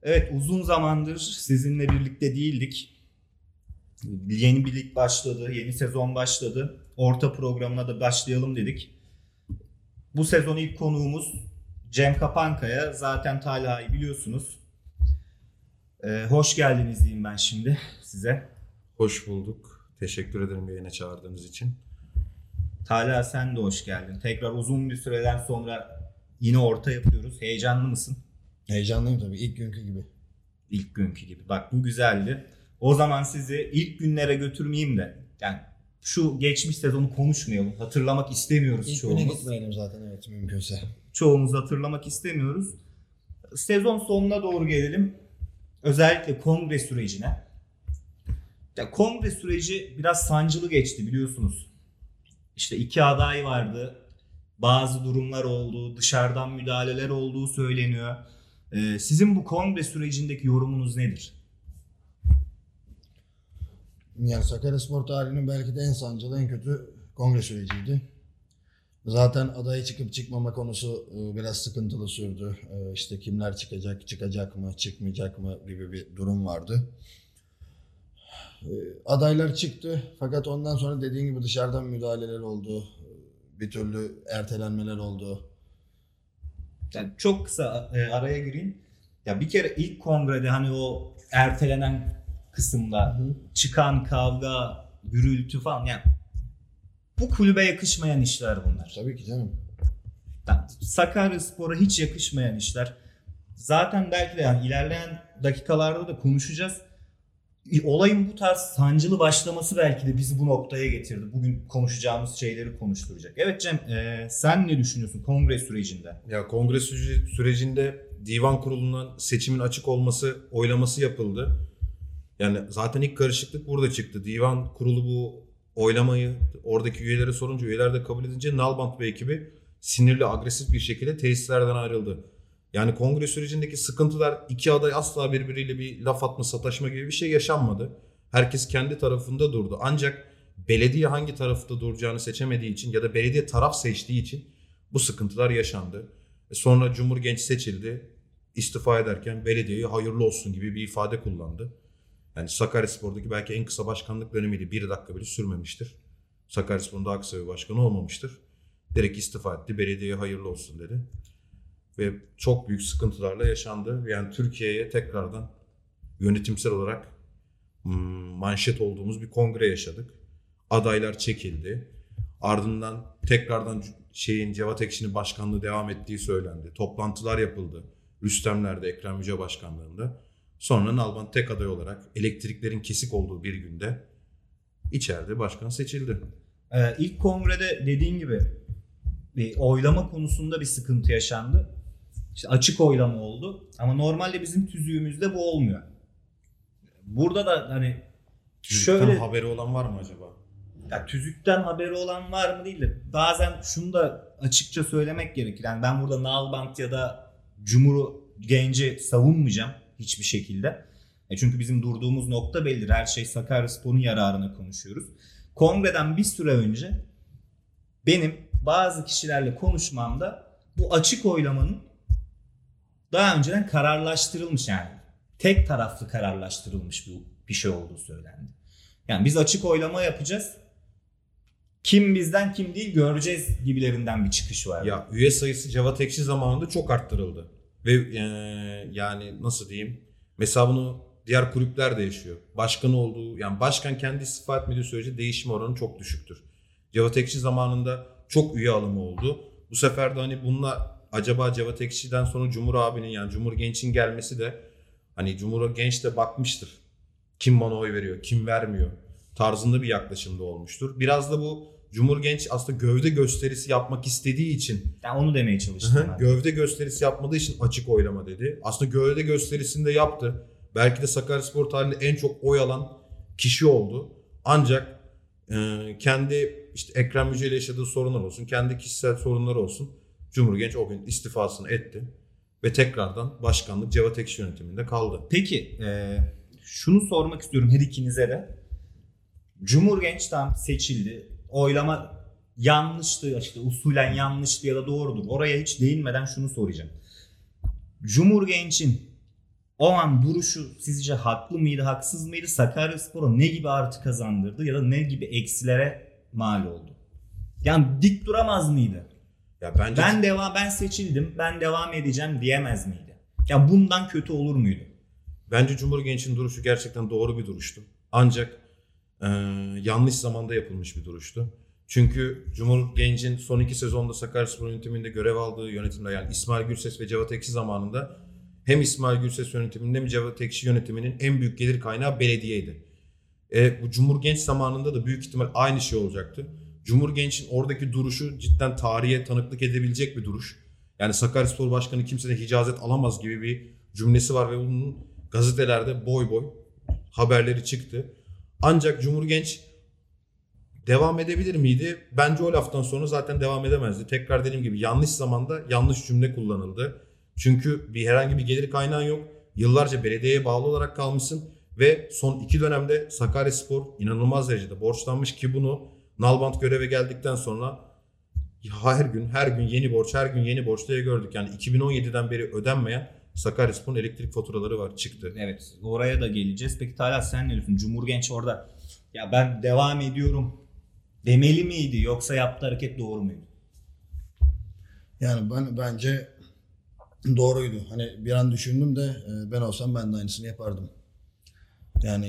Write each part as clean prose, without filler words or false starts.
Evet, uzun zamandır sizinle birlikte değildik. Yeni bir lig başladı, yeni sezon başladı. Orta programına da başlayalım dedik. Bu sezon ilk konuğumuz Cem Kapankaya. Zaten Talha'yı biliyorsunuz. Hoş geldiniz diyeyim ben şimdi size. Hoş bulduk. Teşekkür ederim yayına çağırdığınız için. Talha sen de hoş geldin. Tekrar uzun bir süreden sonra yine orta yapıyoruz. Heyecanlı mısın? Heyecanlıyım tabii, ilk günkü gibi. İlk günkü gibi. Bak bu güzeldi. O zaman sizi ilk günlere götürmeyeyim de. Yani şu geçmiş sezonu konuşmayalım. Hatırlamak istemiyoruz İlk güne çoğumuz. gitmeyelim zaten, evet, mümkünse. Çoğumuz hatırlamak istemiyoruz. Sezon sonuna doğru gelelim. Özellikle kongre sürecine. Ya kongre süreci biraz sancılı geçti biliyorsunuz. İşte iki aday vardı. Bazı durumlar oldu. Dışarıdan müdahaleler olduğu söyleniyor. Sizin bu kongre sürecindeki yorumunuz nedir? Yani Sakaryaspor tarihinin belki de en sancılı, en kötü kongre süreciydi. Zaten adaya çıkıp çıkmama konusu biraz sıkıntılı sürdü. İşte kimler çıkacak, çıkacak mı, çıkmayacak mı gibi bir durum vardı. Adaylar çıktı fakat ondan sonra dediğin gibi dışarıdan müdahaleler oldu. Bir türlü ertelenmeler oldu. Yani çok kısa araya gireyim. Ya bir kere ilk kongrede hani o ertelenen kısımda çıkan kavga, gürültü falan, yani bu kulübe yakışmayan işler bunlar. Tabii ki canım. Yani Sakaryaspor'a hiç yakışmayan işler. Zaten belki de yani ilerleyen dakikalarda da konuşacağız. Olayın bu tarz sancılı başlaması belki de bizi bu noktaya getirdi. Bugün konuşacağımız şeyleri konuşturacak. Evet Cem, sen ne düşünüyorsun kongre sürecinde? Ya kongre sürecinde divan kurulundan seçimin açık olması, oylaması yapıldı. Yani zaten ilk karışıklık burada çıktı. Divan kurulu bu oylamayı oradaki üyelere sorunca, üyeler de kabul edince Nalbant ve ekibi sinirli, agresif bir şekilde tesislerden ayrıldı. Yani kongre sürecindeki sıkıntılar, iki aday asla birbiriyle bir laf atma, sataşma gibi bir şey yaşanmadı. Herkes kendi tarafında durdu. Ancak belediye hangi tarafta duracağını seçemediği için ya da belediye taraf seçtiği için bu sıkıntılar yaşandı. Sonra Cumhur Genç seçildi. İstifa ederken belediyeyi hayırlı olsun gibi bir ifade kullandı. Yani Sakaryaspor'daki belki en kısa başkanlık dönemiydi. 1 dakika bile sürmemiştir. Sakaryaspor'un daha kısa bir başkanı olmamıştır. Direkt istifa etti. Belediyeye hayırlı olsun dedi. Ve çok büyük sıkıntılarla yaşandı. Yani Türkiye'ye tekrardan yönetimsel olarak manşet olduğumuz bir kongre yaşadık. Adaylar çekildi. Ardından tekrardan Cevat Ekşi'nin başkanlığı devam ettiği söylendi. Toplantılar yapıldı. Rüstemler'de, Ekrem Yüce başkanlığında. Sonra Nalbant tek aday olarak elektriklerin kesik olduğu bir günde içeride başkan seçildi. İlk kongrede dediğin gibi bir oylama konusunda bir sıkıntı yaşandı. İşte açık oylama oldu ama normalde bizim tüzüğümüzde bu olmuyor. Burada da hani Tüzükten haberi olan var mı acaba? Ya tüzükten haberi olan var mı değil de bazen şunu da açıkça söylemek gerekir. Yani ben burada Nalbant ya da Cumhur Genç'i savunmayacağım hiçbir şekilde. Çünkü bizim durduğumuz nokta bellidir. Her şey Sakaryaspor'un yararına konuşuyoruz. Kongreden bir süre önce benim bazı kişilerle konuşmamda bu açık oylamanın daha önceden kararlaştırılmış, yani tek taraflı kararlaştırılmış bir şey olduğu söylendi. Yani biz açık oylama yapacağız. Kim bizden kim değil göreceğiz gibilerinden bir çıkış var. Ya üye sayısı Cevat Ekşi zamanında çok arttırıldı. Ve yani nasıl diyeyim? Mesela bunu diğer kulüpler de yaşıyor. Başkan olduğu, yani başkan kendi istifa etmediği sürece değişim oranı çok düşüktür. Cevat Ekşi zamanında çok üye alımı oldu. Bu sefer de hani bununla acaba Cevat Ekşi'den sonra Cumhur abinin, yani Cumhur Genç'in gelmesi de hani Cumhur Genç de bakmıştır. Kim bana oy veriyor, kim vermiyor tarzında bir yaklaşımda olmuştur. Biraz da bu Cumhur Genç aslında gövde gösterisi yapmak istediği için, yani onu demeye çalıştım. gövde gösterisi yapmadığı için açık oylama dedi. Aslında gövde gösterisini de yaptı. Belki de Sakaryaspor tarihinde en çok oy alan kişi oldu. Ancak kendi işte Ekrem Yüce ile yaşadığı sorunlar olsun, kendi kişisel sorunları olsun, Cumhur Genç o gün istifasını etti ve tekrardan başkanlık Cevat Ekşi yönetiminde kaldı. Peki şunu sormak istiyorum her ikinize de. Cumhur Genç tam seçildi. Oylama yanlıştı, işte usulen yanlıştı ya da doğrudur. Oraya hiç değinmeden şunu soracağım. Cumhur Genç'in o an duruşu sizce haklı mıydı, haksız mıydı? Sakaryaspor'a ne gibi artı kazandırdı ya da ne gibi eksilere mal oldu? Yani dik duramaz mıydı? Ya bence Ben seçildim, ben devam edeceğim diyemez miydi? Ya bundan kötü olur muydu? Bence Cumhur Genç'in duruşu gerçekten doğru bir duruştu. Ancak yanlış zamanda yapılmış bir duruştu. Çünkü Cumhur Genç'in son 2 sezonda Sakaryaspor yönetiminde görev aldığı yönetimde, yani İsmail Gürses ve Cevat Ekşi zamanında hem İsmail Gürses yönetiminde hem Cevat Ekşi yönetiminin en büyük gelir kaynağı belediyeydi. Bu Cumhur Genç zamanında da büyük ihtimal aynı şey olacaktı. Cumhur Genç'in oradaki duruşu cidden tarihe tanıklık edebilecek bir duruş. Yani Sakaryaspor Başkanı kimseden icazet alamaz gibi bir cümlesi var ve bunun gazetelerde boy boy haberleri çıktı. Ancak Cumhur Genç devam edebilir miydi? Bence o laftan sonra zaten devam edemezdi. Tekrar dediğim gibi yanlış zamanda yanlış cümle kullanıldı. Çünkü herhangi bir gelir kaynağın yok. Yıllarca belediyeye bağlı olarak kalmışsın ve son 2 dönemde Sakaryaspor inanılmaz derecede borçlanmış ki bunu Nalbant göreve geldikten sonra her gün yeni borç diye gördük. Yani 2017'den beri ödenmeyen Sakaryaspor'un elektrik faturaları var, çıktı. Evet, oraya da geleceğiz. Peki Talha, sen ne diyorsun? Cumhur Genç orada ya ben devam ediyorum demeli miydi yoksa yaptığı hareket doğru muydu? Yani bence doğruydu. Hani bir an düşündüm de ben olsam ben de aynısını yapardım. Yani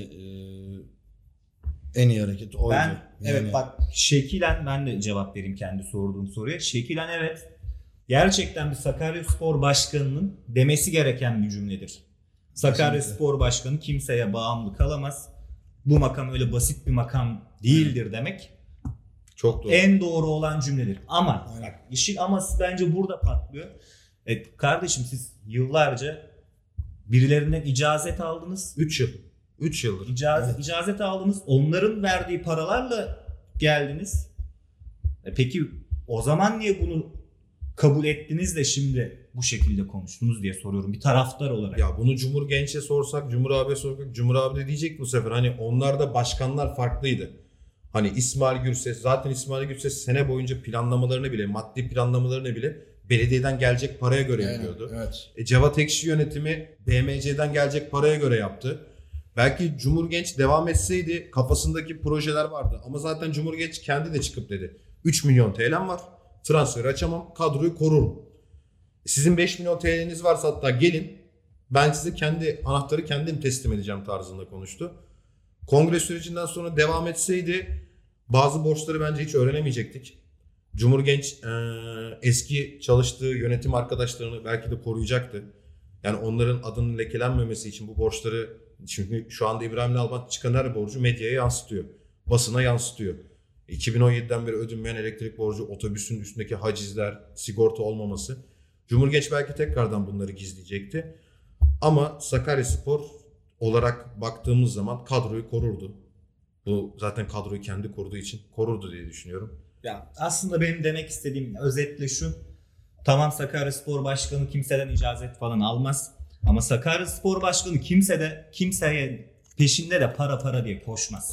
en iyi hareket oydu. Evet bak, şekilen ben de cevap vereyim kendi sorduğum soruya. Şekilen evet, gerçekten bir Sakaryaspor Başkanı'nın demesi gereken bir cümledir. Sakaryaspor Başkanı kimseye bağımlı kalamaz. Bu makam öyle basit bir makam değildir demek. Çok doğru. En doğru olan cümledir. Ama bak, işin aması bence burada patlıyor. Kardeşim, siz yıllarca birilerinden icazet aldınız. 3 yıldır. İcazet aldınız. Onların verdiği paralarla geldiniz. Peki o zaman niye bunu kabul ettiniz de şimdi bu şekilde konuştunuz diye soruyorum bir taraftar olarak. Ya bunu Cumhur Genç'e sorsak, Cumhur abiye sorsak, Cumhur abi de diyecek bu sefer. Hani onlarda başkanlar farklıydı. Hani İsmail Gürses sene boyunca planlamalarını bile, maddi planlamalarını bile belediyeden gelecek paraya göre yapıyordu. Evet. Cevat Ekşi yönetimi BMC'den gelecek paraya göre yaptı. Belki Cumhur Genç devam etseydi kafasındaki projeler vardı. Ama zaten Cumhur Genç kendi de çıkıp dedi. 3 milyon TL'm var. Transferi açamam. Kadroyu korurum. Sizin 5 milyon TL'niz varsa hatta gelin. Ben size kendi anahtarı kendim teslim edeceğim tarzında konuştu. Kongre sürecinden sonra devam etseydi bazı borçları bence hiç öğrenemeyecektik. Cumhur Genç eski çalıştığı yönetim arkadaşlarını belki de koruyacaktı. Yani onların adının lekelenmemesi için bu borçları, çünkü şu anda İbrahim Nalbant çıkan her borcu medyaya yansıtıyor. Basına yansıtıyor. 2017'den beri ödenmeyen elektrik borcu, otobüsün üstündeki hacizler, sigorta olmaması. Cumhur Genç belki tekrardan bunları gizleyecekti. Ama Sakaryaspor olarak baktığımız zaman kadroyu korurdu. Bu zaten kadroyu kendi koruduğu için korurdu diye düşünüyorum. Ya aslında benim demek istediğim özetle şu. Tamam, Sakaryaspor Başkanı kimseden icazet falan almaz. Ama Sakaryaspor Başkanı kimseye peşinde de para diye koşmaz.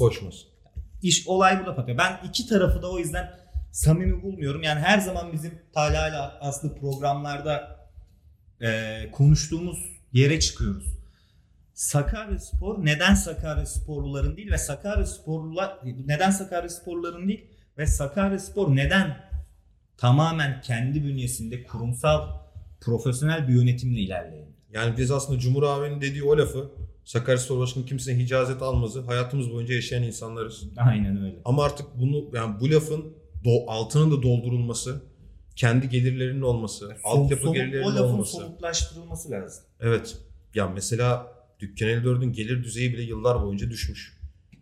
Olay burada patlıyor. Ben iki tarafı da o yüzden samimi bulmuyorum. Yani her zaman bizim Talha'yla aslında programlarda konuştuğumuz yere çıkıyoruz. Sakaryaspor neden Sakaryasporluların değil ve Sakaryaspor neden tamamen kendi bünyesinde kurumsal profesyonel bir yönetimle ilerleyen? Yani biz aslında Cumhur abinin dediği o lafı, Sakaryaspor Başkanı kimsenin icazet almazı, hayatımız boyunca yaşayan insanlarız. Aynen öyle. Ama artık bu lafın altının da doldurulması, kendi gelirlerinin olması, altyapı gelirlerinin olması. O lafın somutlaştırılması lazım. Evet. Ya mesela Dükkan 54'ün gelir düzeyi bile yıllar boyunca düşmüş.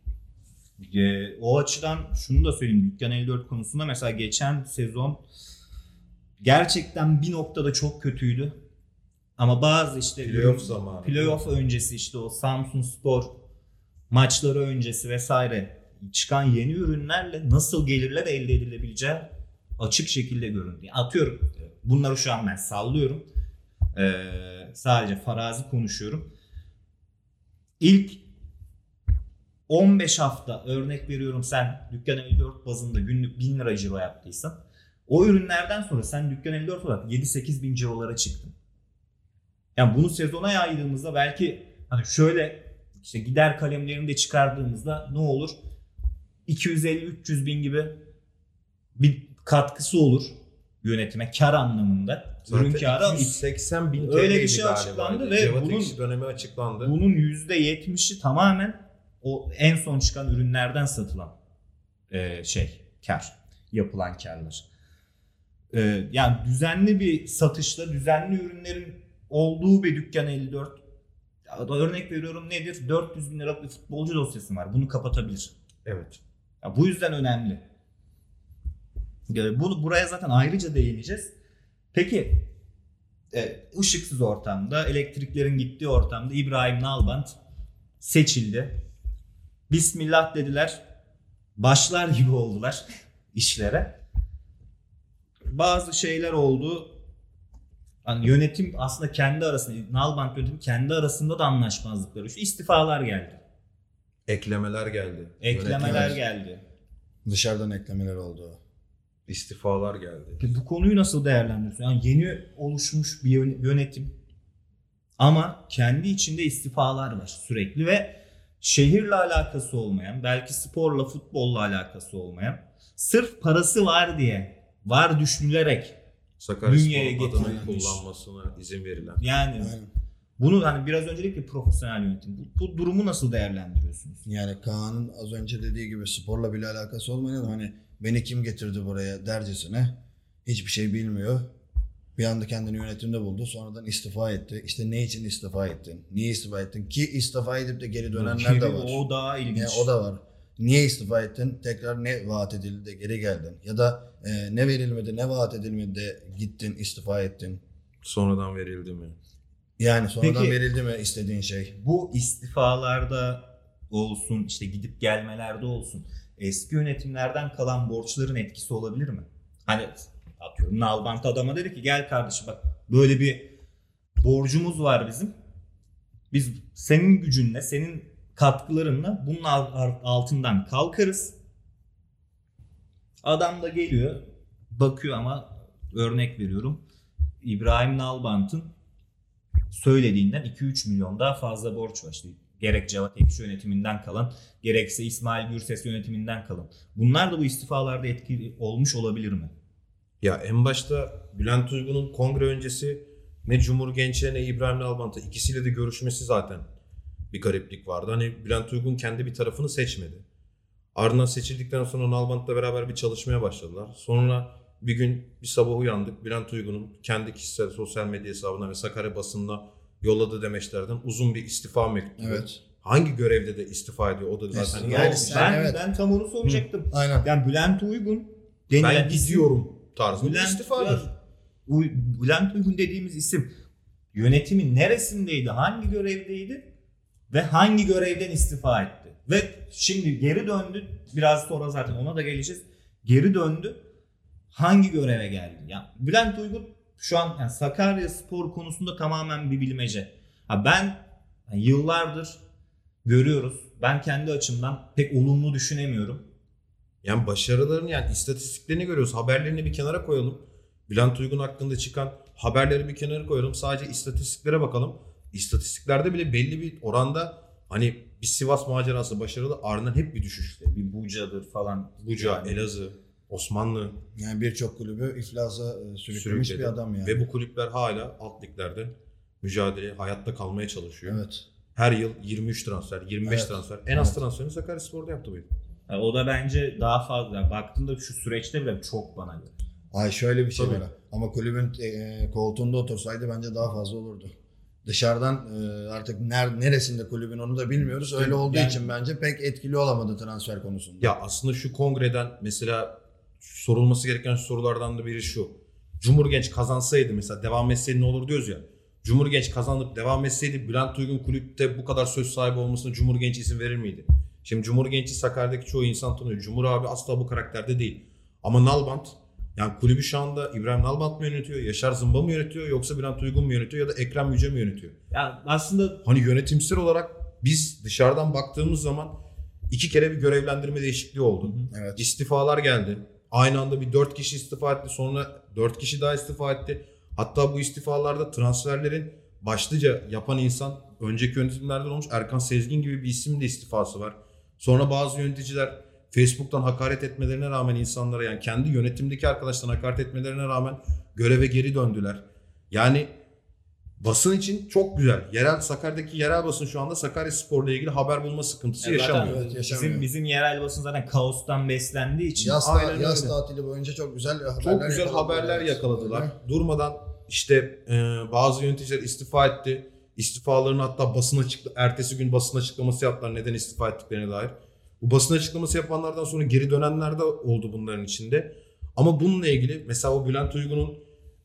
O açıdan şunu da söyleyeyim. Dükkan 54 konusunda mesela geçen sezon gerçekten bir noktada çok kötüydü. Ama bazı playoff öncesi işte o Samsunspor maçları öncesi vesaire çıkan yeni ürünlerle nasıl gelirler elde edilebileceği açık şekilde göründü. Atıyorum, bunları şu an ben sallıyorum. Sadece farazi konuşuyorum. İlk 15 hafta örnek veriyorum, sen Dükkan 54 bazında günlük 1000 lira ciro yaptıysan o ürünlerden sonra sen Dükkan 54 olarak 7-8 bin cirolara çıktın. Yani bunu sezona yaydığımızda belki hani şöyle işte gider kalemlerini de çıkardığımızda ne olur? 250-300 bin gibi bir katkısı olur yönetime kar anlamında. Ürün karı 280 bin öyle bir TL'ydi şey galiba. açıklandı ve Cevat bunun Ekşi dönemi açıklandı. bunun %70'i tamamen o en son çıkan ürünlerden satılan kar, yapılan karlar. Yani düzenli bir satışla düzenli ürünlerin olduğu bir dükkan 54. Örnek veriyorum nedir? 400 bin liralık bir futbolcu dosyası var. Bunu kapatabilir. Evet. Ya bu yüzden önemli. Buraya zaten ayrıca değineceğiz. Peki ışıksız ortamda, elektriklerin gittiği ortamda İbrahim Nalbant seçildi. Bismillah dediler. Başlar gibi oldular işlere. Bazı şeyler oldu. Hani yönetim aslında kendi arasında, Nalbant yönetimi kendi arasında da anlaşmazlıkları. Şu istifalar geldi. Eklemeler geldi. Eklemeler Yönetime geldi. Dışarıdan eklemeler oldu. istifalar geldi. Bu konuyu nasıl değerlendiriyorsun? Yani yeni oluşmuş bir yönetim ama kendi içinde istifalar var sürekli ve şehirle alakası olmayan, belki sporla, futbolla alakası olmayan, sırf parası var diye, var düşünülerek bünyeye Sakaryaspor adını getirilmiş. kullanmasına izin verilen. Yani Aynen. bunu hani biraz önce dedik ki profesyonel yönetim. Bu durumu nasıl değerlendiriyorsunuz? Yani Kaan'ın az önce dediği gibi sporla bile alakası olmayan hani beni kim getirdi buraya dercesine hiçbir şey bilmiyor. Bir anda kendini yönetimde buldu. Sonradan istifa etti. İşte ne için istifa ettin? Niye istifa ettin? Ki istifa edip de geri dönenler de var. O daha ilginç. Yani o da var. Niye istifa ettin? Tekrar ne vaat edildi de geri geldin? Ya da ne verilmedi, ne vaat edilmedi de gittin, istifa ettin? Sonradan verildi mi? Yani sonradan Peki, verildi mi istediğin şey? bu istifalarda olsun, işte gidip gelmelerde olsun, eski yönetimlerden kalan borçların etkisi olabilir mi? Hani atıyorum Nalbant adama dedi ki gel kardeşim bak böyle bir borcumuz var bizim. Biz senin gücünle, senin katkılarınla bunun altından kalkarız. Adam da geliyor, bakıyor ama örnek veriyorum. İbrahim Nalbant'ın söylediğinden 2-3 milyon daha fazla borç var. İşte gerek Cevat Ekşi yönetiminden kalan, gerekse İsmail Gürses yönetiminden kalan. Bunlar da bu istifalarda etkili olmuş olabilir mi? Ya en başta Bülent Uygun'un kongre öncesi ne Cumhur Genç'e ne İbrahim Nalbant'a ikisiyle de görüşmesi zaten bir gariplik vardı. Hani Bülent Uygun kendi bir tarafını seçmedi. Ardından seçildikten sonra Nalbant'la beraber bir çalışmaya başladılar. Sonra bir gün bir sabah uyandık. Bülent Uygun'un kendi kişisel sosyal medya hesabına ve Sakarya basınına yolladığı demeçlerden uzun bir istifa mektubu. Evet. Hangi görevde de istifa ediyor? O da zaten Yani Ben tam onu soracaktım. Aynen. Yani Bülent Uygun denilen ben gidiyorum tarzında bir Bülent, istifadır. Bülent Uygun dediğimiz isim yönetimin neresindeydi, hangi görevdeydi ve hangi görevden istifa etti? Ve şimdi geri döndü, biraz sonra zaten ona da geleceğiz. Geri döndü, hangi göreve geldi? Yani Bülent Uygun şu an yani Sakaryaspor konusunda tamamen bir bilmece. Yani yıllardır görüyoruz. Ben kendi açımdan pek olumlu düşünemiyorum. Yani başarılarını yani istatistiklerini görüyoruz. Haberlerini bir kenara koyalım. Bülent Uygun hakkında çıkan haberleri bir kenara koyalım. Sadece istatistiklere bakalım. İstatistiklerde bile belli bir oranda hani bir Sivas macerası başarılı ardından hep bir düşüşte. Bir Buca'dır falan. Buca, Yani. Elazığ, Osmanlı Yani birçok kulübü iflasa sürüklemiş sürükledi. bir adam yani. Ve bu kulüpler hala alt liglerde mücadele, hayatta kalmaya çalışıyor. Evet. Her yıl 23 transfer, 25 Evet. transfer. En az Evet. transferini Sakaryaspor'da yaptı bu yıl. Yani o da bence daha fazla. Yani baktığında şu süreçte bile çok bana göre. Ay şöyle bir şey Tabii. var. Ama kulübün koltuğunda otursaydı bence daha fazla olurdu. Dışarıdan artık neresinde kulübün onu da bilmiyoruz. Öyle olduğu Yani- için bence pek etkili olamadı transfer konusunda. Ya aslında şu kongreden mesela sorulması gereken sorulardan da biri şu. Cumhurgenç kazansaydı mesela devam etseydi ne olur diyoruz ya. Cumhurgenç kazanıp devam etseydi Bülent Uygun kulüpte bu kadar söz sahibi olmasına Cumhurgenç izin verir miydi? Şimdi Cumhurgenç'i Sakarya'daki çoğu insan tanıyor. Cumhur abi asla bu karakterde değil. Ama Nalbant yani kulübü şu anda İbrahim Nalbant mı yönetiyor, Yaşar Zımba mı yönetiyor yoksa Bülent Uygun mu yönetiyor ya da Ekrem Yüce mi yönetiyor? Yani aslında Hani yönetimsel olarak biz dışarıdan baktığımız zaman 2 kere bir görevlendirme değişikliği oldu. Evet. İstifalar geldi. Aynı anda bir 4 kişi istifa etti. Sonra 4 kişi daha istifa etti. Hatta bu istifalarda transferlerin başlıca yapan insan önceki yönetimlerden olmuş Erkan Sezgin gibi bir isim de istifası var. Sonra bazı yöneticiler Facebook'tan hakaret etmelerine rağmen insanlara, yani kendi yönetimdeki arkadaşlarına hakaret etmelerine rağmen göreve geri döndüler. Yani basın için çok güzel. Sakarya'daki yerel basın şu anda Sakaryaspor'la ilgili haber bulma sıkıntısı Zaten yaşamıyor. Evet, yaşamıyor. bizim yerel basın zaten kaostan beslendiği için. Aynen Yaz öyle. tatili boyunca çok güzel Çok güzel haberler yakaladılar. Durmadan işte bazı yöneticiler istifa etti. İstifalarını hatta ertesi gün basın açıklaması yaptılar neden istifa ettiklerine dair. Bu basın açıklaması yapanlardan sonra geri dönenler de oldu bunların içinde. Ama bununla ilgili mesela o Bülent Uygun'un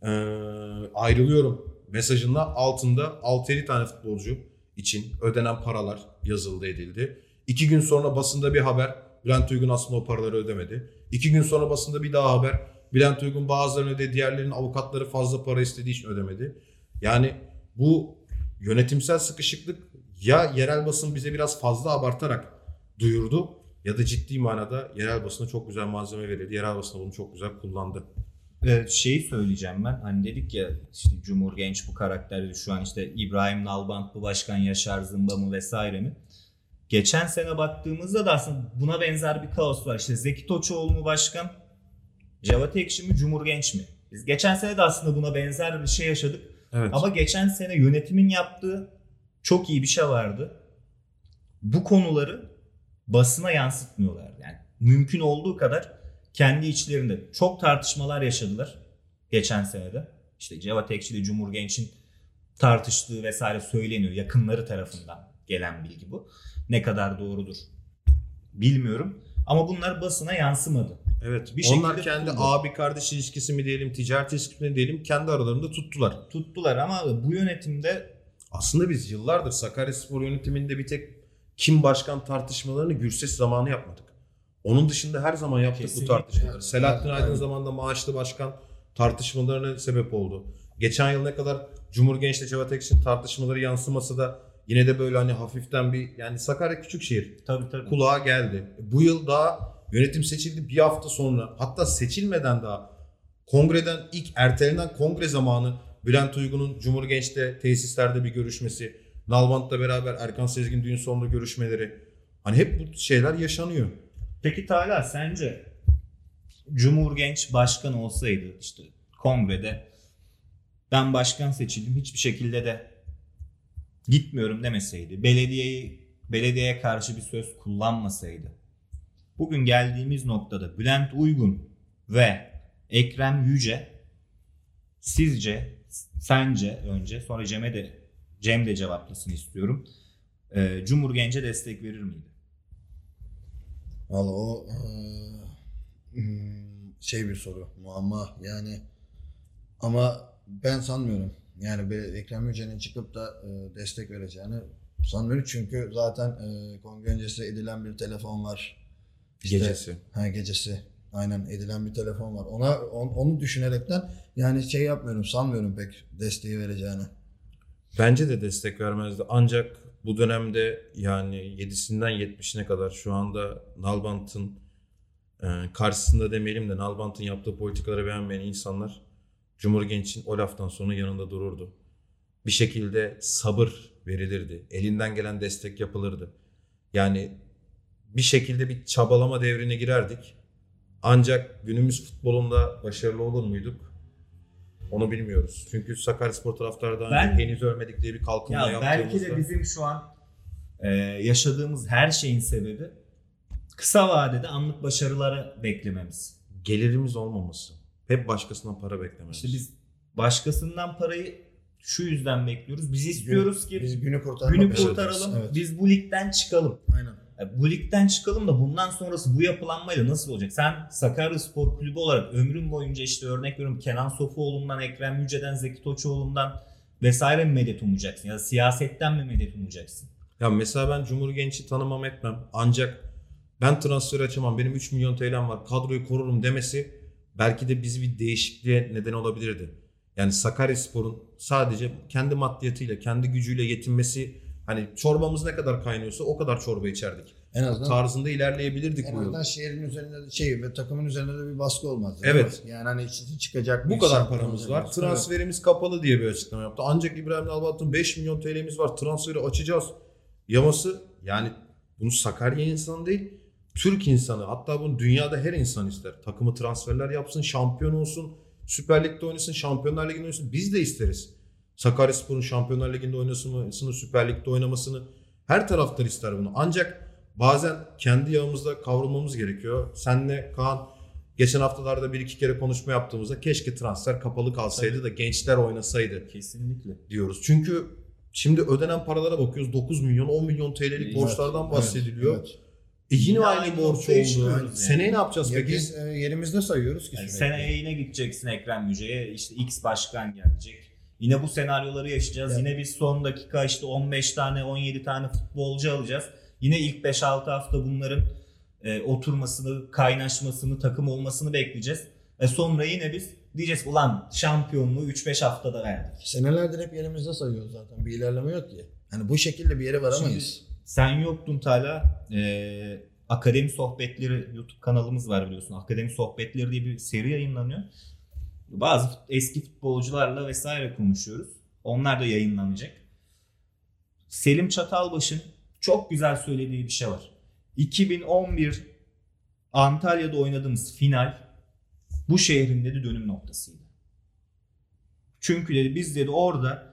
ayrılıyorum mesajında altında 6-7 tane futbolcu için ödenen paralar yazıldı edildi. 2 gün sonra basında bir haber, Bülent Uygun aslında o paraları ödemedi. 2 gün sonra basında bir daha haber, Bülent Uygun bazılarını ödedi, diğerlerinin avukatları fazla para istediği için ödemedi. Yani bu yönetimsel sıkışıklık ya yerel basın bize biraz fazla abartarak duyurdu ya da ciddi manada yerel basına çok güzel malzeme verildi. Yerel basına bunu çok güzel kullandı. Şeyi söyleyeceğim ben. Hani dedik ya işte Cumhur Genç bu karakterdi. Şu an işte İbrahim Nalbant bu başkan, Yaşar Zımba mı vesaire mi? Geçen sene baktığımızda da aslında buna benzer bir kaos var. İşte Zeki Toçoğlu mu başkan, Cevat Ekşi mi, Cumhur Genç mi? Biz geçen sene de aslında buna benzer bir şey yaşadık. Evet. Ama geçen sene yönetimin yaptığı çok iyi bir şey vardı. Bu konuları basına yansıtmıyorlar. Yani mümkün olduğu kadar kendi içlerinde çok tartışmalar yaşadılar geçen senede. İşte Cevat Ekşi ile Cumhur Genç'in tartıştığı vesaire söyleniyor. Yakınları tarafından gelen bilgi bu. Ne kadar doğrudur bilmiyorum. Ama bunlar basına yansımadı. Evet. Bir Onlar şekilde kendi tutuldu. abi kardeş ilişkisi mi diyelim, ticaret ilişkisi mi diyelim kendi aralarında tuttular. Tuttular ama bu yönetimde Aslında biz yıllardır Sakaryaspor yönetiminde bir tek kim başkan tartışmalarını Gürses zamanı yapmadık. Onun dışında her zaman yaptık Kesinlikle. bu tartışmaları. Selahattin Evet, Aydın evet. zamanında maaşlı başkan tartışmalarına sebep oldu. Geçen yıl ne kadar Cumhur Genç'le Cevat Ekşi'nin tartışmaları yansıması da yine de böyle hani hafiften bir, yani Sakarya küçük şehir. tabii. Kulağa geldi. Bu yıl daha yönetim seçildi, bir hafta sonra, hatta seçilmeden daha kongreden ilk ertelenen kongre zamanı Bülent Uygun'un Cumhur Genç'te tesislerde bir görüşmesi, Nalbant'la beraber Erkan Sezgin düğün sonunda görüşmeleri, hani hep bu şeyler yaşanıyor. Peki Talha, sence Cumhur Genç başkan olsaydı işte kongrede ben başkan seçildim hiçbir şekilde de gitmiyorum demeseydi, belediyeye karşı bir söz kullanmasaydı, bugün geldiğimiz noktada Bülent Uygun ve Ekrem Yüce sence önce sonra Cem de cevaplasın istiyorum. Cumhur Genç'e destek verir miydi? Valla o şey bir soru, muamma yani, ama ben sanmıyorum. Yani Ekrem Yüce'nin çıkıp da destek vereceğini sanmıyorum, çünkü zaten kongre öncesi edilen bir telefon var. İşte, Gecesi. Gecesi. Aynen, edilen bir telefon var. Onu düşünerekten yani şey yapmıyorum, sanmıyorum pek desteği vereceğini. Bence de destek vermezdi. Ancak bu dönemde yani 7'sinden 70'ine kadar şu anda Nalbant'ın karşısında demeyelim de Nalbant'ın yaptığı politikaları beğenmeyen insanlar Cumhur Genç'in o laftan sonra yanında dururdu. Bir şekilde sabır verilirdi. Elinden gelen destek yapılırdı. Yani bir şekilde bir çabalama devrine girerdik. Ancak günümüz futbolunda başarılı olur muyduk? Onu bilmiyoruz. Çünkü Sakaryaspor taraftarı daha önce henüz ölmedik diye bir kalkınma Ya belki yaptığımızda. de bizim şu an yaşadığımız her şeyin sebebi kısa vadede anlık başarıları beklememiz. Gelirimiz olmaması. Hep başkasından para beklememiz. İşte biz başkasından parayı şu yüzden bekliyoruz. Biz istiyoruz ki Biz günü kurtarmak günü peşindeyiz. kurtaralım. Evet. Biz bu ligden çıkalım. Aynen. Bu ligden çıkalım da bundan sonrası bu yapılanmayla nasıl olacak? Sen Sakaryaspor Kulübü olarak ömrün boyunca işte örnek veriyorum Kenan Sofuoğlu'ndan, Ekrem Yüce'den, Zeki Toçoğlu'ndan vesaire mi medet umacaksın? Ya da siyasetten mi medet umacaksın? Ya mesela ben Cumhur Genç'i tanımam etmem. Ancak ben transfer açamam, benim 3 milyon TL'm var, kadroyu korurum demesi belki de bizi bir değişikliğe neden olabilirdi. Yani Sakaryaspor'un sadece kendi maddiyatıyla, kendi gücüyle yetinmesi Hani çorbamız ne kadar kaynıyorsa o kadar çorba içerdik. En azından Tarzında ilerleyebilirdik en bu yıl. azından şehrin üzerinde de ve takımın üzerinde de bir baskı olmaz. Evet. Yani hani çıkacak Bu bir kadar şampiyon paramız olacak. var. Transferimiz kapalı diye bir açıklama yaptı. Ancak İbrahim Albayrak'ın 5 milyon TL'miz var. Transferi açacağız. Yaması yani bunu Sakarya insanı değil, Türk insanı. Hatta bunu dünyada her insan ister. Takımı transferler yapsın, şampiyon olsun, Süper Lig'de oynasın, Şampiyonlar Ligi'nde oynasın. Biz de isteriz. Sakaryaspor'un Şampiyonlar Ligi'nde oynamasını, Süper Lig'de oynamasını her taraftar ister bunu. Ancak bazen kendi yağımızda kavrulmamız gerekiyor. Senle Kaan geçen haftalarda bir iki kere konuşma yaptığımızda keşke transfer kapalı kalsaydı da gençler oynasaydı Kesinlikle. diyoruz. Çünkü şimdi ödenen paralara bakıyoruz. 9 milyon, 10 milyon TL'lik Evet, borçlardan bahsediliyor. Evet. Yine Yine aynı aynı borç noktaya oldu. çıkıyoruz yani. Seneye ne yapacağız Ya peki? biz yerimizde sayıyoruz ki Yani sürekli. seneye yine gideceksin Ekrem Müce'ye, işte X başkan gelecek. Yine bu senaryoları yaşayacağız. Evet. Yine biz son dakika işte 15 tane 17 tane futbolcu alacağız. Yine ilk 5-6 hafta bunların oturmasını, kaynaşmasını, takım olmasını bekleyeceğiz. Sonra yine biz diyeceğiz ulan şampiyonluğu 3-5 haftada verdik. Senelerdir hep yerimizde sayıyoruz zaten. Bir ilerleme yok ki. Hani bu şekilde bir yere varamayız. Şimdi sen yoktun Talha. Akademi Sohbetleri YouTube kanalımız var biliyorsun. Akademi Sohbetleri diye bir seri yayınlanıyor. Bazı eski futbolcularla vesaire konuşuyoruz. Onlar da yayınlanacak. Selim Çatalbaş'ın çok güzel söylediği bir şey var. 2011 Antalya'da oynadığımız final bu şehrin dedi dönüm noktasıydı. Çünkü dedi biz dedi orada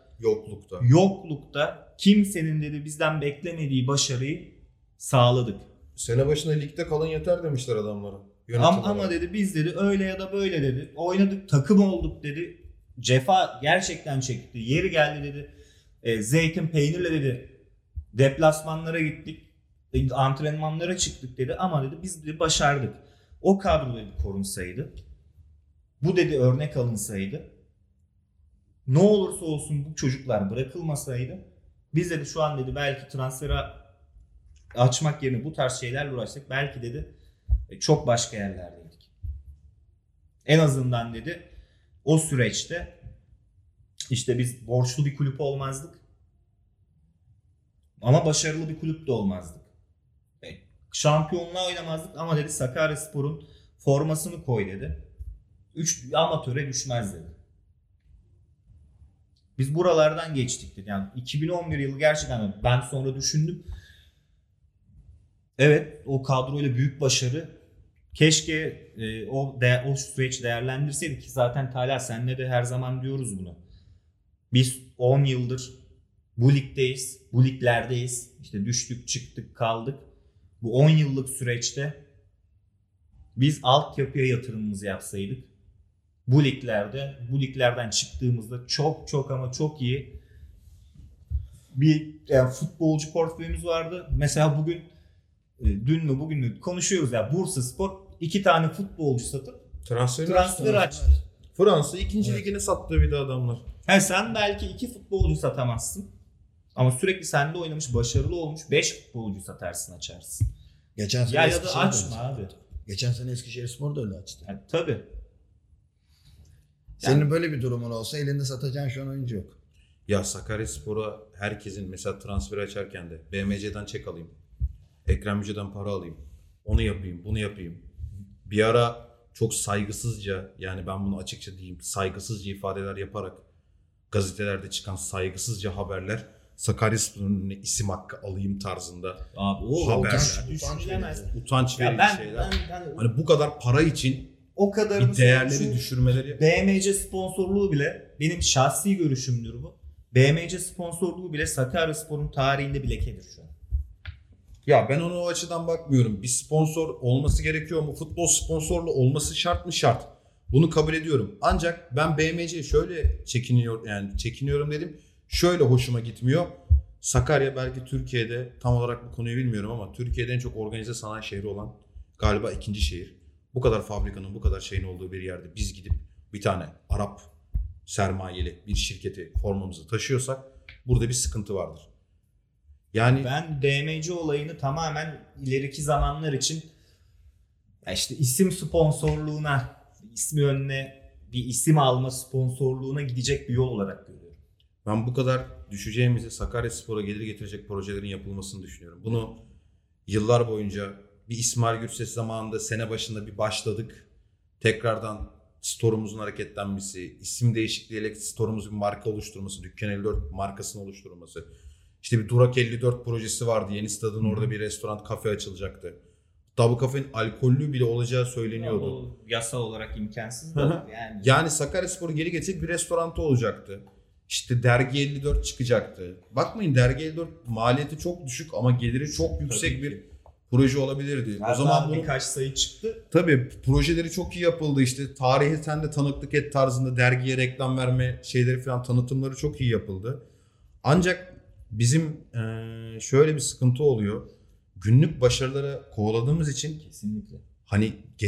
yoklukta kimsenin dedi bizden beklemediği başarıyı sağladık. Sene başında ligde kalın yeter demişler adamlara. Ama dedi biz dedi öyle ya da böyle dedi oynadık, takım olduk dedi. Cefa gerçekten çekti. Yeri geldi dedi. Zeytin peynirle dedi deplasmanlara gittik. Antrenmanlara çıktık dedi ama dedi biz dedi başardık. O kadro dedi korunsaydı. Bu dedi örnek alınsaydı. Ne olursa olsun bu çocuklar bırakılmasaydı biz dedi şu an dedi belki transferi açmak yerine bu tarz şeylerle uğraşsak belki dedi çok başka yerlerdeydik. En azından dedi o süreçte işte biz borçlu bir kulüp olmazdık. Ama başarılı bir kulüp de olmazdık. Şampiyonluğa oynamazdık ama dedi Sakaryaspor'un formasını koy dedi. Amatöre düşmez dedi. Biz buralardan geçtik dedi. Yani 2011 yılı gerçekten ben sonra düşündüm. Evet o kadroyla büyük başarı. Keşke o süreç değerlendirseydik ki zaten Talha senle de her zaman diyoruz bunu. Biz 10 yıldır bu ligdeyiz, bu liglerdeyiz. İşte düştük, çıktık, kaldık. Bu 10 yıllık süreçte biz altyapıya yatırımımızı yapsaydık bu liglerden çıktığımızda çok ama çok iyi bir futbolcu portföyümüz vardı. Mesela dün mü bugün mü konuşuyoruz ya Bursaspor 2 tane futbolcu satıp transfer açtı. Fransa 2. ligine sattı bir de adamlar. Sen belki 2 futbolcu satamazsın. Ama sürekli sende oynamış, başarılı olmuş 5 futbolcu satarsın, açarsın. Geçen sene Ya da Eskişehir'de açma öyle. abi. Geçen sene Eskişehirspor da öyle açtı. Yani, tabii. Senin böyle bir durumun olsa elinde satacağın şu an oyuncu yok. Ya Sakaryaspor'a herkesin mesela transferi açarken de BMC'den çek alayım. Ekrem Müce'den para alayım. Onu yapayım, bunu yapayım. Bir ara çok saygısızca, yani ben bunu açıkça diyeyim, saygısızca ifadeler yaparak gazetelerde çıkan saygısızca haberler Sakaryaspor'un isim hakkı alayım tarzında Abi o haberler, düşünülemez. utanç Ya verici şeyler. ben Hani bu kadar para için o kadarını bir değerleri söyleyeyim. düşürmeleri. BMC sponsorluğu bile benim şahsi görüşümdür bu. BMC sponsorluğu bile Sakaryaspor'un tarihinde bir lekedir şu an. Ya ben ona o açıdan bakmıyorum. Bir sponsor olması gerekiyor mu? Futbol sponsorlu olması şart mı? Şart. Bunu kabul ediyorum. Ancak ben BMC'ye şöyle çekiniyorum dedim. Şöyle hoşuma gitmiyor. Sakarya belki Türkiye'de tam olarak bu konuyu bilmiyorum ama Türkiye'de en çok organize sanayi şehri olan galiba 2. şehir. Bu kadar fabrikanın, bu kadar şeyin olduğu bir yerde biz gidip bir tane Arap sermayeli bir şirketi formamızı taşıyorsak burada bir sıkıntı vardır. Yani Ben BMC olayını tamamen ileriki zamanlar için işte isim sponsorluğuna, ismi önüne bir isim alma sponsorluğuna gidecek bir yol olarak görüyorum. ben bu kadar düşeceğimizi Sakaryaspor'a gelir getirecek projelerin yapılmasını düşünüyorum. Bunu yıllar boyunca bir İsmail Gürses zamanında sene başında bir başladık. Tekrardan store'umuzun hareketlenmesi, isim değişikliğiyle store'umuzun bir marka oluşturması, Dükkan 54 markasını oluşturması. İşte bir Durak 54 projesi vardı. Yeni stadın orada bir restoran, kafe açılacaktı. Hatta bu kafenin alkollü bile olacağı söyleniyordu. O yasal olarak imkansız da yani. Yani Sakaryaspor'u geri getirecek bir restorantı olacaktı. İşte Dergi 54 çıkacaktı. Bakmayın, Dergi 54 maliyeti çok düşük ama geliri çok yüksek bir proje olabilirdi. Her o zaman bu birkaç sayı çıktı. tabii projeleri çok iyi yapıldı. İşte tarihi sen de tanıklık et tarzında dergiye reklam verme şeyleri falan, tanıtımları çok iyi yapıldı. Ancak bizim şöyle bir sıkıntı oluyor. Günlük başarılara kovaladığımız için Kesinlikle. hani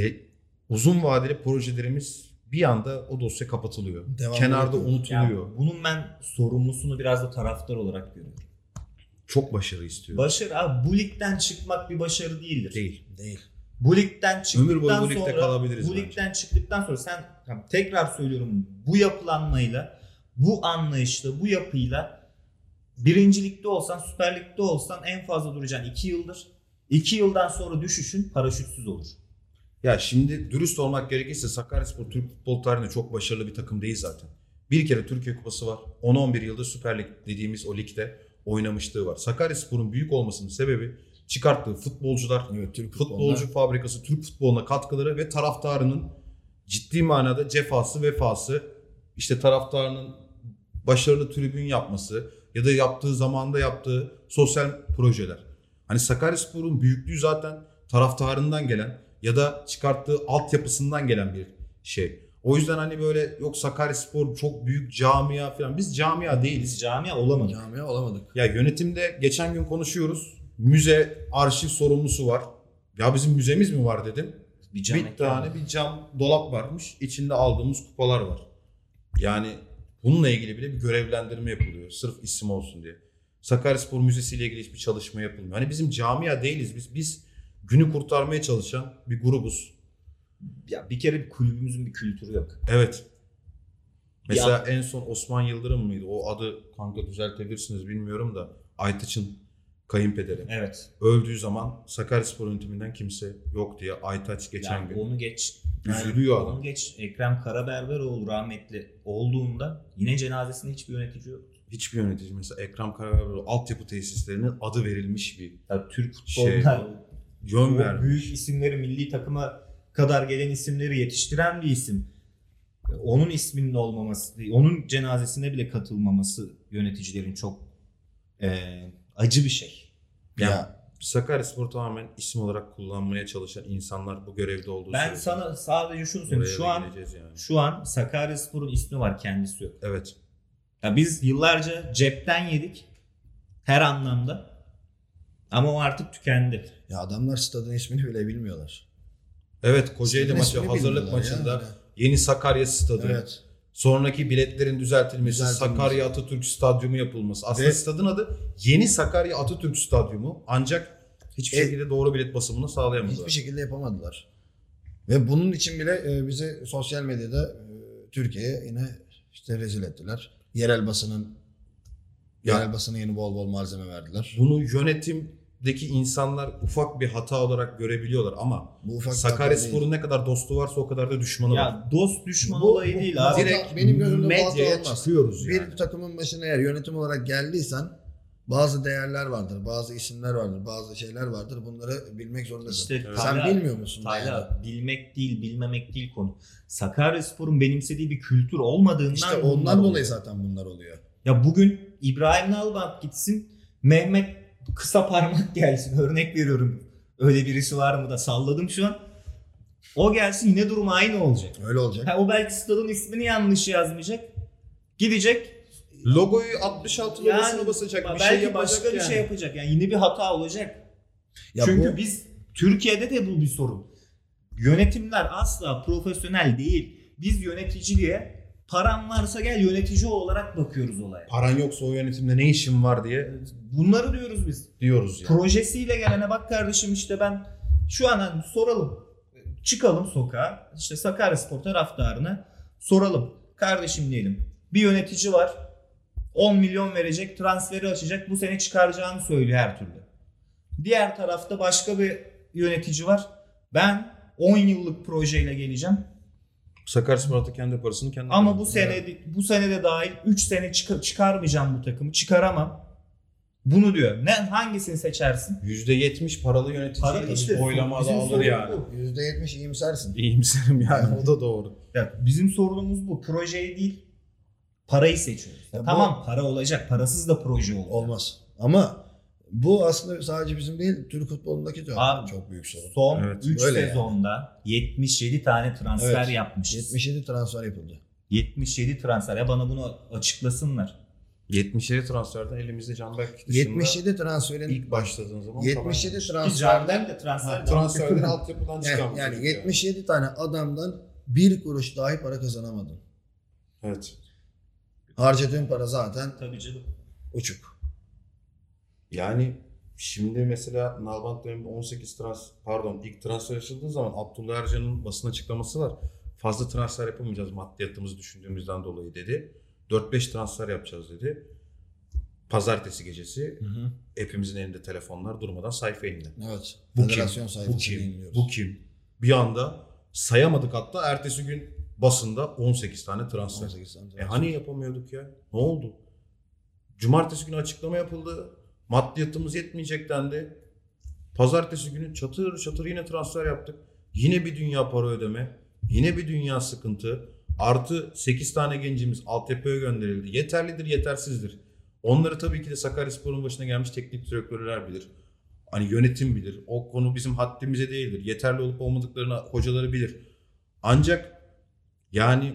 uzun vadeli projelerimiz bir anda o dosya kapatılıyor. Devamlı Kenarda yapıyor. unutuluyor. Yani bunun ben sorumlusunu biraz da taraftar olarak görüyorum. Çok başarı istiyor. Başarı abi, bu ligden çıkmak bir başarı değildir. Değil. Bu ligden Ömür boyu çıktıktan bu ligde sonra, kalabiliriz bu bence. ligden çıktıktan sonra sen tekrar söylüyorum, bu yapılanmayla, bu anlayışla, bu yapıyla birinci ligde olsan, Süper Lig'de olsan en fazla duracaksın 2 yıldır. 2 yıldan sonra düşüşün paraşütsüz olur. Ya şimdi dürüst olmak gerekirse Sakaryaspor Türk futbol tarihinde çok başarılı bir takım değil zaten. Bir kere Türkiye Kupası var. 10-11 yıldır Süper Lig dediğimiz o ligde oynamışlığı var. Sakaryaspor'un büyük olmasının sebebi çıkarttığı futbolcular, Evet, Türk futbolcu fabrikası, Türk futboluna katkıları ve taraftarının ciddi manada cefası, vefası, işte taraftarının başarılı tribün yapması ya da yaptığı zamanda yaptığı sosyal projeler. Hani Sakaryaspor'un büyüklüğü zaten taraftarından gelen ya da çıkarttığı altyapısından gelen bir şey. O yüzden hani böyle yok Sakaryaspor çok büyük camia falan. Biz camia değiliz. Biz camia olamadık. Camia olamadık. Ya yönetimde geçen gün konuşuyoruz. Müze, arşiv sorumlusu var. Ya bizim müzemiz mi var dedim. Bir cam Bir tane bir cam dolap varmış. İçinde aldığımız kupalar var. Yani bununla ilgili bile bir görevlendirme yapılıyor. Sırf isim olsun diye. Sakaryaspor Müzesi ile ilgili hiçbir çalışma yapılmıyor. Hani bizim camia değiliz. Biz günü kurtarmaya çalışan bir grubuz. Ya bir kere kulübümüzün bir kültürü yok. Evet. Mesela en son Osman Yıldırım mıydı? O adı kanka düzeltebilirsiniz bilmiyorum da. Aytaç'ın kayınpederi. Evet. Öldüğü zaman Sakaryaspor yönetiminden kimse yok diye Aytaç geçen Yani gün. onu geç. Üzülüyor Onu adam. geç. Ekrem Karaberberoğlu rahmetli olduğunda yine cenazesinde hiçbir yönetici yoktu. Hiçbir yönetici mesela Ekrem Karaberberoğlu altyapı tesislerinin adı verilmiş bir Ya Türk futbolunda yön o vermiş. büyük isimleri, milli takıma kadar gelen isimleri yetiştiren bir isim. Onun isminin olmaması, onun cenazesine bile katılmaması yöneticilerin çok acı bir şey. Yani Ya Sakaryaspor tamamen isim olarak kullanmaya çalışan insanlar bu görevde olduğu Ben sürece sana sadece şunu söyleyeyim. oraya Şu da an geleceğiz yani. şu an Sakaryaspor'un ismi var, kendisi yok. Evet. Ya biz yıllarca cepten yedik her anlamda. Ama o artık tükendi. ya adamlar stadın ismini bile bilmiyorlar. Evet, Kocaeli Stadın maçı ismini hazırlık bilmiyorlar maçında ya. yeni Sakarya Stadı. Evet. Sonraki biletlerin düzeltilmesi, Sakarya Atatürk Stadyumu yapılması. Aslında Ve- stadın adı Yeni Sakarya Atatürk Stadyumu. Ancak hiçbir şekilde doğru bilet basımını sağlayamadılar. Hiçbir şekilde yapamadılar. Ve bunun için bile bizi sosyal medyada Türkiye'ye yine işte rezil ettiler. Yerel basına yeni bol bol malzeme verdiler. Bunu yönetimdeki insanlar ufak bir hata olarak görebiliyorlar ama Bu ufak bir Sakaryaspor'un ne kadar dostu varsa o kadar da düşmanı var. Ya dost düşman Bu- olayı bu- değil bu- abi. Direkt benim gözümde bu hata medyaya olmaz. çıkıyoruz yani. Bir takımın başına eğer yönetim olarak geldiysen bazı değerler vardır, bazı isimler vardır, bazı şeyler vardır. Bunları bilmek zorundasın. İşte Sen Tayla- bilmiyor musun? Tayla, bilmek değil, bilmemek değil konu. Sakaryaspor'un benimsediği bir kültür olmadığından İşte bunlar ondan oluyor. dolayı zaten bunlar oluyor. Ya bugün İbrahim Nalbant gitsin, Mehmet kısa parmak gelsin. Örnek veriyorum. Öyle birisi var mı da salladım şu an. O gelsin, yine durum aynı olacak. Öyle olacak. Ha, o belki stadın ismini yanlış yazmayacak. Gidecek. Logoyu 66 logosuna basacak, bir belki şey yapacak başka bir yani. şey yapacak. Yani yine bir hata olacak. Ya Çünkü bu- biz Türkiye'de de bu bir sorun. Yönetimler asla profesyonel değil. Biz yöneticiliğe paran varsa gel yönetici olarak bakıyoruz olaya. Paran yoksa o yönetimde ne işin var diye Bunları diyoruz biz. diyoruz yani. Projesiyle gelene bak kardeşim, işte ben şu an hani soralım. Çıkalım sokağa. İşte Sakaryaspor taraftarına soralım. Kardeşim diyelim. Bir yönetici var. 10 milyon verecek, transferi açacak, bu sene çıkaracağını söylüyor her türlü. Diğer tarafta başka bir yönetici var. Ben 10 yıllık projeyle geleceğim. Sakaryaspor da kendi parasını kendi Ama kazanıyor. bu sene de dahil 3 sene çıkarmayacağım bu takımı. Çıkaramam. Bunu diyor. Hangisini seçersin? %70 paralı yönetici Para işte, oylamada bizim alır sorun yani. bu. %70 iyimsersin. İyimserim yani, o da doğru. Ya bizim sorunumuz bu. Projeyi değil, parayı seçiyoruz. Ya tamam, para olacak. Parasız da proje olur. Olmaz. Ama bu aslında sadece bizim değil, Türk futbolundaki de Abi, çok büyük sorun. Son Evet, 3 öyle sezonda 77 tane transfer Evet. yapmışız. 77 transfer yapıldı. 77 transfer. Ya bana bunu açıklasınlar. 77 transferden elimizde Canberk dışında 77 transferin ilk başladığın zaman 77 Ki transferden Canberk de transfer. transferleri altyapıdan çıkan bir yani çocuk 77 tane adamdan bir kuruş dahi para kazanamadın. Evet. Harcadığın para zaten Tabii canım. uçuk. Yani şimdi mesela Nalbant döneminde ilk transfer açıldığı zaman Abdullah Ercan'ın basın açıklaması var. Fazla transfer yapamayacağız maddiyatımızı düşündüğümüzden dolayı dedi. 4-5 transfer yapacağız dedi. Pazartesi gecesi hepimizin elinde telefonlar durmadan sayfa elinde. Evet. Bu Federasyon kim? Bu sayfasını kim? yayınlıyoruz. Bu kim? Bir anda sayamadık, hatta ertesi gün basında 18 tane transfer. 18 tane transfer. Hani yapamıyorduk ya? Ne oldu? Cumartesi günü açıklama yapıldı. Maddiyatımız yetmeyecek dendi. Pazartesi günü çatır çatır yine transfer yaptık. Yine bir dünya para ödeme. Yine bir dünya sıkıntı. Artı 8 tane gencimiz altyapıya gönderildi. Yeterlidir, yetersizdir. Onları tabii ki de Sakaryaspor'un başına gelmiş teknik direktörler bilir. Hani yönetim bilir. O konu bizim haddimize değildir. Yeterli olup olmadıklarını hocaları bilir. Ancak yani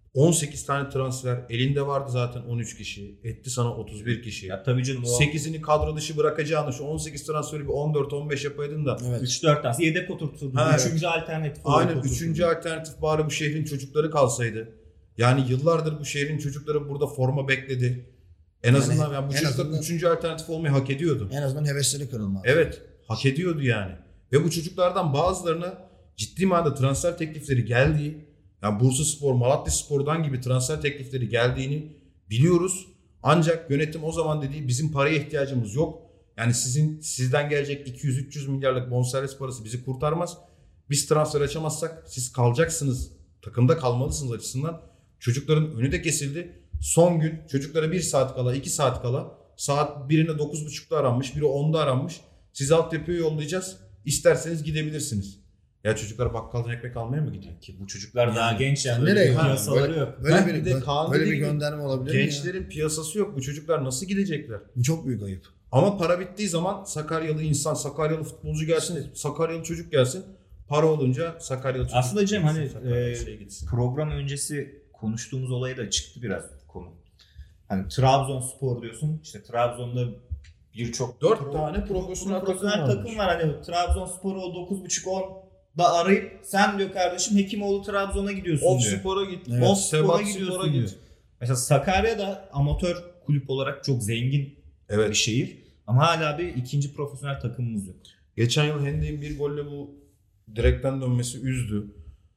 18 tane transfer elinde vardı zaten 13 kişi. Etti sana 31 kişi. Ya tabii canım, o 8'ini kadro dışı bırakacağını şu 18 transferi bir 14-15 yapaydın da. Evet. 3-4 tane yedek oturturdun. Ha, Üçüncü alternatif olarak Aynen oturturdun. 3. alternatif bari bu şehrin çocukları kalsaydı. Yani yıllardır bu şehrin çocukları burada forma bekledi. En Yani azından yani bu en çocuklar azından- 3. alternatif olmayı hak ediyordu. En azından hevesleri kırılmaz. Evet, hak ediyordu yani. Ve bu çocuklardan bazılarına ciddi manada transfer teklifleri geldiği, yani Bursaspor, Malatyaspor'dan gibi transfer teklifleri geldiğini biliyoruz. Ancak yönetim o zaman dediği bizim paraya ihtiyacımız yok. Yani sizden gelecek 200-300 milyarlık bonservis parası bizi kurtarmaz. Biz transfer açamazsak siz kalacaksınız, takımda kalmalısınız açısından. Çocukların önü de kesildi. Son gün çocuklara 1 saat kala, 2 saat kala, saat birine 9.30'da aranmış, biri 10'da aranmış. Sizi altyapıya yollayacağız. İsterseniz gidebilirsiniz. Ya çocuklar bakkaldan ekmek almaya mı gidiyor? Ki bu çocuklar daha Yani genç, yani nereye böyle gidiyor? piyasaları Böyle- yok. Böyle Bir de Kaan böyle bir dediği gibi gönderme olabilir mi ya? gençlerin piyasası yok. Bu çocuklar nasıl gidecekler? Bu çok büyük ayıp. Ama para bittiği zaman Sakaryalı insan, Sakaryalı futbolcu gelsin, Sakaryalı çocuk gelsin. Para olunca Sakaryalı çocuk Aslında Cem, gitsin, hani, Sakaryalı şey gitsin. Program öncesi konuştuğumuz olaya da çıktı biraz konu. Hani Trabzonspor diyorsun. İşte Trabzon'da birçok 4 tane profesyonel takım var. Hani Trabzonspor'u o 9.30-10'da arayıp sen diyor kardeşim Hekimoğlu Trabzon'a gidiyorsun Of diyor. Spor'a git. Evet. Of Sebat Spor'a Spor'a gidiyorsun git. diyor. Mesela Sakarya'da amatör kulüp olarak çok zengin bir Evet. şehir. Ama hala bir ikinci profesyonel takımımız yok. Geçen yıl Hendik'in bir golle bu direkten dönmesi üzdü.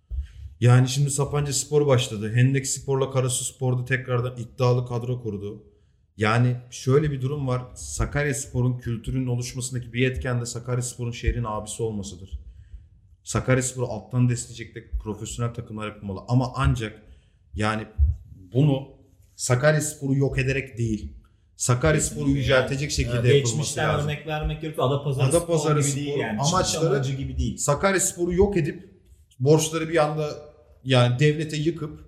Yani şimdi Sapanca Spor başladı. Hendek Spor'la Karasu Spor'da tekrardan iddialı kadro kurdu. Yani şöyle bir durum var. Sakaryaspor'un kültürünün oluşmasındaki bir etken de Sakaryaspor'un şehrin abisi olmasıdır. Sakaryaspor'u alttan destekleyecek profesyonel takımlar yapılmalı. Ama ancak yani bunu Sakaryaspor'u yok ederek değil, Sakaryaspor'u yüceltecek şekilde yapılması Geçmişten lazım. örnek vermek gerekiyor. Adapazarı Adapazarı Spor gibi değil Spor yani. amaçları- Amacı gibi değil. Sakaryaspor'u yok edip borçları bir anda yani devlete yıkıp,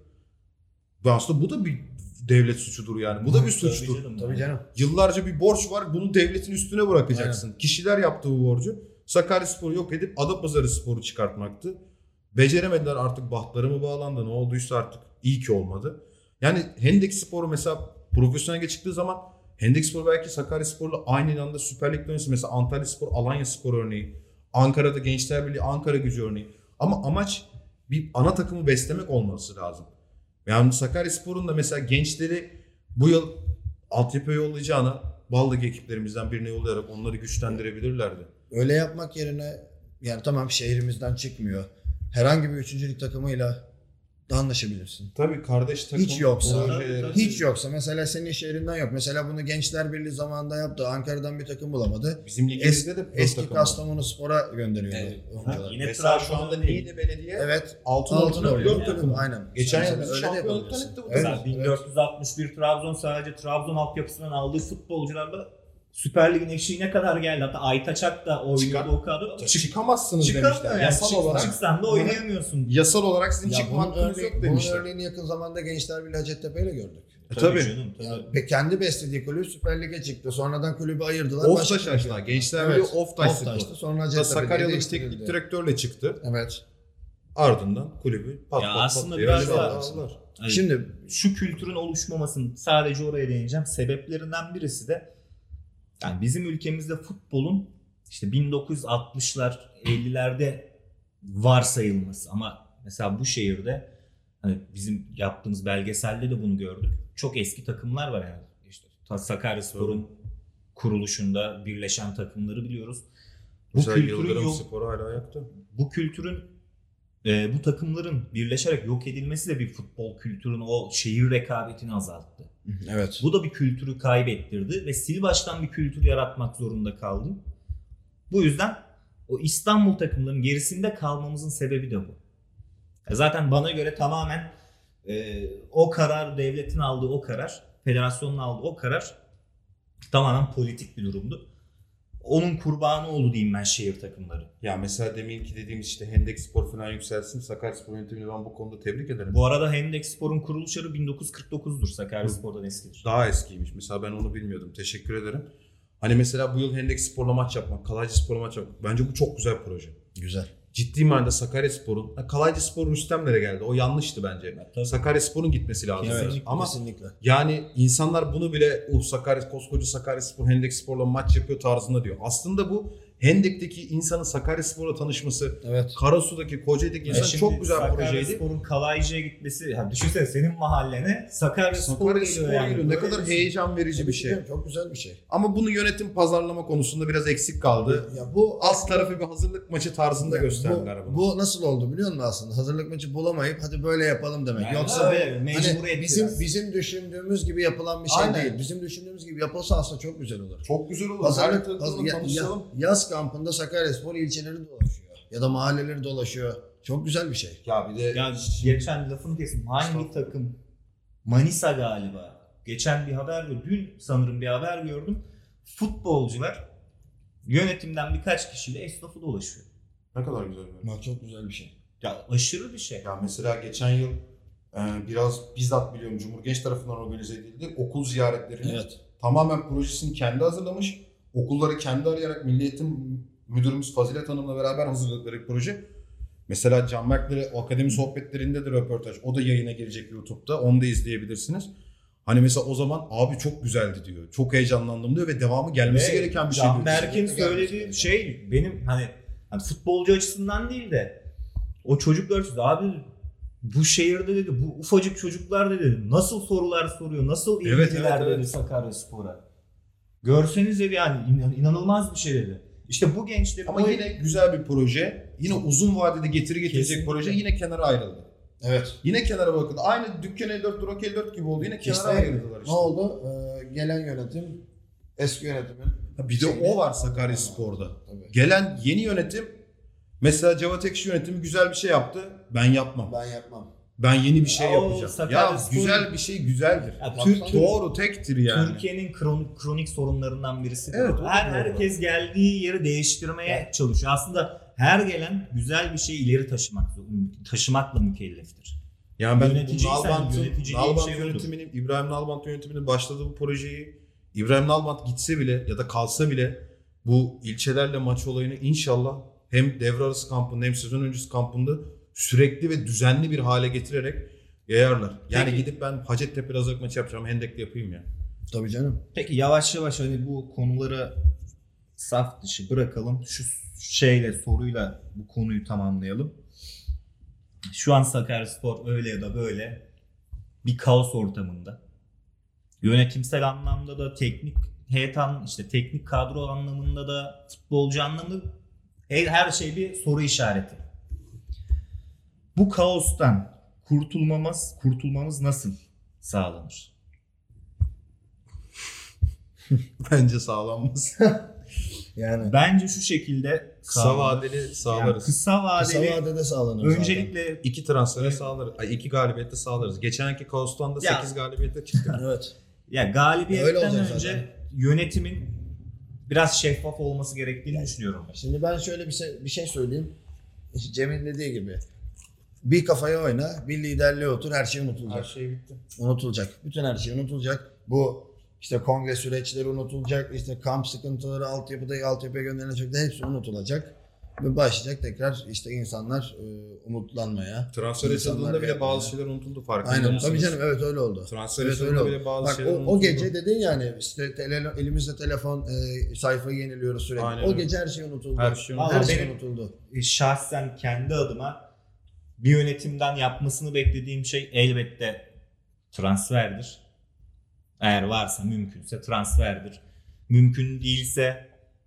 aslında bu da bir devlet suçudur yani. Bu da bir suçtur. Tabii canım. Yıllarca bir borç var. Bunu devletin üstüne bırakacaksın. Kişiler yaptı bu borcu. Sakaryaspor'u yok edip Adapazarı Spor'u çıkartmaktı. Beceremediler, artık bahtları mı bağlandı, ne olduysa artık iyi ki olmadı. Yani Hendek Spor'u mesela profesyonel çıktığı zaman Hendek Spor belki Sakaryaspor'la aynı anda Süper Lig'de oynasın. Mesela Antalya Spor, Alanya Spor örneği. Ankara'da Gençler Birliği, Ankara Gücü örneği. Ama amaç bir ana takımı beslemek olması lazım. Yani Sakaryaspor'un da mesela gençleri bu yıl altyapıya yollayacağına Baldaki ekiplerimizden birine yollayarak onları güçlendirebilirlerdi. Öyle yapmak yerine yani tamam şehrimizden çıkmıyor. Herhangi bir 3. lig takımıyla anlaşabilirsin. Tabii kardeş takım. Hiç yoksa, projeleri- hiç yoksa mesela senin şehrinden yok. Mesela bunu Gençler Birliği zamanında yaptı. Ankara'dan bir takım bulamadı. Bizim ligimizde de Eski takım var. Kastamonu Spor'a gönderiyordu Evet. oyuncular. Yine Mesela şu Trabzon'da anda değil. Niğde Belediye Evet. Altın oynuyor. takım. Aynen. Geçen Mesela yıl öyle de şampiyonluktan yapabilirsin. etti bu Evet, Mesela evet. 1461 Trabzon sadece Trabzon altyapısından aldığı futbolcularla Süper Lig'in eşiğine kadar geldi. Hatta Aytaçak da oynuyordu Çıkar- o kadro. Çıkamazsınız Çıkamıyor demişler. yani. Yasal olarak. Çıksan da oynayamıyorsun. Yasal olarak sizin Ya çıkma bunun, hakkınız yok bunun demişler. örneğini yakın zamanda Gençler Birliği Hacettepe ile gördük. Tabii. Canım, tabii. Yani kendi beslediği kulüp Süper Lig'e çıktı. Sonradan kulübü ayırdılar. Oftaş Başka açtılar. kulüp. Gençler Evet. Birliği Oftaş Oftaş'tı. Spor. Sonra Hacettepe'ye Sakaryalı bir değiştirildi. teknik direktörle çıktı. Evet. Ardından kulübü pat Ya pat aslında pat biraz diye daha- aldılar. Hayır. Şimdi Şu kültürün oluşmamasının sadece oraya değineceğim. Sebeplerinden birisi de yani bizim ülkemizde futbolun işte 1960'lar 50'lerde varsayılması ama mesela bu şehirde hani bizim yaptığımız belgeselde de bunu gördük. Çok eski takımlar var yani. İşte Sakaryaspor'un kuruluşunda birleşen takımları biliyoruz. Bu Mesela kültürün Yıldırım yok, Spor hala ayakta. bu kültürün bu takımların birleşerek yok edilmesi de bir futbol kültürünün o şehir rekabetini azalttı. evet. Bu da bir kültürü kaybettirdi ve sil baştan bir kültür yaratmak zorunda kaldım. Bu yüzden o İstanbul takımlarının gerisinde kalmamızın sebebi de bu. Zaten bana göre tamamen o karar, devletin aldığı o karar, federasyonun aldığı o karar tamamen politik bir durumdu. Onun kurbanı oldu diyeyim ben şehir takımları. Ya mesela deminki dediğimiz işte Hendek Spor falan yükselsin. Sakaryaspor yönetimini ben bu konuda tebrik ederim. Bu arada Hendek Spor'un kuruluşları 1949'dur. Sakaryaspor'dan eskidir. Daha eskiymiş. Mesela ben onu bilmiyordum. Teşekkür ederim. Hani mesela bu yıl Hendek Spor'la maç yapmak, Kalaycıspor'la maç yapmak. Bence bu çok güzel proje. Güzel. Ciddi manada Sakaryaspor'un, Kalaycıspor'un Rüstemlere geldi. O yanlıştı bence. tabii. Sakaryaspor'un gitmesi lazım. Kesinlikle. Ama Kesinlikle. yani insanlar bunu bile koskoca Sakaryaspor Hendek Spor'la maç yapıyor tarzında diyor. Aslında bu Hendek'teki insanın Sakaryaspor'la tanışması, Evet. Karasu'daki, Kocaeli'deki insan çok güzel projeydi. Sakaryaspor'un Kalaycı'ya gitmesi. Ya düşünsene senin mahallene Sakaryaspor Sakaryaspor geliyor yani. geliyor. Ne Böyle kadar düşün. heyecan verici bir şey. Çok güzel bir şey. Ama bunu yönetim pazarlama konusunda biraz eksik kaldı. Ya bu Alt tarafı bir hazırlık maçı tarzında gösterdiler bunu. Bu nasıl oldu biliyor musun aslında? Hazırlık maçı bulamayıp hadi böyle yapalım demek. Yani Yoksa öyle, hani mecburiyet biraz. bizim düşündüğümüz gibi yapılan bir şey Aynen. değil. Bizim düşündüğümüz gibi yapılsa aslında çok güzel olur. Çok güzel olur. Hazırlık, Her takımla tanışalım. yaz kampında Sakaryaspor ilçeleri dolaşıyor. Ya da mahalleleri dolaşıyor. Çok güzel bir şey. Ya bir de Ya geçen lafını kesin. Hangi takım? Manisa galiba. Geçen bir haber gördüm. Dün sanırım bir haber gördüm. Futbolcular yönetimden birkaç kişiyle esnafı dolaşıyor. ne kadar güzel. Bak çok güzel bir şey. Ya aşırı bir şey. Ya mesela geçen yıl biraz bizzat biliyorum Cumhurgenç tarafından organize edildi. Okul ziyaretlerini Evet. tamamen projesini kendi hazırlamış. Okulları kendi arayarak Milli Eğitim Müdürümüz Fazilet Hanım'la beraber hazırladıkları bir proje. Mesela Can Berk'le o akademi sohbetlerinde de röportaj. O da yayına girecek YouTube'da. Onu da izleyebilirsiniz. Hani mesela o zaman abi çok güzeldi diyor. Çok heyecanlandım diyor ve devamı gelmesi Ve gereken bir şey Can diyor. Berk'in Kesinlikle söylediği gelmesi şey benim hani futbolcu açısından değil de o çocuklar açısından abi bu şehirde dedi bu ufacık çocuklar dedi nasıl sorular soruyor nasıl Evet, ilgililer evet, dedi evet. Sakaryaspor'a. Görseniz dedi yani inanılmaz bir şey dedi. İşte bu gençlerin Ama yine güzel bir proje. Yine uzun vadede getiri getirecek Kesinlikle. proje yine kenara ayrıldı. Evet. Yine kenara bakıldı. Aynı Dükkan 54, Durak 54 gibi oldu. Yine kenara İşte ayrıldılar işte. ne oldu? Gelen yönetim eski yönetimin Bir de o var Sakaryaspor'da. Tabii. Gelen yeni yönetim mesela Cevat Ekşi yönetimi güzel bir şey yaptı. Ben yapmam. Ben yapmam. Ben yeni bir şey Ya o yapacağım. Ya Sakaryaspor- güzel bir şey güzeldir. Ya Türk- Doğru tektir yani. Türkiye'nin kronik sorunlarından birisi. Evet, bu. o da doğru. Herkes geldiği yeri değiştirmeye çalışıyor. Aslında her gelen güzel bir şeyi ileri taşımakla mükelleftir. Yani ben Yöneticiysen yönetici diye bir şey budur. yönetiminin, İbrahim Nalbant yönetiminin başladığı bu projeyi İbrahim Nalbant gitse bile ya da kalsa bile bu ilçelerle maç olayını inşallah hem devre arası kampında hem sezon öncesi kampında sürekli ve düzenli bir hale getirerek yayarlar. Yani Peki. gidip ben Hacettepe hazırlık maçı yapacağım. Hendek'te yapayım ya. Tabii canım. Peki yavaş yavaş hani bu konuları saf dışı bırakalım. Şu soruyla bu konuyu tamamlayalım. Şu an Sakaryaspor öyle ya da böyle bir kaos ortamında. Yönetimsel anlamda da teknik teknik kadro anlamında da futbolcu anlamında her şey bir soru işareti. Bu kaostan kurtulmamız nasıl sağlanır? Bence sağlanmaz. Yani Bence şu şekilde Kısa vadeli sağlarız. Yani kısa vadeli kısa vadede sağlanır öncelikle 2 transfere sağlarız. 2 galibiyette sağlarız. Geçenki Kaos'tan da Ya. 8 galibiyette çıktık. zaten. Evet. ya Öyle galibiyetten olacak önce zaten. yönetimin biraz şeffaf olması gerektiğini düşünüyorum. Şimdi ben şöyle bir şey söyleyeyim. Cem'in dediği gibi. Bir kafaya oyna, bir liderliğe otur, her şey unutulacak. şey bitti. Unutulacak. Bütün her şey unutulacak. Bu işte kongre süreçleri unutulacak. İşte kamp sıkıntıları, altyapıya gönderilecek de hepsi unutulacak. Ve başlayacak tekrar işte insanlar umutlanmaya. Transfer İnsanlar açıldığında bile yapmaya. bazı şeyler unutuldu farkında Aynen. mısınız? Tabii canım, evet öyle oldu. Transfer Evet, açıldığında öyle bile bazı Bak, şeyler o unutuldu. gece dedin yani işte elimizde telefon sayfayı yeniliyoruz sürekli. Aynen o öyle. gece her şey unutuldu. Her şey unutuldu. Her şey Benim- unutuldu. Şahsen kendi adıma bir yönetimden yapmasını beklediğim şey elbette transferdir. Eğer varsa mümkünse transferdir. Mümkün değilse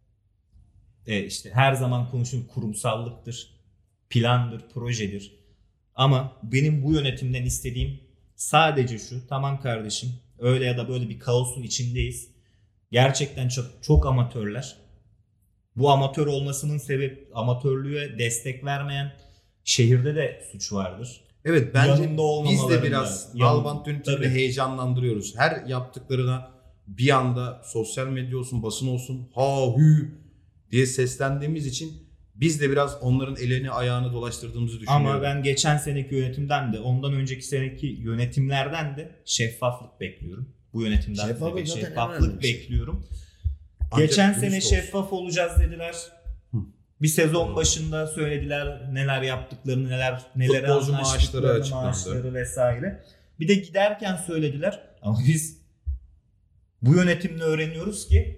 işte her zaman konuşulan kurumsallıktır, plandır, projedir. Ama benim bu yönetimden istediğim sadece şu: tamam kardeşim, öyle ya da böyle bir kaosun içindeyiz. Gerçekten çok amatörler. Bu amatör olmasının sebebi, amatörlüğe destek vermeyen şehirde de suç vardır. Evet, bence Yanında biz olmamalarında, de biraz yanında- Nalbant yönetimini Tabii. heyecanlandırıyoruz. Her yaptıklarına bir anda sosyal medya olsun, basın olsun ha hü diye seslendiğimiz için biz de biraz onların elini ayağını dolaştırdığımızı düşünüyorum. Ama ben geçen seneki yönetimden de ondan önceki seneki yönetimlerden de şeffaflık bekliyorum. Bu yönetimden Şeffaflık de zaten en şeffaflık önemli bir şey. bekliyorum. Ancak Geçen dürüst sene olsun. şeffaf olacağız dediler. Bir sezon başında söylediler neler yaptıklarını, neler Futbolcu maaşları anlaştıklarını, açıklandı. maaşları vesaire. Bir de giderken söylediler ama biz bu yönetimle öğreniyoruz ki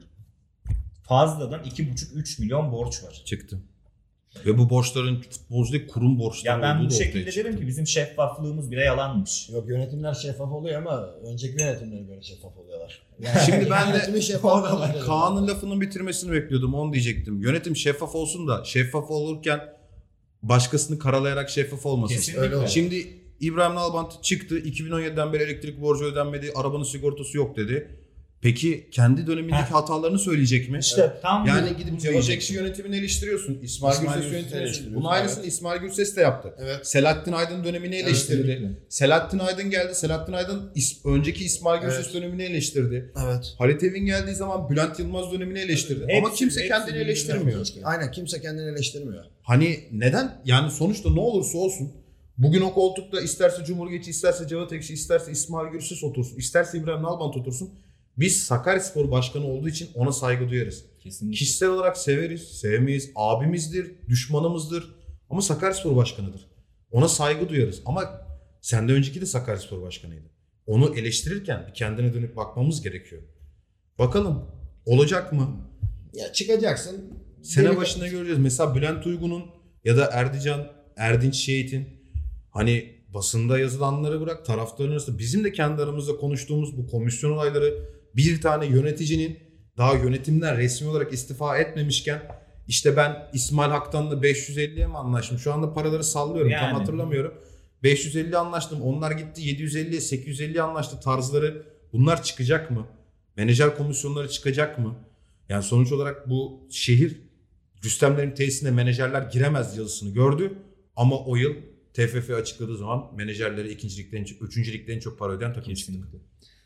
fazladan 2,5-3 milyon borç var. Çıktı. Ve bu borçların futbolcu değil, kurum borçları Ya ben olduğu bu da ortaya şekilde çıktı. derim ki bizim şeffaflığımız bile yalanmış. Yok, yönetimler şeffaf oluyor ama önceki yönetimlere göre şeffaf oluyorlar. Şimdi ben de Yönetimin şeffaf olmaları. Kaan'ın lafının bitirmesini bekliyordum. Onu diyecektim. Yönetim şeffaf olsun da şeffaf olurken başkasını karalayarak şeffaf olmasın. Kesinlikle. Öyle oldu. Şimdi İbrahim Nalbant çıktı. 2017'den beri elektrik borcu ödenmedi. Arabanın sigortası yok dedi. Peki kendi dönemindeki hatalarını söyleyecek mi? İşte tam Yani bu- gidip bunu Cevat Ekşi diyecektim. yönetimini eleştiriyorsun. İsmail İsmail Gürses Gürses'i yönetimini eleştiriyorsun. eleştiriyorsun. Bunun aynısını İsmail Gürses de yaptı. Evet. Selahattin Aydın dönemini eleştirdi. kesinlikle. Selahattin Aydın geldi. Selahattin Aydın önceki İsmail Gürses Evet. dönemini eleştirdi. Evet. Halit Evin geldiği zaman Bülent Yılmaz dönemini eleştirdi. Hepsi- Ama kimse hepsi kendini birbirine eleştirmiyor. Aynen, kimse kendini eleştirmiyor. Hani neden? Yani sonuçta ne olursa olsun bugün o koltukta isterse Cumhuriyetçi, isterse Cevat Ekşi, isterse İsmail Gürses otursun, isterse İbrahim Nalbant otursun. Biz Sakaryaspor Başkanı olduğu için ona saygı duyarız. Kesinlikle. Kişisel olarak severiz, sevmeyiz, abimizdir, düşmanımızdır ama Sakaryaspor Başkanıdır. Ona saygı duyarız ama senden önceki de Sakaryaspor Başkanıydı. Onu eleştirirken bir kendine dönüp bakmamız gerekiyor. Bakalım olacak mı? Ya çıkacaksın. Sene Deli- başında göreceğiz. Mesela Bülent Uygun'un ya da Erdinç Şehit'in hani basında yazılanları bırak, taraftarın arasında bizim de kendi aramızda konuştuğumuz bu komisyon olayları, bir tane yöneticinin daha yönetimden resmi olarak istifa etmemişken işte ben İsmail Haktan'la 550'ye mi anlaştım? Şu anda paraları sallıyorum, Yani. tam hatırlamıyorum. 550 anlaştım. Onlar gitti 750'ye 850'ye anlaştı tarzları. Bunlar çıkacak mı? Menajer komisyonları çıkacak mı? Yani sonuç olarak bu şehir Rüstemlerin tesisine menajerler giremez yazısını gördü. Ama o yıl TFF açıkladığı zaman menajerlere 2. ligden 3. ligden en çok para ödeyen takım çıktı. Kesinlikle.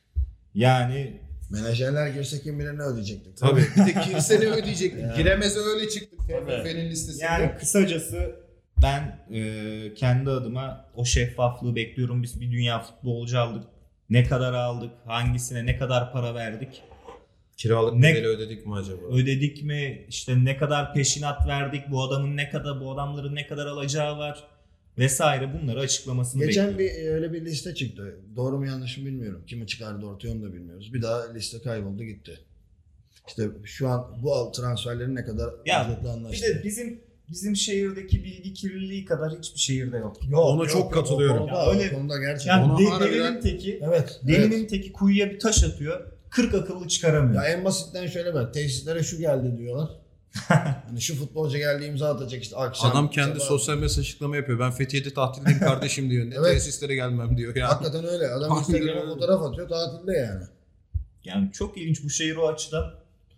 Yani Menajerler girse kim bilir ne ödeyecektik. Tabii. Bir de kimse ne ödeyecek? Yani. Giremeze öyle çıktık Tabii. TFF'nin listesinde. Yani kısacası ben kendi adıma o şeffaflığı bekliyorum. Biz bir dünya futbolcu aldık. Ne kadar aldık? Hangisine ne kadar para verdik? Kiralık Ne- bedeli ödedik mi acaba? Ödedik mi? İşte ne kadar peşinat verdik? Bu adamların ne kadar alacağı var? Vesaire, bunları açıklamasını Geçen bekliyorum. öyle bir liste çıktı. Doğru mu yanlış mı bilmiyorum. Kimi çıkardı ortaya onu da bilmiyoruz. Bir daha liste kayboldu gitti. İşte şu an bu transferlerin ne kadar Ya, ücretle Bir anlaştı. de bizim şehirdeki bilgi kirliliği kadar hiçbir şehirde yok. Ona çok katılıyorum. O konuda, Ya öyle- o konuda gerçekten. Yani Ona harbiden- delinin teki Evet. delinin evet. teki kuyuya bir taş atıyor. 40 akıllı çıkaramıyor. Ya en basitten şöyle bak. Tesislere şu geldi diyorlar. Hani şu futbolcu geldi imza atacak işte akşam. Adam kendi sabah. sosyal mesaj açıklama yapıyor. Ben Fethiye'de tatildeyim kardeşim diyor. Ne Evet. tesislere gelmem diyor. Yani. Hakikaten öyle. Adam Aynen Instagram'a öyle. fotoğraf atıyor tatilde yani. Yani çok ilginç bu şehir o açıdan.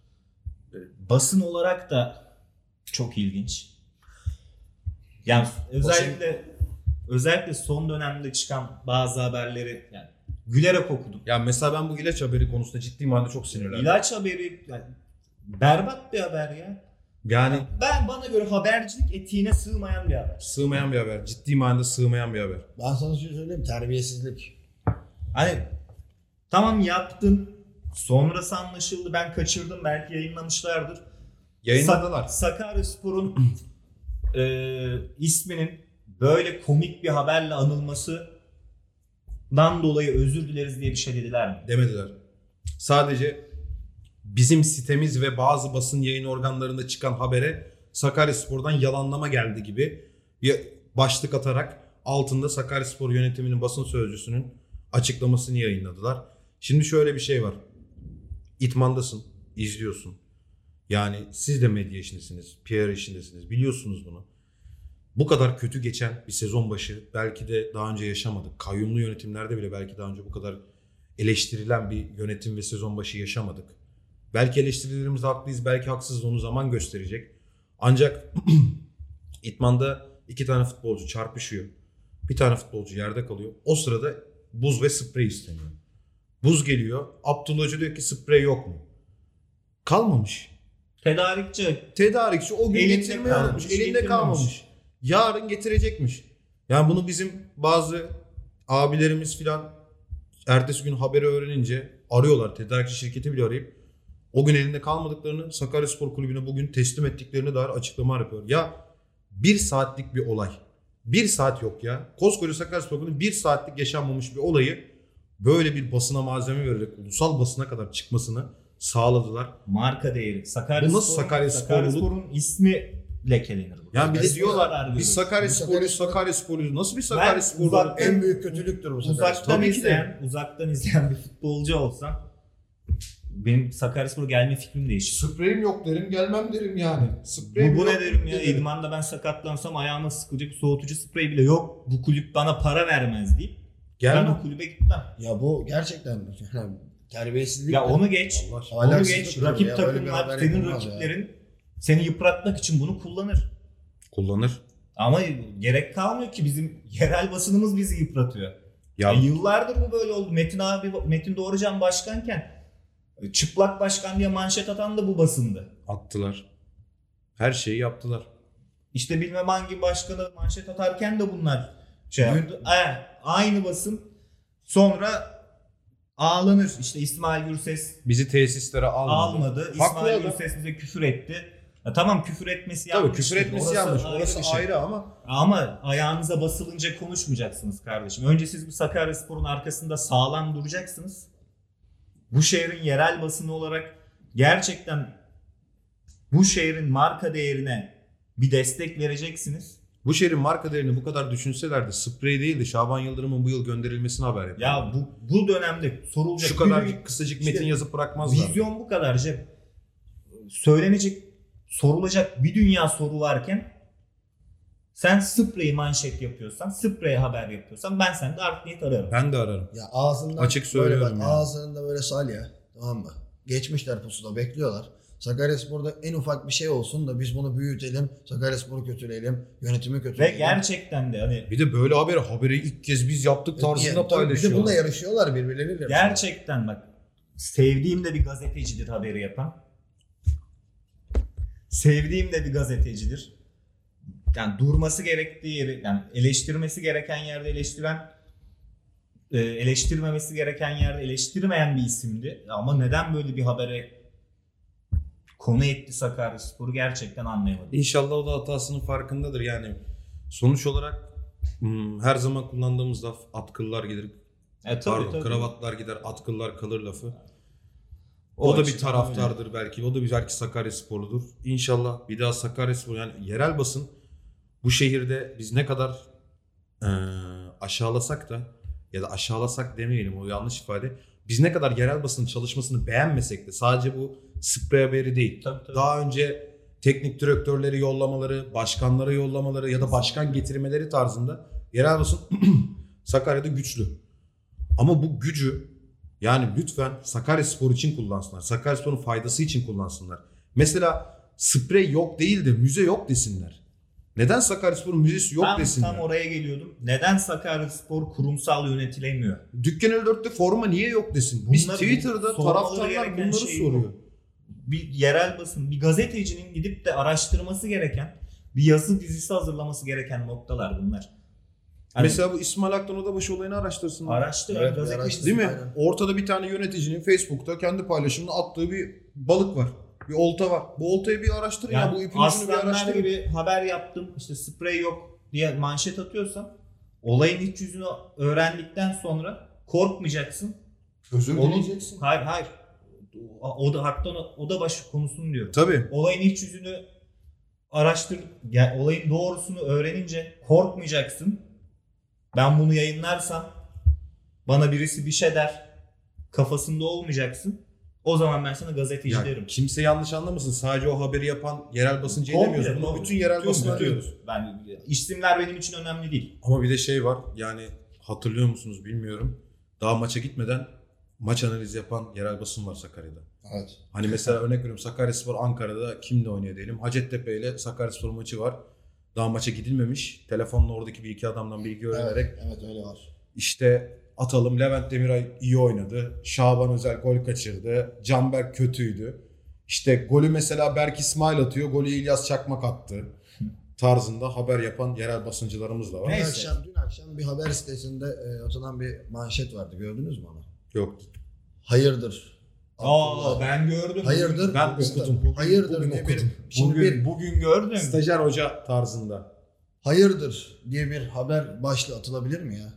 Basın olarak da çok ilginç. Yani özellikle son dönemde çıkan bazı haberleri yani gülerek okudum. Ya mesela ben bu ilaç haberi konusunda ciddi manada çok sinirlendim. İlaç haberi yani berbat bir haber ya. Yani Bana göre habercilik etiğine sığmayan bir haber. sığmayan bir haber. Ciddi manada sığmayan bir haber. Ben sana şey söyleyeyim, terbiyesizlik. Hani tamam yaptın. Sonrası anlaşıldı. Ben kaçırdım. Belki yayınlamışlardır. Yayınladılar. Sakaryaspor'un isminin böyle komik bir haberle anılmasından dolayı özür dileriz diye bir şey dediler mi? Demediler. Sadece bizim sitemiz ve bazı basın yayın organlarında çıkan habere Sakaryaspor'dan yalanlama geldi gibi bir başlık atarak altında Sakaryaspor yönetiminin basın sözcüsünün açıklamasını yayınladılar. Şimdi şöyle bir şey var. İtmandasın, izliyorsun. Yani siz de medya işindesiniz, PR işindesiniz. Biliyorsunuz bunu. Bu kadar kötü geçen bir sezon başı belki de daha önce yaşamadık. Kayyumlu yönetimlerde bile belki daha önce bu kadar eleştirilen bir yönetim ve sezon başı yaşamadık. Belki eleştirilerimizde haklıyız, belki haksızız, onu zaman gösterecek. Ancak İtman'da 2 tane futbolcu çarpışıyor. Bir tane futbolcu yerde kalıyor. O sırada buz ve sprey isteniyor. Buz geliyor. Abdullah Hoca diyor ki sprey yok mu? Kalmamış. Tedarikçi O gün Elinde getirmeyi kalmış, unutmuş. Elinde getirmemiş. kalmamış. Yarın getirecekmiş. Yani bunu bizim bazı abilerimiz filan ertesi gün haberi öğrenince arıyorlar. Tedarikçi şirketi bile arayıp o gün elinde kalmadıklarını, Sakaryaspor Kulübü'ne bugün teslim ettiklerine dair açıklama yapıyor. Ya 1 saatlik bir olay. 1 saat yok ya. Koskoca Sakaryaspor Kulübü 1 saatlik yaşanmamış bir olayı böyle bir basına malzeme vererek ulusal basına kadar çıkmasını sağladılar. marka değeri. Bu nasıl Sakaryaspor'un ismi lekelenir. burada. Yani bir de Resmi diyorlar zarar biz görür. Sakaryaspor'uz, Sakaryaspor'uz. Nasıl bir Sakaryaspor'uz? uzak- En büyük kötülüktür bu sefer. Uzaktan Tabii ki de. izleyen bir futbolcu olsam benim Sakaryaspor'a gelme fikrim değişir. Spreyim yok derim, gelmem derim yani. Bu ne derim ya? İdmanda ben sakatlansam ayağıma sıkılacak soğutucu sprey bile yok. Bu kulüp bana para vermez deyip ben Gelmem. o kulübe gitmem. Ya bu gerçekten terbiyesizlik. Ya onu geç. Allah aşkına. Onu Ahlaksızlık geç. ya, Rakip böyle bir takımlar, haber senin yapılmaz ya. rakiplerin seni yıpratmak için bunu kullanır. Kullanır. Ama gerek kalmıyor ki bizim yerel basınımız bizi yıpratıyor. Ya Yıllardır bu böyle oldu. Metin Doğrucan başkanken çıplak başkan diye manşet atan da bu basındı. attılar. Her şeyi yaptılar. İşte bilmem hangi başkanı manşet atarken de bunlar şey yaptı. Aynı basın sonra ağlanır. İşte İsmail Gürses Bizi tesislere almadı. almadı. Haklı İsmail adam. Gürses bize küfür etti. Ya tamam küfür etmesi yanlış. Tabii küfür etmesi yanlış. Orası bir şey. ayrı ama Ama ayağınıza basılınca konuşmayacaksınız kardeşim. Önce siz bu Sakaryaspor'un arkasında sağlam duracaksınız. Bu şehrin yerel basını olarak gerçekten bu şehrin marka değerine bir destek vereceksiniz. bu şehrin marka değerini bu kadar düşünselerdi sprey değil de Şaban Yıldırım'ın bu yıl gönderilmesini haber yapıyor. Ya bu dönemde sorulacak şu kadar bir kısacık işte metin yazıp bırakmazlar. vizyon bu kadar Cem. Söylenecek, sorulacak bir dünya soru varken sen sprey manşet yapıyorsan, sprey haber yapıyorsan ben sende art niyet ararım. Ben de ararım. Ya ağzından Açık böyle söylüyorum bak, yani. ağzında böyle salya, tamam mı? Geçmişler pusuda bekliyorlar. Sakaryaspor'da en ufak bir şey olsun da biz bunu büyütelim, Sakaryaspor'u kötüleyelim, yönetimi Ve kötüleyelim. gerçekten de hani Bir de böyle haberi ilk kez biz yaptık tarzında Tabii Bir de paylaşıyorlar. bununla yarışıyorlar birbirleriyle. gerçekten bak sevdiğim de bir gazetecidir haberi yapan. Sevdiğim de bir gazetecidir. Yani durması gerektiği yeri, yani eleştirmesi gereken yerde eleştiren, eleştirmemesi gereken yerde eleştirmeyen bir isimdi. Ama neden böyle bir habere konu etti Sakaryaspor'u gerçekten anlayamadım. İnşallah o da hatasının farkındadır. Yani sonuç olarak her zaman kullandığımız laf atkıllar gelir. Tabii. Kravatlar gider, atkıllar kalır lafı. O O da bir açıdan taraftardır belki. O da belki Sakaryasporludur. İnşallah bir daha Sakaryaspor, yani yerel basın bu şehirde biz ne kadar aşağılasak da, ya da aşağılasak demeyelim, o yanlış ifade. Biz ne kadar yerel basının çalışmasını beğenmesek de, sadece bu sprey haberi değil. Tabii. Daha önce teknik direktörleri yollamaları, başkanları yollamaları ya da başkan getirmeleri tarzında yerel basın Sakarya'da güçlü. Ama bu gücü yani lütfen Sakaryaspor için kullansınlar. Sakaryaspor'un faydası için kullansınlar. Mesela sprey yok değil de müze yok desinler. Neden Sakaryaspor'un müzesi yok desinler? Tam oraya geliyordum. Neden Sakaryaspor kurumsal yönetilemiyor? Dükkan 54'te forma niye yok desin? Biz Twitter'da taraftarlar bunları soruyor. Bir yerel basın, bir gazetecinin gidip de araştırması gereken, bir yazı dizisi hazırlaması gereken noktalar bunlar. Hani mesela bu İsmail Aktan Odabaşı olayını araştırsınlar. Araştır, Evet, gazeteci Değil mi? Aynen. Ortada bir tane yöneticinin Facebook'ta kendi paylaşımında attığı bir balık var. Bir olta var. Bu oltayı bir araştırın ya. Bu ipin ucunu bir aslanlar araştırın. gibi haber yaptım, işte sprey yok diye manşet atıyorsam, olayın iç yüzünü öğrendikten sonra korkmayacaksın. Özür dileyeceksin. Hayır. O da haktan o da başı konusunu diyorum. Tabii. Olayın iç yüzünü araştır, yani olayın doğrusunu öğrenince korkmayacaksın. Ben bunu yayınlarsam bana birisi bir şey der kafasında olmayacaksın. O zaman ben sana gazeteci Ya, derim. kimse yanlış anlamasın. Sadece o haberi yapan yerel basıncı Komple, edemiyoruz. Bunu komple. bütün yerel Tüm, basını bütün. arıyoruz. Ben isimler benim için önemli değil. Ama bir de şey var. Yani hatırlıyor musunuz bilmiyorum. Daha maça gitmeden maç analizi yapan yerel basın var Sakarya'da. Evet. Hani mesela örnek veriyorum Sakaryaspor Ankara'da kimle oynuyor diyelim. Hacettepe ile Sakaryaspor maçı var. Daha maça gidilmemiş. Telefonla oradaki bir iki adamdan bilgi öğrenerek Evet öyle var. işte atalım Levent Demiray iyi oynadı. Şaban Özel gol kaçırdı. Canberk kötüydü. İşte golü mesela Berk İsmail atıyor. Golü İlyas Çakmak attı. Tarzında haber yapan yerel basıncılarımız da var. Neyse. Dün akşam bir haber sitesinde atılan bir manşet vardı. Gördünüz mü onu? Yok. Hayırdır. Ben gördüm. Hayırdır. Ben okudum. Hayırdır Bugün diye bir, okudum. şimdi bir Bugün gördüm. Stajyer hoca tarzında. hayırdır diye bir haber başlığı atılabilir mi ya?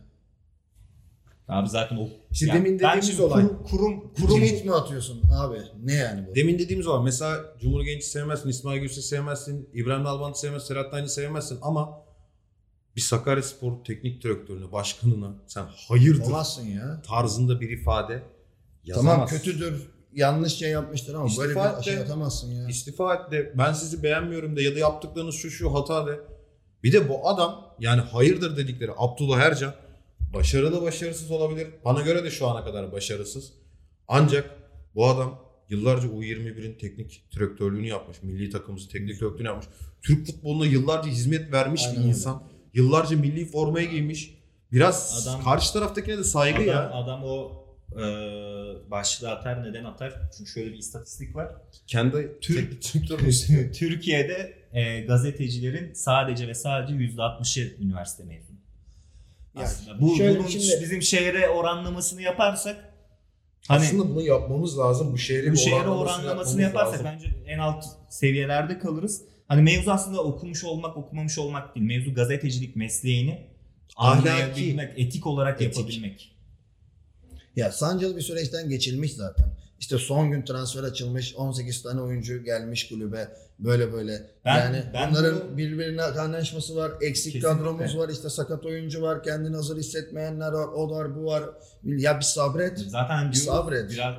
Abi zaten o. İşte Yani demin ben dediğimiz şimdi olay. Kurum Tweet mi atıyorsun abi? Ne yani bu? Demin dediğimiz var. Mesela Cumhur Genç'i sevmezsin, İsmail Gülsü sevmezsin, İbrahim Nalbant'ı sevmezsin, Serhat Tayyip'i sevmezsin ama bir Sakaryaspor teknik direktörüne, başkanına sen hayırdır Olmazsın ya. tarzında bir ifade yazamazsın. Tamam kötüdür, yanlış şey yapmıştır ama İstifa böyle bir et şey de- atamazsın ya. İstifa et de ben sizi beğenmiyorum de ya da yaptıklarınız şu hata de. Bir de bu adam yani hayırdır dedikleri Abdullah Ercan başarılı başarısız olabilir. Bana göre de şu ana kadar başarısız. Ancak bu adam yıllarca U21'in teknik direktörlüğünü yapmış. Milli takımımızın teknik direktörlüğünü yapmış. Türk futboluna yıllarca hizmet vermiş Aynen bir öyle. insan. Yıllarca milli formayı giymiş. Biraz Adam- karşı taraftakine de saygı ya. Adam o başlığı atar. Neden atar? Çünkü şöyle bir istatistik var. Kendi Türk- teknik direktörü. Türkiye'de gazetecilerin sadece ve sadece %60'ı üniversite mezunu. Yani Aslında şöyle bunun şimdi- bizim şehre oranlamasını yaparsak hani Aslında bunu yapmamız lazım. Bu şehre bu bir şehre oranlamasını oranlamasını yapmamız yaparsak lazım. bence en alt seviyelerde kalırız. Hani mevzu aslında okumuş olmak, okumamış olmak değil. Mevzu gazetecilik mesleğini Ahlaki. anlayabilmek, etik olarak Etik. yapabilmek. Ya sancılı bir süreçten geçilmiş zaten. İşte son gün transfer açılmış, 18 tane oyuncu gelmiş kulübe böyle. Ben bunların bunu- birbirine kaynaşması var, eksik Kesinlikle. kadromuz var, işte sakat oyuncu var, kendini hazır hissetmeyenler var, o var, bu var. Ya bir sabret. Zaten Bir diyoruz, sabret. biraz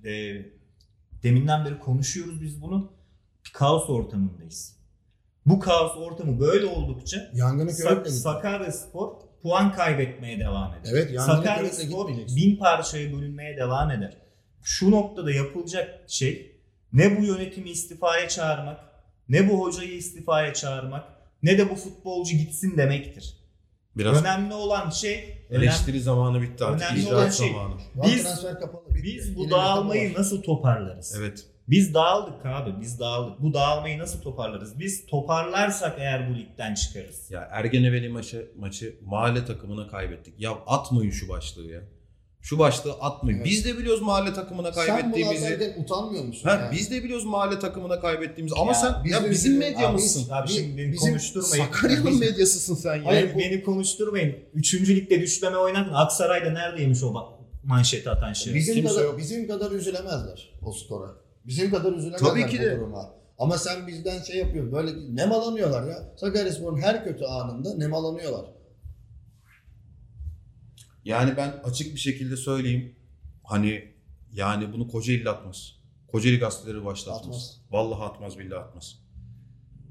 deminden beri konuşuyoruz biz bunu. Bir kaos ortamındayız. Bu kaos ortamı böyle oldukça Yangını körükle git. Sakaryaspor puan kaybetmeye devam eder. Evet, yangını körükle Sakaryaspor gitmeyeceksin. 1000 parçaya bölünmeye devam eder. Şu noktada yapılacak şey ne bu yönetimi istifaya çağırmak, ne bu hocayı istifaya çağırmak, ne de bu futbolcu gitsin demektir. Biraz Önemli olan şey eleştiri zamanı bitti artık. önemli İcraat olan şey- zamanı. Biz, Biz- transfer kapalı. bitti. biz bu Yine bir dağılmayı kapı var. nasıl toparlarız? Evet. Biz dağıldık abi, biz dağıldık. Bu dağılmayı nasıl toparlarız? Biz toparlarsak eğer bu ligden çıkarız. Ya Ergeneveli maçı mahalle takımına kaybettik. Ya atmayın şu başlığı ya. Şu başlığı atmayın. Evet. Biz de biliyoruz mahalle takımına Sen bunu kaybettiğimizi. atarken utanmıyor musun? Ha, ya? biz de biliyoruz mahalle takımına kaybettiğimizi. Ama Ya, sen biz ya de bizim biliyoruz. medya Abi, mısın? Abi şimdi beni bizim konuşturmayın. Sakarya'nın medyasısın sen ya. Hayır, bu- Beni konuşturmayın. 3. ligde düşmeme oynarken Aksaray'da neredeymiş o manşeti atan şey? Bizim kadar üzülemezler o skora. Bizim kadar üzülemezler Tabii ki bu de. duruma. Ama sen bizden şey yapıyorsun. Böyle nemalanıyorlar ya. Sakaryaspor'un her kötü anında nemalanıyorlar. Yani ben açık bir şekilde söyleyeyim. Hani yani bunu Kocaeli atmaz. Kocaeli gazeteleri başlatmaz. Atmaz. Vallahi atmaz billahi atmaz.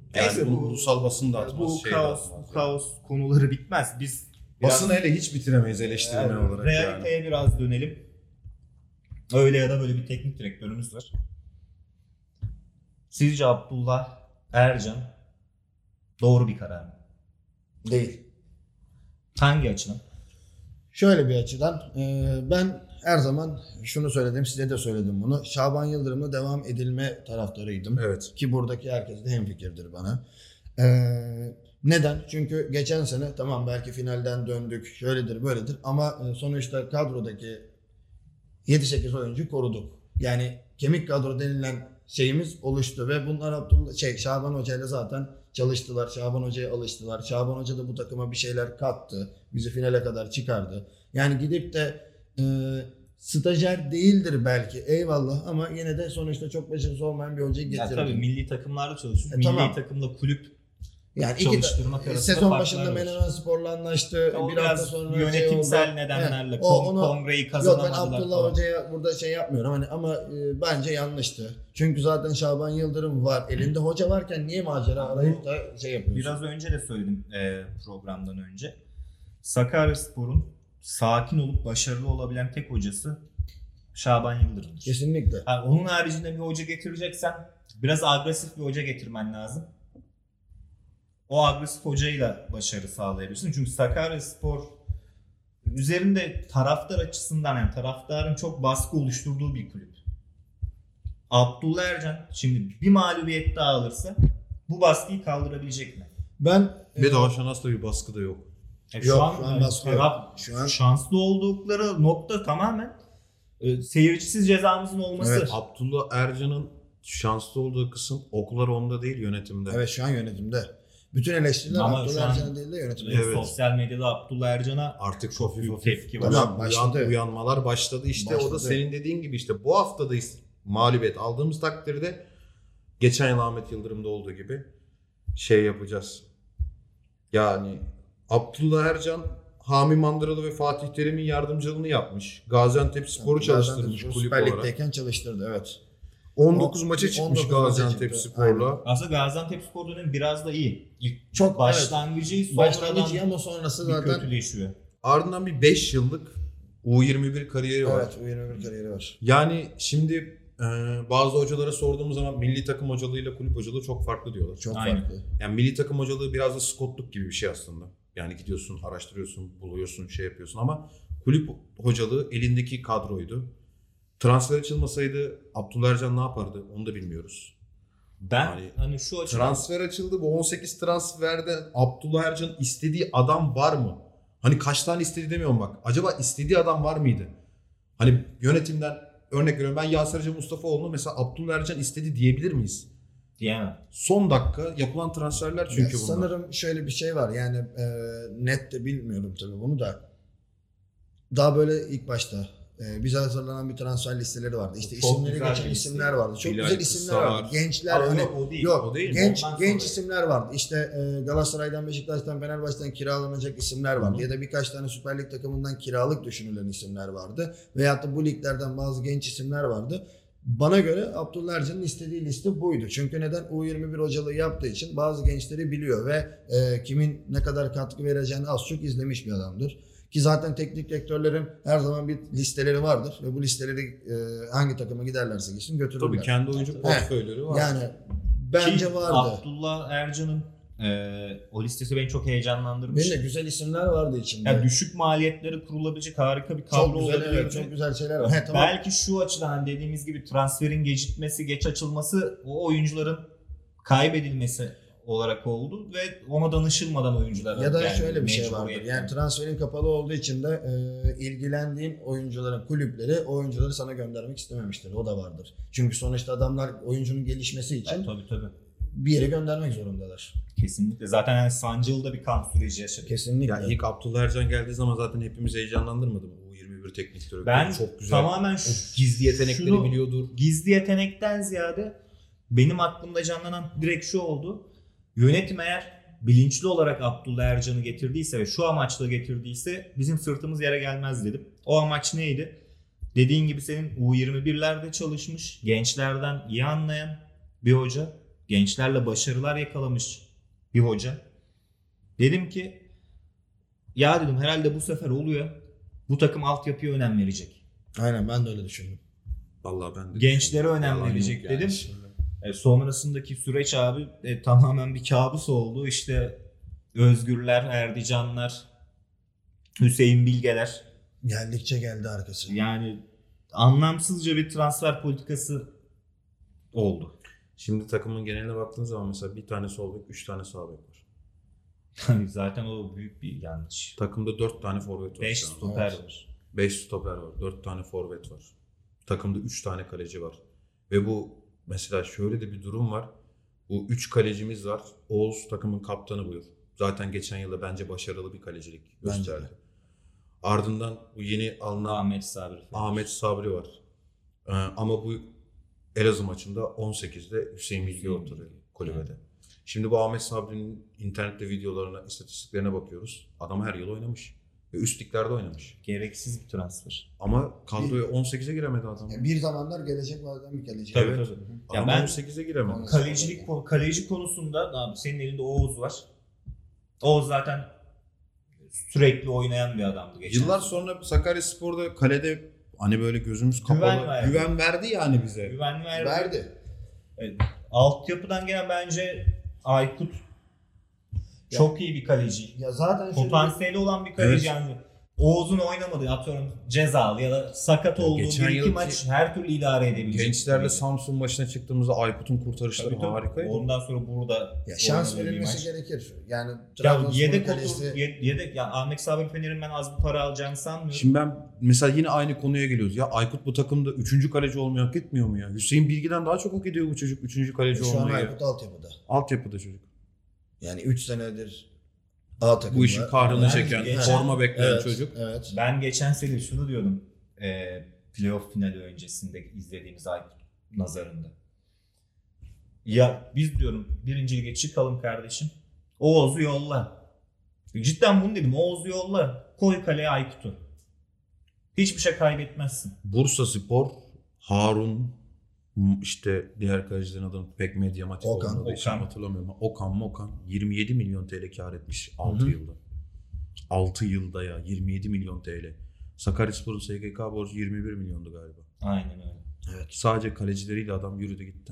Neyse, Yani bu ulusal basın da atmaz. bu şey de kaos, atmaz bu kaos konuları bitmez. Biz Basını hele hiç bitiremeyiz eleştirmen olarak yani. realiteye biraz dönelim. Öyle ya da böyle bir teknik direktörümüz var. Sizce Abdullah Ercan doğru bir karar mı? Değil. Hangi açıdan? Şöyle bir açıdan ben her zaman şunu söyledim, size de söyledim bunu. Şaban Yıldırım'la devam edilme taraftarıydım. Evet. Ki buradaki herkes de hemfikirdir bana. Neden? Çünkü geçen sene tamam belki finalden döndük, şöyledir böyledir ama sonuçta kadrodaki 7-8 oyuncu koruduk. Yani kemik kadro denilen şeyimiz oluştu ve bunlar Şaban Hoca ile zaten çalıştılar. Şaban Hoca'ya alıştılar. Şaban Hoca da bu takıma bir şeyler kattı. Bizi finale kadar çıkardı. Yani gidip de stajyer değildir belki eyvallah ama yine de sonuçta çok başarısız olmayan bir hocayı Yani getirdi. tabii milli takımlarda çalışıyor. Tamam. Milli takımla kulüp Yani çalıştırmak arasında sezon farklar başında var. Menemen Spor'la anlaştı. O bir biraz hafta sonra yönetimsel oldu. nedenlerle Evet, onu- kongreyi Yok kazanamadılar ben Abdullah falan. Hoca'ya burada şey yapmıyorum hani ama bence yanlıştı. Çünkü zaten Şaban Yıldırım var. Elinde hoca varken niye macera arayıp da şey yapıyorsun? Biraz önce de söyledim programdan önce. Sakaryaspor'un sakin olup başarılı olabilen tek hocası Şaban Yıldırım'dır. Kesinlikle. Yani onun haricinde bir hoca getireceksen biraz agresif bir hoca getirmen lazım. O agresif hocayla başarı sağlayabilirsin. Çünkü Sakaryaspor üzerinde taraftar açısından yani taraftarın çok baskı oluşturduğu bir kulüp. Abdullah Ercan şimdi bir mağlubiyet daha alırsa bu baskıyı kaldırabilecek mi? Ben Ve daha Şanas'ta bir baskı da yok. Yok, şu an baskı yok. Şu an- şanslı oldukları nokta tamamen seyircisiz cezamızın olması. Evet. Abdullah Ercan'ın şanslı olduğu kısım oklar onda değil yönetimde. evet şu an yönetimde. Bütün eleştiriler Ama şu Abdullah an- Ercan'a değil de yönetimde. Evet. Sosyal medyada Abdullah Ercan'a Artık çok hafif büyük hafif tepki var. Tamam, başladı. uyanmalar başladı. İşte o da Başladı. senin dediğin gibi işte bu haftada mağlubiyet aldığımız takdirde geçen yıl Ahmet Yıldırım'da olduğu gibi şey yapacağız. Yani Abdullah Ercan Hami Mandıralı ve Fatih Terim'in yardımcılığını yapmış. Gaziantepspor'u çalıştırmış kulüp Süper olarak. Lig'deyken çalıştırdı evet. 19 maça çıkmış 19 maça Gaziantepspor'la. çıktı. Aslında Gaziantepspor dönemi biraz da iyi. İlk Çok, başlangıcı Başlangıcı sonradan ama sonrası bir zaten kötüleşiyor. Ardından bir 5 yıllık U21 kariyeri var. evet U21 kariyeri var. Yani şimdi bazı hocalara sorduğumuz zaman milli takım hocalığıyla kulüp hocalığı çok farklı diyorlar. Çok Aynen. farklı. Yani milli takım hocalığı biraz da Scottluk gibi bir şey aslında. Yani gidiyorsun, araştırıyorsun, buluyorsun, şey yapıyorsun ama kulüp hocalığı elindeki kadroydu. Transfer açılmasaydı Abdullah Ercan ne yapardı onu da bilmiyoruz. Ben Yani hani şu açıdan Transfer açıldı. Bu 18 transferde Abdullah Ercan'ın istediği adam var mı? Hani kaç tane istedi demiyorum bak. Acaba istediği adam var mıydı? Hani yönetimden örnek veriyorum ben Yasir Hoca Mustafaoğlu'nu mesela Abdullah Ercan istedi diyebilir miyiz? diyemem. Son dakika yapılan transferler çünkü Ya bunlar. sanırım şöyle bir şey var yani net de bilmiyorum tabii bunu da. Daha böyle ilk başta bize hazırlanan bir transfer listeleri vardı. İşte Çok isimleri güzel geçen bir liste. isimler vardı. Çok Bilal güzel isimler Kısar. vardı. Gençler Ama hani yok, o değil. yok O değil mi? genç Ondan genç sonra. isimler vardı. İşte Galatasaray'dan, Beşiktaş'tan, Fenerbahçe'den kiralanacak isimler vardı. Hı hı. Ya da birkaç tane Süper Lig takımından kiralık düşünülen isimler vardı. Veyahut da bu liglerden bazı genç isimler vardı. Bana göre Abdullah Ercan'ın istediği liste buydu. Çünkü neden? U21 hocalığı yaptığı için bazı gençleri biliyor ve kimin ne kadar katkı vereceğini az çok izlemiş bir adamdır. Ki zaten teknik direktörlerin her zaman bir listeleri vardır ve bu listeleri hangi takıma giderlerse gitsin götürürler. Tabii kendi oyuncu portföyleri var. Yani bence Ki vardı. Abdullah Ercan'ın o listesi beni çok heyecanlandırmış. Benim de güzel isimler vardı içinde. Yani düşük maliyetleri kurulabilecek harika bir kadro çok güzel, olabilir. evet, çok güzel şeyler var. He, tamam. Belki şu açıdan hani dediğimiz gibi transferin gecikmesi, geç açılması o oyuncuların kaybedilmesi olarak oldu ve ona danışılmadan oyunculara Ya da geldi, şöyle bir şey vardır. mecburiyetten. Yani transferin kapalı olduğu için de ilgilendiğin oyuncuların kulüpleri oyuncuları sana göndermek istememiştir. O da vardır. Çünkü sonuçta adamlar oyuncunun gelişmesi için Tabii. bir yere göndermek zorundalar. Kesinlikle. Zaten yani Sancı'da bir kan süreci yaşadık. Kesinlikle. Yani ilk Abdullah Ercan geldiği zaman zaten hepimiz heyecanlandırmadı mı? U21 teknik direktörü. Ben çok güzel. tamamen O gizli yetenekleri şunu- biliyordur. Gizli yetenekten ziyade benim aklımda canlanan direkt şu oldu. Yönetim eğer bilinçli olarak Abdullah Ercan'ı getirdiyse ve şu amaçla getirdiyse bizim sırtımız yere gelmez dedim. O amaç neydi? Dediğin gibi senin U21'lerde çalışmış, gençlerden iyi anlayan bir hoca. Gençlerle başarılar yakalamış bir hoca. Dedim ki ya dedim herhalde bu sefer oluyor. Bu takım altyapıya önem verecek. Aynen, ben de öyle düşündüm. Vallahi ben de Gençlere önem yalan yok verecek yani dedim. şimdi. Sonrasındaki süreç abi tamamen bir kabus oldu. İşte Özgürler, Erdicanlar, Hüseyin Bilgeler. Geldikçe geldi arkası. Yani anlamsızca bir transfer politikası oldu. Şimdi takımın geneline baktığın zaman mesela bir tane sol bek, 3 tane sağ bek var. Hani zaten o büyük bir yanlış. Takımda 4 tane forvet var. 5 şu an. stoper Evet. var. 5 stoper var, 4 tane forvet var. Takımda 3 tane kaleci var. Ve bu mesela şöyle de bir durum var. Bu 3 kalecimiz var. Oğuz takımın kaptanı bu yıl. Zaten geçen yılda bence başarılı bir kalecilik Bence gösterdi. de. Ardından bu yeni alınan Ahmet Sabri. Ahmet Sabri var. Ama bu Elazığ maçında 18'de Hüseyin Bilge Hüseyin oturuyor Bilge. kulübede. Şimdi bu Ahmet Sabri'nin internette videolarına, istatistiklerine bakıyoruz. Adam her yıl oynamış. Ve üst liglerde oynamış. Gereksiz bir transfer. Ama kadroya 18'e giremedi adam. Yani bir zamanlar gelecek vaden bir kaleci. Tabii, Evet. tabii. Ama Ya ben 18'e giremedi. kaleci konusunda abi senin elinde Oğuz var. Oğuz zaten sürekli oynayan bir adamdı geçen Yıllar sene. sonra Sakaryaspor'da kalede hani böyle gözümüz Güven kapalı verdi. güven verdi yani bize. Güven verdi. Verdi. Evet. Altyapıdan gelen bence Aykut çok iyi bir kaleci. Ya zaten şöyle Potansiyeli olan bir kaleci Evet. yani. Oğuz'un oynamadığı atıyorum cezalı ya da sakat olduğu geçen bir iki yılki maç her türlü idare edebilecek. Gençlerle bir Samsun maçına çıktığımızda Aykut'un kurtarışları Tabii, tabii. harikaydı. Ondan sonra burada ya şans oynadığı bir verilmesi maç. gerekir. Yani Ya Trabzonspor yedek kalesi otur, yedek ya Ahmet Sabri Fener'in ben az bir para alacağını sanmıyorum. Şimdi ben mesela yine aynı konuya geliyoruz. Ya Aykut bu takımda 3. kaleci olmayı hak etmiyor mu ya? Hüseyin Bilgi'den daha çok hak ediyor bu çocuk 3. kaleci şu an olmayı. Aykut altyapıda. Altyapıda çocuk. Yani 3 senedir A takımda. Bu işin kahrını Yani çeken, geçen- forma bekleyen Evet, çocuk. Evet. Ben geçen sene şunu diyordum. Playoff finali öncesinde izlediğimiz Aykut nazarında. Ya biz diyorum birinci lige çıkalım kardeşim. Oğuz'u yolla. Cidden bunu dedim. Oğuz'u yolla. Koy kaleye Aykut'u. Hiçbir şey kaybetmezsin. Bursaspor, Harun, işte diğer kalecilerin adını pek medyamatik Okan, olmadığı için Okan. hatırlamıyorum. Okan 27 milyon TL kar etmiş 6 Hı hı. yılda. 6 yılda ya 27 milyon TL. Sakaryaspor'un SGK borcu 21 milyondu galiba. Aynen öyle. Evet. Sadece kalecileriyle adam yürüdü gitti.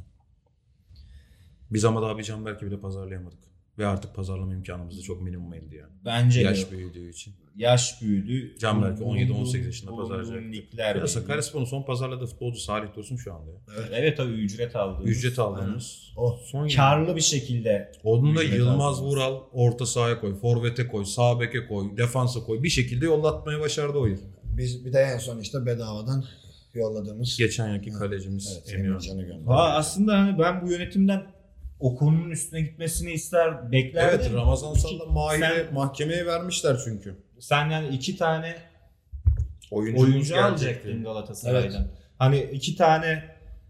Biz ama daha bir Canberk'i bile pazarlayamadık. Ve artık pazarlama imkanımız da çok minimum elde yani. Bence Yaş de büyüdüğü için. yaş büyüdü. Canberk Bulunduğum- 17-18 yaşında bulunduğum pazarlayacak. ligler Ya da belli. Sakaryaspor'un son pazarladığı futbolcu Salih Dursun şu anda ya. Evet tabii ücret aldığımız. Ücret aldığımız. O. Son Karlı bir şekilde. Onun da ücret Yılmaz aldığımız. Vural orta sahaya koy, forvete koy, sağ beke koy, defansa koy. Bir şekilde yollatmayı başardı o yıl. Biz bir de en son işte bedavadan yolladığımız Geçen yılki Evet. kalecimiz evet, Emirhan. Emircan'ı gönderdik. Aslında hani ben bu yönetimden o konunun üstüne gitmesini ister beklerdim. Evet, Ramazan İki- Sal'da Mahir'e sen- mahkemeye vermişler çünkü. Sen yani 2 tane Oyuncumuz oyuncu gelecekti. alacaktın Galatasaray'dan. Hani 2 tane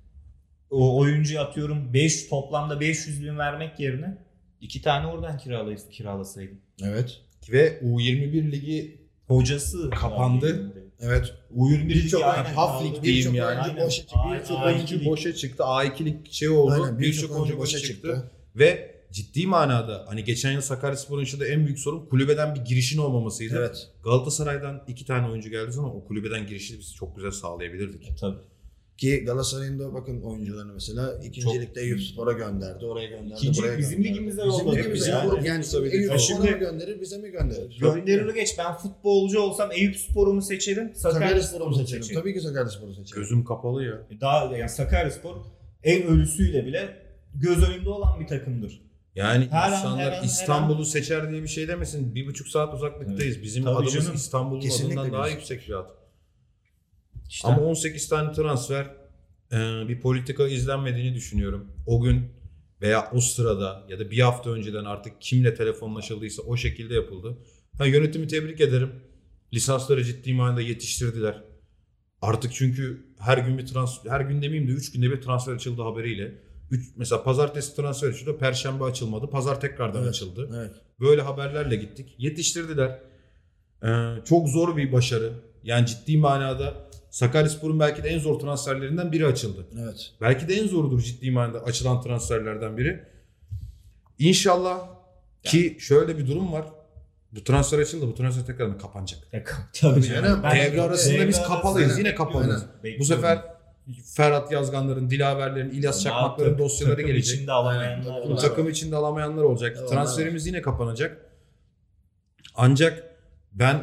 o oyuncuyu atıyorum toplamda 500 bin vermek yerine 2 tane oradan kiralasaydın. Evet. Ve U21 ligi Hocası Kapandı. Evet. U21 Birçok ligi aynen Half kaldı. Lig diyeyim Birçok yani. oyuncu Aynen. boşa çıktı. Birçok A2 oyuncu lig. boşa çıktı. A2'lik şey oldu. Aynen, Birçok oyuncu boşa çıktı. çıktı. Ve ciddi manada hani geçen yıl Sakaryaspor'un yaşadığı en büyük sorun kulübeden bir girişin olmamasıydı. Evet. Galatasaray'dan 2 tane oyuncu geldiği zaman o kulübeden girişi biz çok güzel sağlayabilirdik. Tabii. Ki Galatasaray'ın da bakın oyuncularını mesela ikincilikte Eyüpspor'a gönderdi. Oraya gönderdi. İkinci buraya bizim gönderdi. ligimize Bizim yolladı. ligimize Yani. yolladı. Yani Tabii. Eyüpspor'a Şimdi- mı gönderir, bize mi gönderir? Gönderir geç. Ben futbolcu olsam Eyüpspor'u mu seçerim? Sakaryaspor'u mu seçerim? seçerim. Tabii ki Sakaryaspor'u seçerim. Gözüm kapalı ya. Daha yani Sakaryaspor en ölüsüyle bile göz önünde olan bir takımdır. Yani Her an, insanlar her an, İstanbul'u seçer diye bir şey demesin. 1,5 saat uzaklıktayız. Bizim Tabii adımız canım. İstanbul'un Kesinlikle adından daha bizim. yüksek bir ad. İşte Ama 18 tane transfer bir politika izlenmediğini düşünüyorum. O gün veya o sırada ya da bir hafta önceden artık kimle telefonlaşıldıysa o şekilde yapıldı. Yönetimi tebrik ederim. Lisansları ciddi manada yetiştirdiler. Artık çünkü her gün bir transfer, her gün demeyeyim de 3 günde bir transfer açıldı haberiyle. Mesela pazartesi transfer açıldı, perşembe açılmadı, pazar tekrardan Evet, açıldı. Evet. Böyle haberlerle gittik. Yetiştirdiler. Çok zor bir başarı. Yani ciddi manada Sakaryaspor'un belki de en zor transferlerinden biri açıldı. Evet. Belki de en zorudur ciddi manada açılan transferlerden biri. İnşallah ki şöyle bir durum var. Bu transfer açıldı. Bu transfer tekrardan kapanacak. Tabii canım. Devre arasında biz devre kapalıyız. arasında- Yine kapalıyız. Bekliyorum. Bu sefer Ferhat Yazganların, Dilaverlerin, İlyas Çakmakların dosyaları takım gelecek. içinde alamayanlar Aynen. Bu var. takım içinde alamayanlar olacak. Evet, Transferimiz yine kapanacak. Ancak ben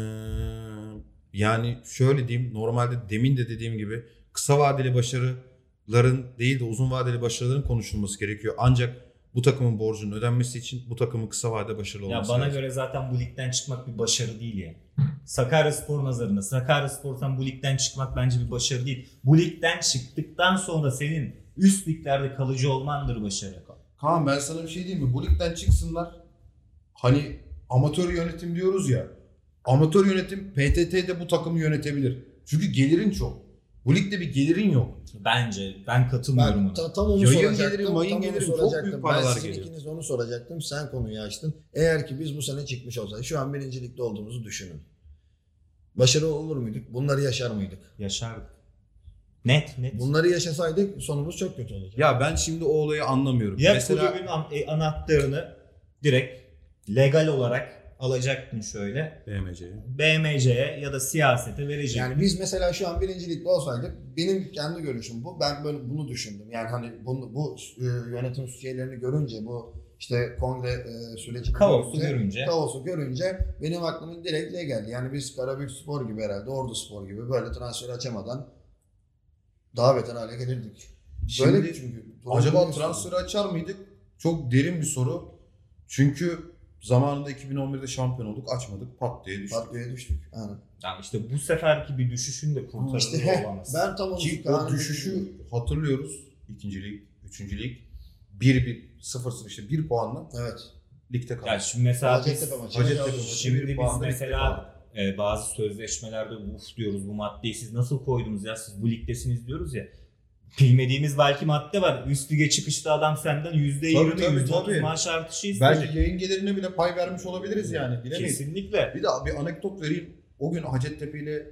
yani şöyle diyeyim. Normalde demin de dediğim gibi kısa vadeli başarıların değil de uzun vadeli başarıların konuşulması gerekiyor. Ancak bu takımın borcunun ödenmesi için bu takımın kısa vadede başarılı Ya olması bana lazım. göre zaten bu ligden çıkmak bir başarı değil ya. Sakaryaspor nazarında. Sakaryaspor'tan bu ligden çıkmak bence bir başarı değil. Bu ligden çıktıktan sonra senin üst liglerde kalıcı olmandır başarı. Kaan ben sana bir şey diyeyim mi? Bu ligden çıksınlar. Hani amatör yönetim diyoruz ya. Amatör yönetim PTT'de bu takımı yönetebilir. Çünkü gelirin çok. Bu ligde bir gelirin yok. Bence ben katılmıyorum Ben ona. tam onu Yayın soracaktım. geliri, mayın tam onu geliri çok soracaktım. büyük paralar Ben sizin geliyor. ikiniz onu soracaktım. Sen konuyu açtın. Eğer ki biz bu sene çıkmış olsaydık şu an birincilikte olduğumuzu düşünün. Başarılı olur muyduk? Bunları yaşar mıydık? Yaşardık. Net. Bunları yaşasaydık sonumuz çok kötü olacak. Ya ben şimdi o olayı anlamıyorum. Ya Mesela kulübün anahtarını direkt legal olarak alacaktın şöyle. BMC'ye. BMC'ye ya da siyasete verecektin. Yani biz mesela şu an birincilikte olsaydık benim kendi görüşüm bu. Ben böyle bunu düşündüm. Yani hani bu yönetim şeylerini görünce bu işte kongre sürecini kaosu görünce benim aklıma direkt ne geldi? Yani biz Karabükspor gibi herhalde Orduspor gibi böyle transfer açamadan daha beter hale gelirdik. Şimdi Böyle çünkü. acaba transferi açar mıydık? Çok derin bir soru. Çünkü zamanında 2011'de şampiyon olduk, açmadık, pat diye düştük. Patlaya düştük. Aynen. Yani işte bu seferki bir düşüşün de kurtarılır İşte olamaz. ben tam onu Ki o düşüşü hatırlıyoruz. 2. lig, 3. lig. 1-1, 0-0 işte 1 puanla evet. ligde kaldık. Ya şimdi mesela Hacettepe maçı. Hacettepe maçı şimdi bir biz puanla mesela bazı sözleşmelerde uf diyoruz bu maddeyi siz nasıl koydunuz ya siz bu ligdesiniz diyoruz ya. Bilmediğimiz belki madde var. Üst lige çıkışta adam senden %20, Tabii, %30 tabii. maaş artışı isteyecek. Belki yayın gelirine bile pay vermiş olabiliriz yani. Bilemeyiz. Kesinlikle. Bir daha bir anekdot vereyim. O gün Hacettepe ile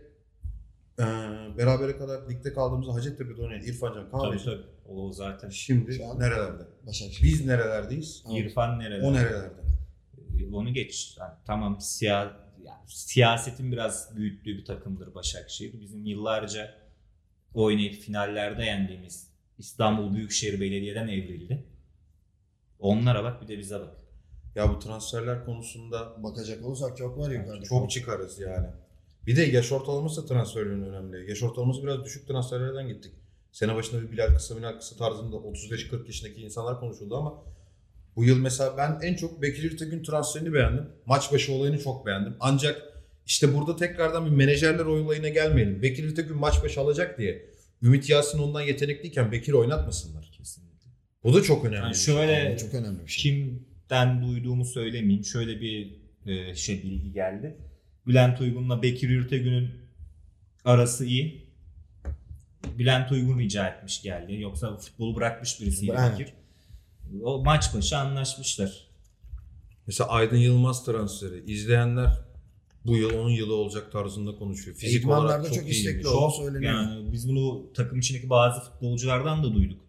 berabere kadar ligde kaldığımızda Hacettepe'de oynayan İrfan Can Tabii Kahveci. tabii. O zaten. Şimdi Şu an- nerelerde? Başakşehir. Biz nerelerdeyiz? İrfan nerede? O nerelerde? Onu geç. Yani tamam yani siyasetin biraz büyüttüğü bir takımdır Başakşehir. Bizim yıllarca oynayıp finallerde yendiğimiz İstanbul Büyükşehir Belediye'den evrildi. Onlara bak bir de bize bak. Ya bu transferler konusunda Bakacak olursak çok var yukarıda. çok çıkarız yani. Bir de yaş ortalaması transferlerin önemli. Yaş ortalaması biraz düşük transferlerden gittik. Sene başında bir Bilal Kısa tarzında 35-40 yaşındaki insanlar konuşuldu ama bu yıl mesela ben en çok Bekir İrtegün transferini beğendim. Maç başı olayını çok beğendim. Ancak işte burada tekrardan bir menajerler olayına gelmeyelim. Bekir İrtegün maç başı alacak diye Ümit Yasin ondan yetenekliyken Bekir oynatmasınlar. Kesinlikle. Bu da çok önemli. Yani bir şey. şöyle Bu çok önemli bir şey. kimden duyduğumu söylemeyeyim. Şöyle bir bilgi geldi. Bülent Uygun'la Bekir Ürtegün'ün arası iyi. Bülent Uygun rica etmiş geldi. Yoksa futbolu bırakmış birisiydi Aynen. Bekir. O maç başı anlaşmışlar. Mesela Aydın Yılmaz transferi. İzleyenler bu yıl onun yılı olacak tarzında konuşuyor. Fizik olarak İdmanlarda çok, çok iyiymiş. istekli olduğu söyleniyor. Yani biz bunu takım içindeki bazı futbolculardan da duyduk.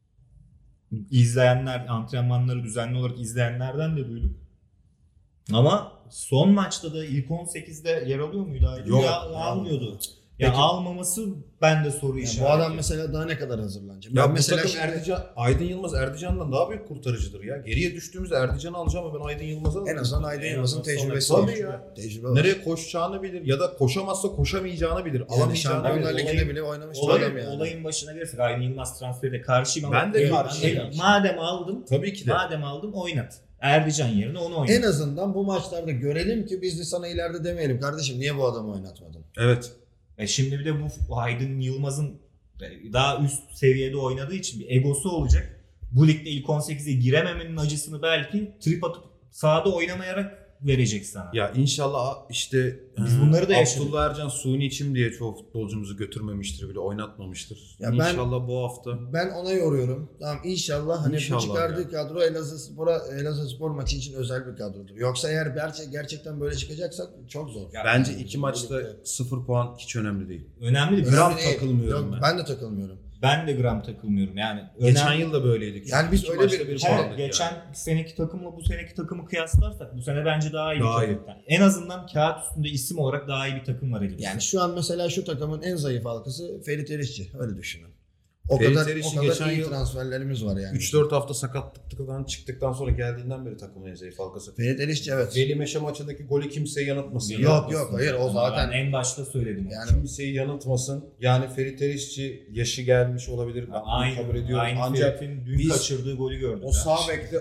İzleyenler, antrenmanları düzenli olarak izleyenlerden de duyduk. Ama son maçta da ilk 18'de yer alıyor muydu Aydın? Yok. Almıyordu. Ya Peki. almaması bende soru Yani işareti. bu adam mesela daha ne kadar hazırlanacak? Ya Ben bu mesela takım Aydın Yılmaz Erdican'dan daha büyük kurtarıcıdır ya. Geriye düştüğümüzde Erdican'ı alacağım ama ben Aydın Yılmaz'ı alacağım. en azından Aydın En Yılmaz'ın azından tecrübesi sonra- var. Tabii ya. Tecrübe var. Nereye koşacağını bilir ya da koşamazsa koşamayacağını bilir. Yani Alamayacağını Şampiyonlar bilir. Ligi'nde bile oynamış Olayın, adam yani. olayın başına gelirsek Aydın Yılmaz transferine karşıyım ama Ben de karşıyım. Madem aldım, Tabii ki de. madem aldım oynat. Erdican yerine onu oynat. En azından bu maçlarda görelim ki biz de sana ileride demeyelim. Kardeşim niye bu adamı oynatmadın? Evet. Şimdi bir de bu Aydın Yılmaz'ın daha üst seviyede oynadığı için bir egosu olacak. Bu ligde ilk 18'e girememenin acısını belki trip atıp sahada oynamayarak verecek sana. Ya inşallah işte Biz bunları da yaşadık. Abdullah Ercan suni içim diye çoğu futbolcumuzu götürmemiştir bile, oynatmamıştır. Ya İnşallah bu hafta. Ben ona yoruyorum. Tamam inşallah hani İnşallah bu çıkardığı ya. kadro Elazığspor maçı için özel bir kadrodur. Yoksa eğer gerçekten böyle çıkacaksak çok zor. Ya Bence Yani iki maçta 0 puan hiç önemli değil. Önemli değil. Gram Önemli değil. takılmıyorum Yok, ben. ben de takılmıyorum. Ben de gram takılmıyorum. Yani Geçen önemli. yıl da böyleydik. Yani biz İki öyle maçta bir- puan Evet, aldık geçen yani. seneki takımla bu seneki takımı kıyaslarsak bu sene bence daha iyi Daha bir iyi. takım. En azından kağıt üstünde isim olarak daha iyi bir takım var elimizde. Yani şu an mesela şu takımın en zayıf halkası Ferit Erişçi. Öyle düşünün. O Ferit kadar Erişçi o kadar geçen iyi yıl transferlerimiz var yani. 3-4 hafta sakatlıktan çıktıktan sonra geldiğinden beri takımın en zayıf halkası. Ferit Erişçi evet. Veli Meşe maçındaki golü kimseyi yanıltmasın. Yok, yok, hayır, o Ama zaten- ben en başta söyledim. Yani Kimseyi yanıltmasın. Yani Ferit Erişçi yaşı gelmiş olabilir. Ben bunu Aynı, kabul ediyorum. aynı Ancak Ferit'in dün biz kaçırdığı golü gördük. o sağ bekte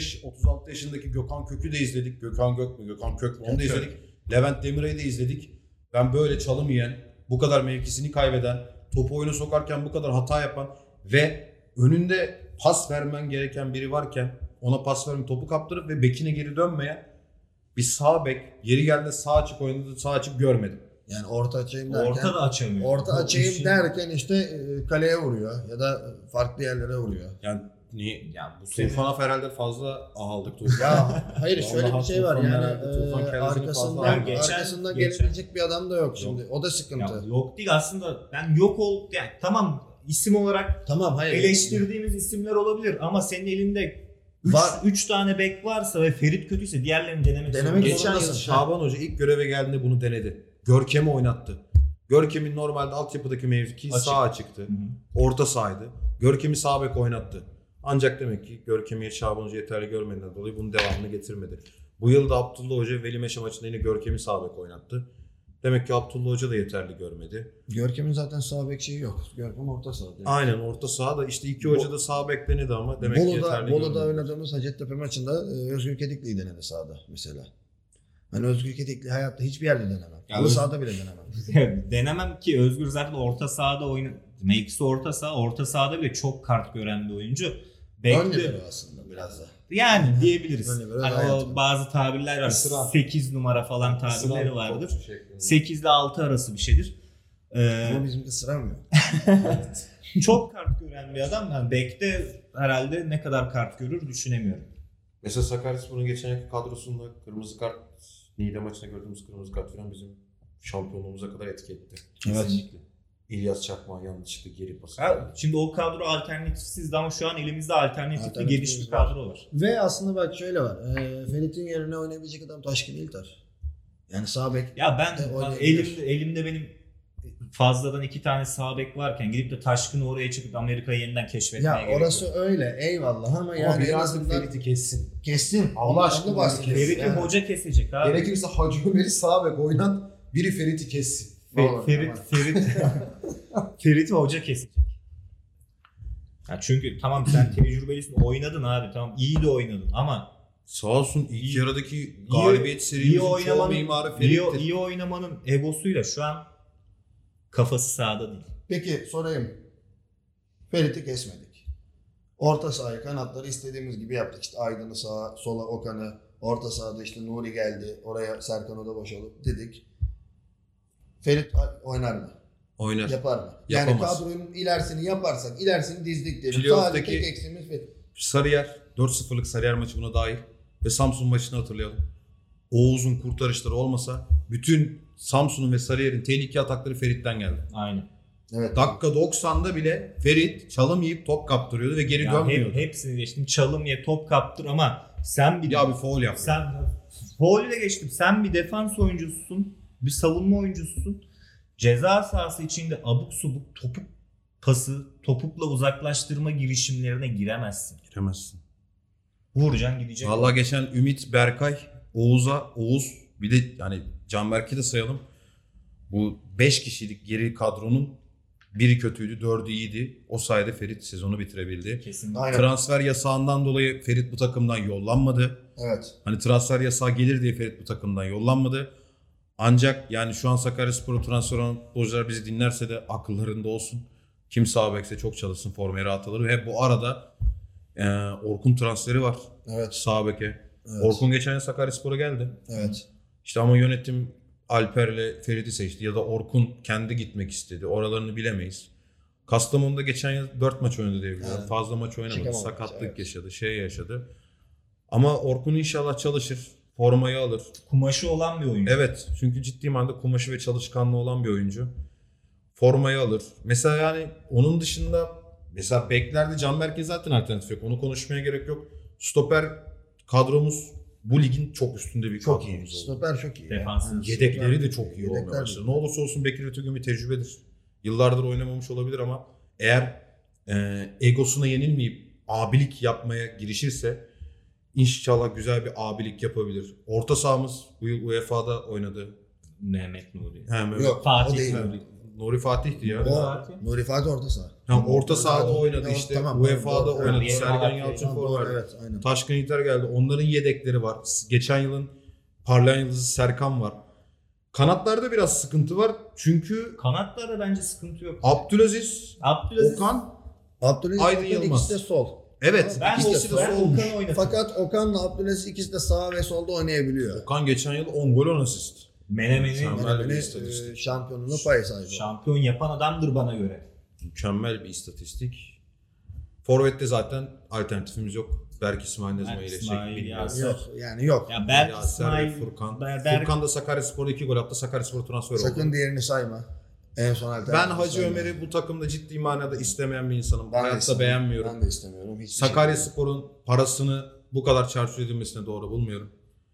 35-36 yaşındaki Gökhan Kök'ü de izledik. Gökhan Gök mü? Gökhan Kök mü? Onu da Kök. izledik. Levent Demirel'i de izledik. Ben böyle çalım yiyen, bu kadar mevkisini kaybeden, topu oyuna sokarken bu kadar hata yapan ve önünde pas vermen gereken biri varken ona pas vermeyen, topu kaptırıp ve bekine geri dönmeyen bir sağ bek, yeri geldi sağ açık oynadı, sağ açık görmedim. yani orta açayım derken Orta da açamıyor. orta Bu açayım işin- derken işte kaleye vuruyor ya da farklı yerlere vuruyor. Yani niye? Ya bu sene Tufan herhalde fazla aldık Tufan. Ya hayır şöyle bir Vallahi şey var Tufan yani herhalde Tufan kendisini arkasından fazla aldı. Geçen- gelebilecek bir adam da yok şimdi. O da ya sıkıntı. yok değil aslında. Ben yok yani tamam isim olarak Tamam hayır. eleştirdiğimiz isimler olabilir ama senin elinde Var. 3 tane bek varsa ve Ferit kötüyse diğerlerini denemek Denemek zorunda. Geçen yıl zorundasın. Şaban Hoca ilk göreve geldiğinde bunu denedi. Görkem'i oynattı. Görkem'in normalde altyapıdaki mevki Açık. sağ açıktı. Hı hı. Orta sahaydı. Görkem'i sağ bek oynattı. Ancak demek ki Görkem'i Şaban Hoca yeterli görmediğinden dolayı bunun devamını getirmedi. Bu yıl da Abdullah Hoca Veli Meşe maçında yine Görkem'i sağ bek oynattı. Demek ki Abdullah Hoca da yeterli görmedi. Görkem'in zaten sağ bek şeyi yok. Görkem orta saha. Aynen orta saha da işte iki hoca da sağ bek denedi ama demek ki yeterli Bolu'da görmedi. oynadığımız Hacettepe maçında Özgür Kedikli'yi denedi sahada mesela. Ben Özgür Kedikli hayatta hiçbir yerde denemem. Ya Halı Öz- sahada bile denemem. Denemem ki Özgür zaten orta sahada mevkisi orta sahada bile çok kart gören bir oyuncu. Ön Bekle, libero aslında biraz da. yani diyebiliriz. Ön libero Hani gayet o iyi. bazı tabirler var. Israr. 8 numara falan tabirleri Sıra vardır. topçu şeklinde. 8 ile 6 arası bir şeydir. Ama bizimki sıramıyor. Çok kart gören bir adam. Yani bekte herhalde ne kadar kart görür düşünemiyorum. Mesela Sakaryaspor'un geçen yılki kadrosunda kırmızı kart, Niğde maçında gördüğümüz kırmızı kart falan bizim şampiyonluğumuza kadar etki etti. Kesinlikle. İlyas Çakmak'ın yanlışlıkla geri pası. Ha, şimdi o kadro alternatifsizdi ama şu an elimizde alternatifli Alternatifimiz geniş bir var. kadro var. Ve aslında bak şöyle var. Ferit'in yerine oynayabilecek adam Taşkın İlter. Yani sağ bek. Ya ben Oynayabilir. elimde benim fazladan 2 tane sağ bek varken gidip de Taşkın'ı oraya çıkıp Amerika'yı yeniden keşfetmeye Ya gerek orası yok. öyle eyvallah ama Ama yani en birazcık azından Ferit'i kessin. kessin. Allah Ondan aşkına bahsediyoruz. Ferit'i Yani. hoca kesecek abi. Gerekirse Hacı Ömer'i sağ bek oynat, biri Ferit'i kessin. Olur, Ferit'i hoca kesecek. Ya çünkü tamam sen tecrübelisin oynadın abi tamam iyi de oynadın ama Sağ olsun ilk İyi- yarıdaki galibiyet iyi serimizin çoğu oynamanın mimarı iyi, Ferit'tir. iyi oynamanın egosuyla şu an kafası sahada değil. Peki sorayım. Ferit'i kesmedik. Orta sahayı kanatları istediğimiz gibi yaptık. İşte Aydın'ı sağa, sola Okan'ı, orta sahada işte Nuri geldi. Oraya Serkan Oda boşalıp dedik. Ferit oynar mı? Oynar. Yapar mı? Yani Yapamaz. kadronun ilerisini yaparsak ilerisini dizdik diyelim. Playoff'taki- Sadece tek eksiğimiz Ferit. Sarıyer, 4-0'lık Sarıyer maçı buna dahil ve Samsun maçını hatırlayalım. Oğuz'un kurtarışları olmasa bütün Samsun'un ve Sarıyer'in tehlike atakları Ferit'ten geldi. Aynen. Evet. Dakika 90'da bile Ferit çalım yiyip top kaptırıyordu ve geri Ya dönmüyordu. hepsini geçtim. Çalım ye, top kaptır ama sen bir Ya bir faul yaptı. sen faulü de geçtim. Sen bir defans oyuncususun, bir savunma oyuncususun. Ceza sahası içinde abuk subuk topuk pası, topukla uzaklaştırma girişimlerine giremezsin. Giremezsin. Vuracaksın gidecek. Vallahi geçen Ümit, Berkay, Oğuz bir de yani Canberk'i de sayalım. Bu 5 kişilik geri kadronun biri kötüydü, 4'ü iyiydi. O sayede Ferit sezonu bitirebildi. Kesinlikle. Aynen. Transfer yasağından dolayı Ferit bu takımdan yollanmadı. Evet. Hani transfer yasağı gelir diye Ferit bu takımdan yollanmadı. Ancak yani şu an Sakaryaspor'u transfer olan futbolcular bizi dinlerse de akıllarında olsun. Kim sağ bekse çok çalışsın, formayı rahat alır. Ve bu arada Orkun transferi var Evet. sağ beke. Evet. Orkun geçen yıl Sakaryaspor'a geldi. Evet. İşte ama yönetim Alper'le Ferit'i seçti ya da Orkun kendi gitmek istedi. Oralarını bilemeyiz. Kastamonu'da geçen yıl 4 maç oynadı diye biliyorum. Evet. Fazla maç oynamadı. Çıkamadı, Sakatlık evet. yaşadı, yaşadı. Ama Orkun inşallah çalışır. Formayı alır. Kumaşı olan bir oyuncu. Evet, çünkü ciddi manada kumaşı ve çalışkanlığı olan bir oyuncu. Formayı alır. Mesela yani onun dışında mesela beklerde Canberk'e zaten alternatif yok. Onu konuşmaya gerek yok. Stoper kadromuz bu ligin çok üstünde bir Çok iyi. kadromuz oldu. Stoper çok iyi. Defans. Yani Yedekleri stoper- de çok iyi olmaya yedekler de- başladı. Ne olursa olsun Bekir Ötügün bir tecrübedir. Yıllardır oynamamış olabilir ama eğer egosuna yenilmeyip abilik yapmaya girişirse inşallah güzel bir abilik yapabilir. Orta sahamız bu yıl UEFA'da oynadı. Mehmet Nuri. Hem Yok, Fatih o değil. Nuri. Nuri Fatih'ti ya. O Nuri Fatih orta saha. Orta sahada oynadı Evet, işte. tamam, UEFA'da doğru. oynadı. Evet, Sergen Malatya. Yalçın Tamam, doğru, forvet. evet, aynen. Taşkın İlter geldi. Onların yedekleri var. Geçen yılın parlayan yıldızı Serkan var. Kanatlarda biraz sıkıntı var. Çünkü Kanatlarda bence sıkıntı yok. Abdülaziz, Aydın Okan, Abdülaziz Aydın Okan Yılmaz. ikisi de sol. evet Ben ikisi de ben solmuş. Okan'ı oynatırım. Fakat Okan'la Abdülaziz ikisi de sağ ve solda oynayabiliyor. Okan geçen yıl 10 gol 10 asist. Menemen'i Mükemmel bir Yani istatistik. şampiyonluğuna pay sahibi. şampiyon yapan adamdır bana göre. Mükemmel bir istatistik. Forvet'te zaten alternatifimiz yok. Berk İsmail ne zaman Berk iyileşecek İsmail, bilmiyoruz. Yasin. Yok yani yok. Ya Berk Yaser ve İsmail, Furkan. Berk, Furkan da Sakaryaspor'da 2 gol attı. Sakaryaspor transfer oldu. Sakın diğerini sayma. En son alternatif. Ben Hacı sayma. Ömer'i bu takımda ciddi manada istemeyen bir insanım. Ben de Hayatta istemiyorum. beğenmiyorum. Ben de istemiyorum. Hiçbir Sakaryaspor'un parasını bu kadar çarçur edilmesine doğru bulmuyorum.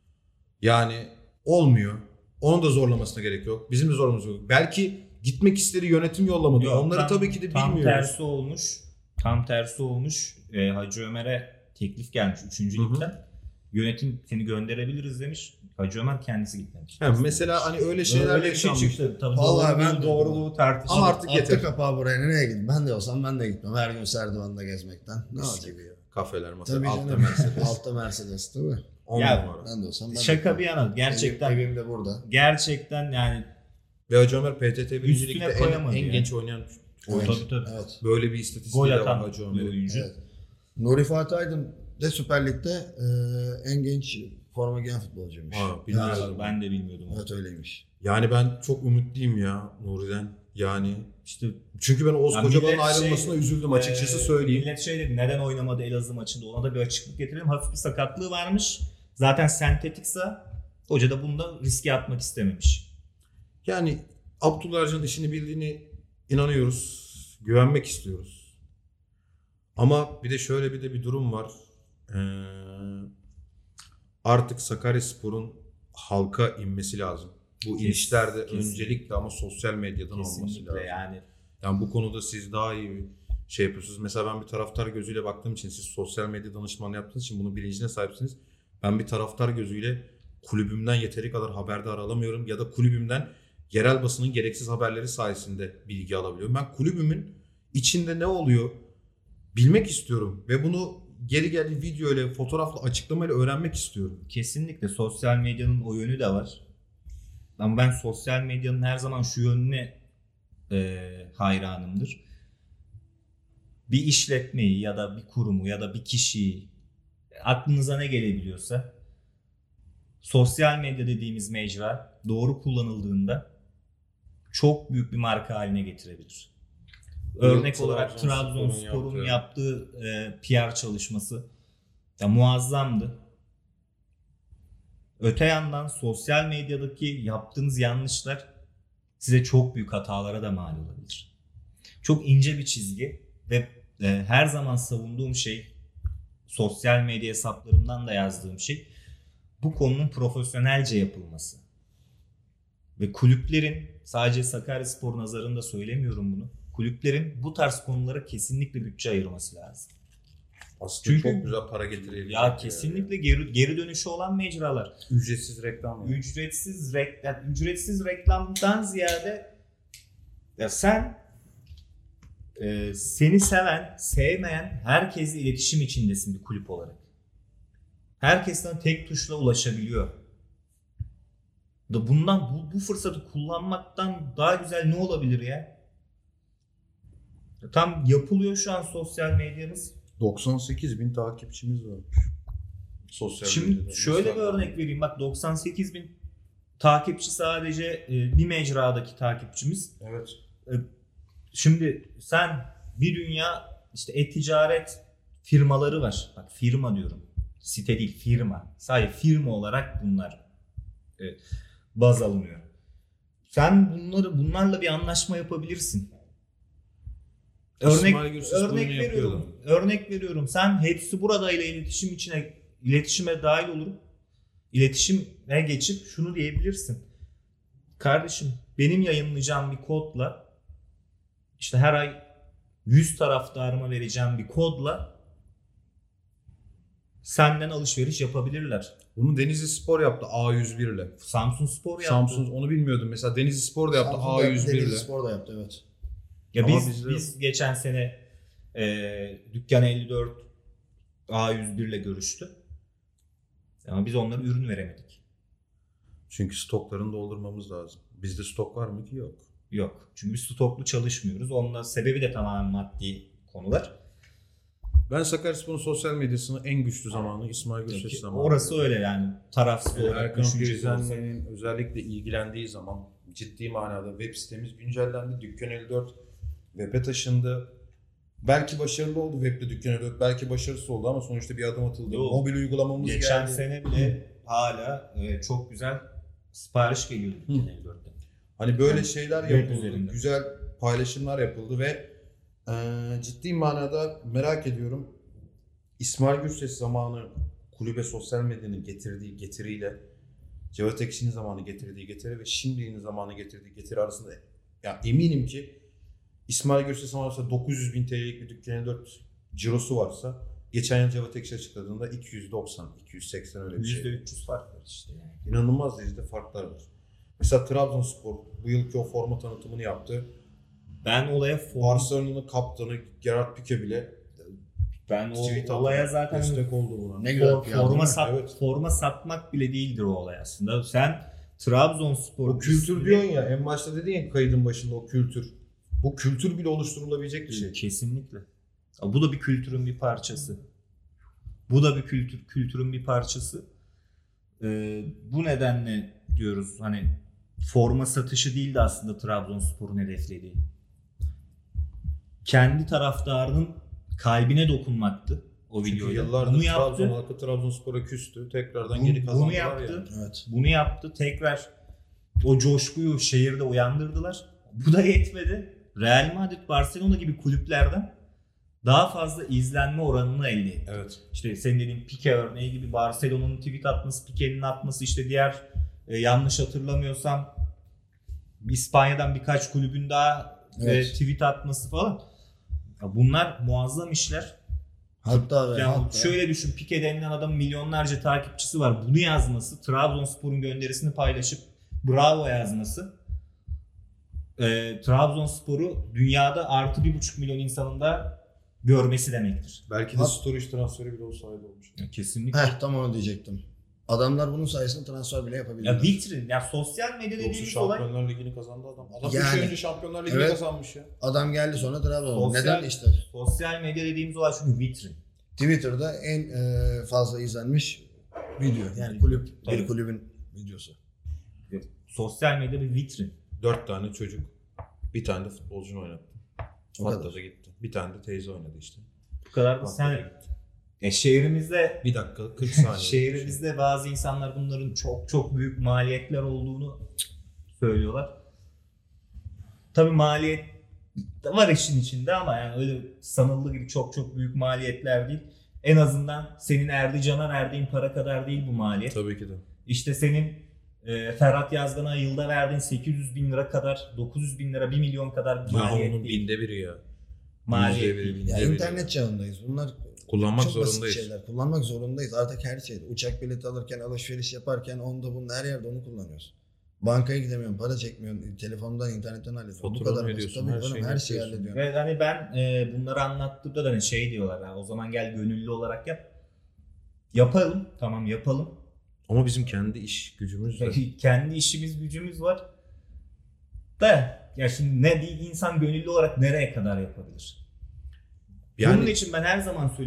Yani olmuyor. Onun da zorlamasına gerek yok. Bizim de zorlamamız yok. Belki gitmek istediği yönetim yollamadı. Yok, Onları tabii ki de tam bilmiyoruz. tersi olmuş. Tam tersi olmuş. Hacı Ömer'e teklif gelmiş 3. Hı hı. ligden. Yönetim seni gönderebiliriz demiş. Hacı Ömer kendisi gitmemiş. Mesela hani öyle şeyler Öyle bir şey yaşanmış. çıktı. Tabii Vallahi doğru ben değil, de- doğruluğu tartışılır. Ama artık Attı yeter. kapağı buraya nereye gideyim? Ben de olsam ben de gitmem. Her gün Serdivan'da gezmekten. Ne Mis olacak? gibi ya. Kafeler, masa, Tabii altta canım. Mercedes. Altta Mercedes tabii. 10 Ya, numara. Ben de olsam ben de Şaka gitmem. bir yana gerçekten Evim de burada. gerçekten yani Ve Hacı Ömer PTT 1. Üstüne Lig'de en, koyamadı en ya. genç oynayan oyuncu. tabii tabii. Evet. Böyle bir istatistiği Gol de var atan Hacı bir Ömer'in. oyuncu. Evet. Nuri Fatih Aydın de Süper Lig'de en genç forma giyen futbolcuymuş. Ha, bilmiyordum. Ben de bilmiyordum. Evet öyleymiş. Yani ben çok ümitliyim ya Nuri'den. Yani İşte çünkü ben Oğuz ya Kocaman'ın millet ayrılmasına üzüldüm açıkçası söyleyeyim. Millet şey dedi, neden oynamadı Elazığ maçında, ona da bir açıklık getirelim. Hafif bir sakatlığı varmış. Zaten sentetikse hoca da bunda riske atmak istememiş. Yani Abdullah Ercan'ın işini bildiğini inanıyoruz. Güvenmek istiyoruz. Ama bir de şöyle bir durum var. Artık Sakaryaspor'un halka inmesi lazım. Bu inişlerde kesinlikle. öncelikle ama sosyal medyadan olması Kesinlikle lazım. yani. Yani bu konuda siz daha iyi bir şey yapıyorsunuz. Mesela ben bir taraftar gözüyle baktığım için, siz sosyal medya danışmanlığı yaptığınız için bunun bilincine sahipsiniz. Ben bir taraftar gözüyle kulübümden yeteri kadar haberdar alamıyorum ya da kulübümden yerel basının gereksiz haberleri sayesinde bilgi alabiliyorum. Ben kulübümün içinde ne oluyor bilmek istiyorum ve bunu geri geldiği video ile, fotoğrafla, açıklamayla öğrenmek istiyorum. Kesinlikle sosyal medyanın o yönü de var. Ama ben sosyal medyanın her zaman şu yönüne hayranımdır. Bir işletmeyi ya da bir kurumu ya da bir kişiyi, aklınıza ne gelebiliyorsa, sosyal medya dediğimiz mecra doğru kullanıldığında çok büyük bir marka haline getirebilir. Örnek olarak Trabzonspor'un yaptığı PR çalışması ya muazzamdı. Öte yandan sosyal medyadaki yaptığınız yanlışlar size çok büyük hatalara da mal olabilir. Çok ince bir çizgi ve her zaman savunduğum şey, sosyal medya hesaplarımdan da yazdığım şey, bu konunun profesyonelce yapılması. Ve kulüplerin, sadece Sakaryaspor nazarında söylemiyorum bunu, kulüplerin bu tarz konulara kesinlikle bütçe ayırması lazım. Aslında Çünkü- çok güzel para getirebilir. Ya kesinlikle geri dönüşü olan mecralar. Ücretsiz reklam. Ücretsiz reklamdan ziyade ya sen seni seven, sevmeyen herkesle iletişim içindesin bir kulüp olarak. Herkes sana tek tuşla ulaşabiliyor. Da bundan bu fırsatı kullanmaktan daha güzel ne olabilir ya? Tam yapılıyor şu an sosyal medyamız. 98.000 takipçimiz var. Sosyal Şimdi medyada, şöyle bir Instagram'da. örnek vereyim. Bak 98 bin takipçi sadece bir mecradaki takipçimiz. Evet. Şimdi sen bir dünya işte e-ticaret firmaları var. Bak firma diyorum. Site değil firma. Sadece firma olarak bunlar baz alınıyor. Sen bunlarla bir anlaşma yapabilirsin. İsmail Gürses bunu Örnek yapıyordu. veriyorum. Örnek veriyorum. Sen hepsi burada ile iletişime dahil olup iletişime geçip şunu diyebilirsin. Kardeşim benim yayınlayacağım bir kodla işte her ay 100 taraftarıma vereceğim bir kodla senden alışveriş yapabilirler. Bunu Denizli Spor yaptı A101 ile. Samsun Spor yaptı. Samsun onu bilmiyordum. Mesela Denizli Spor da yaptı Samsun'da A101 ile. Denizli Spor da yaptı, evet. Ya Ama biz bizde geçen sene Dükkan 54 A101 ile görüştü. Ama biz onlara ürün veremedik. Çünkü stoklarını doldurmamız lazım. Bizde stok var mı ki? Yok. Yok. Çünkü biz stoklu çalışmıyoruz. Onun sebebi de tamamen maddi konular. Ben Sakaryaspor'un sosyal medyasının en güçlü zamanı İsmail Gürses zamanı. Orası öyle yani. Tarafsız Yani olarak Erkan düşünecek olsak. Prizenli'nin özellikle ilgilendiği zaman ciddi manada web sitemiz güncellendi. Dükkan 54 web'e taşındı. Belki başarılı oldu web'de Dükkan 54. Belki başarısız oldu ama sonuçta bir adım atıldı. Yok. Mobil uygulamamız Geçen geldi. sene bile hala çok güzel sipariş geliyordu Dükkan 54'te. Hani böyle Yani şeyler web yapıldı. üzerinde. Güzel paylaşımlar yapıldı ve ciddi manada merak ediyorum. İsmail Gürses zamanı kulübe sosyal medyanın getirdiği getiriyle Cevat Ekşi'nin zamanı getirdiği getiri ve şimdinin zamanı getirdiği getiri arasında ya eminim ki İsmail Gürses zamanında 900 bin TL'lik bir Dükkan 4 cirosu varsa geçen yıl Cevat Ekşi açıkladığında 290, 280 öyle bir şey. %300 fark var işte yani. İnanılmaz derecede farklar var. Mesela Trabzonspor bu yılki o forma tanıtımını yaptı. Ben olaya Barcelona'nın kaptanı Gerard Pique bile ben tweet olaya attı. zaten destek oldu buna. Ne güzel bir forma, yandan. Evet. forma satmak bile değildir o olay aslında. Sen Trabzonspor O kültür diyorsun ya, en başta dedin ya kaydın başında o kültür. Bu kültür bile oluşturulabilecek bir şey. Kesinlikle. Bu da bir kültürün bir parçası. Bu da bir kültürün bir parçası. Bu nedenle diyoruz hani forma satışı değil de aslında Trabzonspor'un hedeflediği. Kendi taraftarının kalbine dokunmaktı o Çünkü videoyla. yıllardır Bunu Trabzon yaptı. halkı Trabzonspor'a küstü. Tekrardan geri Bunu kazandılar yaptı. yani. Evet. Bunu yaptı. Tekrar o coşkuyu şehirde uyandırdılar. Bu da yetmedi. Real Madrid, Barcelona gibi kulüplerden daha fazla izlenme oranını elde etti. Evet. İşte senin dediğin Pique örneği gibi Barcelona'nın tweet atması, Pique'nin atması, işte diğer yanlış hatırlamıyorsam İspanya'dan birkaç kulübün daha Evet. tweet atması falan. Ya bunlar muazzam işler. Hatta Yani şöyle düşün, Pique denilen adamın milyonlarca takipçisi var. Bunu yazması, Trabzonspor'un gönderisini paylaşıp bravo yazması Trabzonspor'u dünyada artı 1,5 milyon insanın da görmesi demektir. Belki de Sturridge transferi bile olsaydı olmuş. Kesinlikle. tam onu diyecektim. Adamlar bunun sayesinde transfer bile yapabilirler. Ya vitrin, ya sosyal medya Yoksa dediğimiz olay Şampiyonlar Ligi'ni kazandı adam. Adam Yani, 3 ay önce Şampiyonlar Ligi'ni evet. kazanmış ya. Adam geldi sonra Trabzon. Sosyal- Neden işte? sosyal medya dediğimiz olay çünkü vitrin. Twitter'da en fazla izlenmiş video. Yani Tabii. bir kulübün videosu. Sosyal medya bir vitrin. 4 tane çocuk. Bir tane de futbolcunu oynattı. O kadar. Patladı gitti. Bir tane de teyze oynadı işte. Bu kadar da Patladı sen gitti. şehrimizde 1 dakika 40 saniye. şehrimizde bazı insanlar bunların çok çok büyük maliyetler olduğunu söylüyorlar. Tabii maliyet de var işin içinde ama yani öyle sanıldığı gibi çok çok büyük maliyetler değil. En azından senin Erdican'a verdiğin para kadar değil bu maliyet. Tabii ki de. İşte senin Ferhat Yazgan'a yılda verdiğin 800 bin lira kadar, 900 bin lira, 1 milyon kadar bir Ya maliyet onun değil. binde biri ya. Maliyet %1'i, değil. binde Ya biri. internet çağındayız. Bunlar Kullanmak çok basit zorundayız. şeyler. Kullanmak zorundayız. Artık her şeyde. Uçak bileti alırken, alışveriş yaparken onda bunun her yerde onu kullanıyoruz. Bankaya gidemiyorsun, para çekmiyorsun, telefondan, internetten hallediyorsun. Bu Faturanı kadar basit. ödüyorsun, Tabii her canım, şeyini her şeyi yapıyorsun. hallediyorsun. Ve hani ben bunları anlattığımda da hani şey diyorlar. "Ha, o zaman gel gönüllü olarak yap." Yapalım. Tamam yapalım. Ama bizim kendi iş gücümüz de. Kendi işimiz gücümüz var. Da ya şimdi ne değil insan gönüllü olarak nereye kadar yapabilir? Yani Bunun için ben her zaman söylüyorum.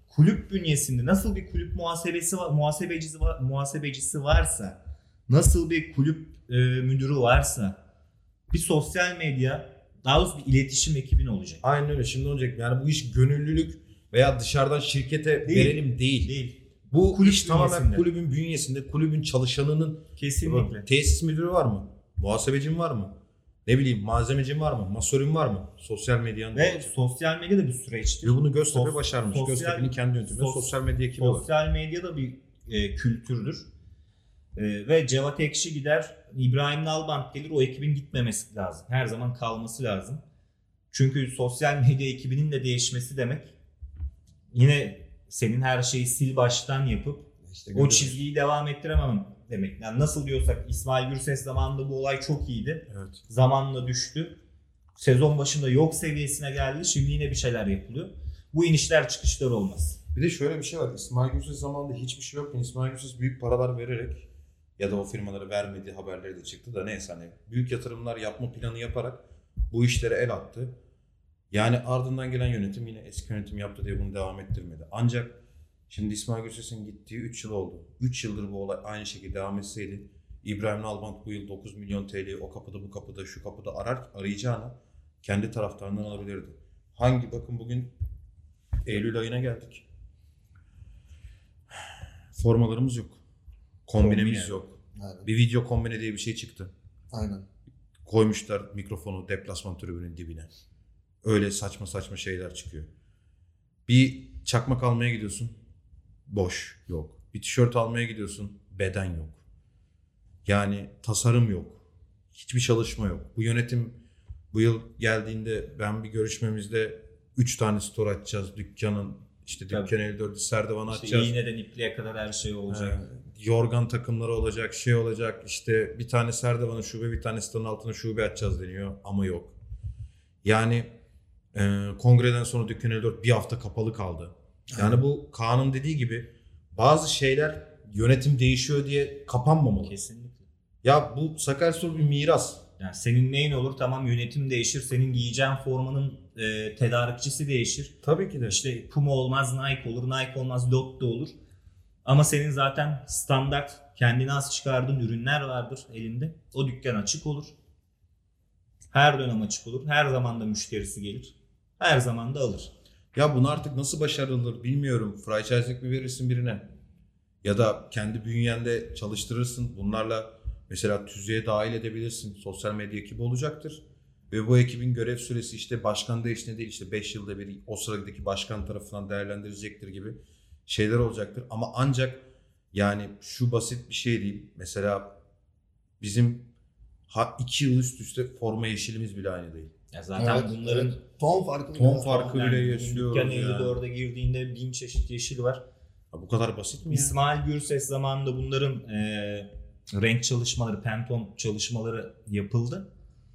kulüp bünyesinde nasıl bir kulüp muhasebecisi varsa, nasıl bir kulüp müdürü varsa, bir sosyal medya, daha doğrusu bir iletişim ekibin olacak. Aynen öyle. Şimdi olacak. Yani bu iş gönüllülük veya dışarıdan şirkete verelim değil. Bu Kulüp iş tamamen bünyesinde. kulübün bünyesinde, kulübün çalışanının. Kesinlikle. Tesis müdürü var mı? Muhasebecin var mı? Ne bileyim malzemecin var mı? Masörün var mı? Sosyal medyanın Ve sosyal medya da bir süreçtir. ve bunu Göztepe Sos- başarmış. sosyal- Göztepe'nin kendi yönetiminde sos- sosyal medya ekibi var. Sosyal medya da bir kültürdür. Ve Cevat Ekşi gider, İbrahim Nalbant gelir, o ekibin gitmemesi lazım. Her zaman kalması lazım. Çünkü sosyal medya ekibinin de değişmesi demek yine senin her şeyi sil baştan yapıp İşte o görüyoruz. çizgiyi devam ettiremem demek. Yani nasıl diyorsak İsmail Gürses zamanında bu olay çok iyiydi. Evet. Zamanla düştü. Sezon başında yok seviyesine geldi. Şimdi yine bir şeyler yapılıyor. Bu inişler çıkışlar olmaz. Bir de şöyle bir şey var. İsmail Gürses zamanında hiçbir şey yokken İsmail Gürses büyük paralar vererek ya da o firmalara vermediği haberleri de çıktı da neyse hani büyük yatırımlar yapma planı yaparak bu işlere el attı. Yani ardından gelen yönetim yine eski yönetim yaptı diye bunu devam ettirmedi. Ancak şimdi İsmail Gürses'in gittiği 3 yıl oldu. 3 yıldır bu olay aynı şekilde devam etseydi İbrahim Nalbant bu yıl 9 milyon TL'yi o kapıda bu kapıda şu kapıda arayacağına kendi taraftarından alabilirdi. Bakın bugün Eylül ayına geldik. Formalarımız yok. Kombinemiz Kombine. yok. Aynen. Bir video kombine diye bir şey çıktı. Aynen. Koymuşlar mikrofonu deplasman tribünün dibine. Öyle saçma saçma şeyler çıkıyor. Bir çakmak almaya gidiyorsun. Boş. Yok. Bir tişört almaya gidiyorsun. Beden yok. Yani tasarım yok. Hiçbir çalışma yok. Bu yönetim bu yıl geldiğinde ben bir görüşmemizde 3 tane store açacağız. Dükkanın işte Tabii. dükkan 54'ü serdivanı İşte açacağız. iğneden ipliğe kadar her şey olacak. Yorgan takımları olacak, şey olacak. İşte bir tane Serdivan'a şube, bir tane sitenin altına şube açacağız deniyor ama yok. Yani kongreden sonra Dükkan 54 bir hafta kapalı kaldı. Yani bu Kaan'ın dediği gibi bazı şeyler yönetim değişiyor diye kapanmamalı. Kesinlikle. Ya bu Sakaryaspor bir miras. Yani senin neyin olur? Tamam, yönetim değişir. Senin giyeceğin formanın tedarikçisi değişir. Tabii ki de. İşte Puma olmaz, Nike olur. Nike olmaz, Lotto olur. Ama senin zaten standart kendine az çıkardığın ürünler vardır elinde. O dükkan açık olur. Her dönem açık olur. Her zaman da müşterisi gelir. Her zaman da alır. Ya bunu artık nasıl başarılır bilmiyorum. Franchise'lik mi verirsin birine? Ya da kendi bünyende çalıştırırsın. Bunlarla mesela tüzüğe dahil edebilirsin. Sosyal medya ekibi olacaktır. Ve bu ekibin görev süresi işte başkan değiştiğinde değil işte 5 yılda bir o sıradaki başkan tarafından değerlendirilecektir gibi şeyler olacaktır. Ama ancak yani şu basit bir şey değil. Mesela bizim 2 yıl üst üste forma yeşilimiz bile aynı değil. Ya zaten Evet, bunların evet. ton farkı bile Ton var. farkı bile yaşıyoruz Dükkan yani. 54'e girdiğinde 1000 çeşit yeşil var. Ya bu kadar basit mi ya? İsmail Gürses zamanında bunların renk çalışmaları, Pantone çalışmaları yapıldı.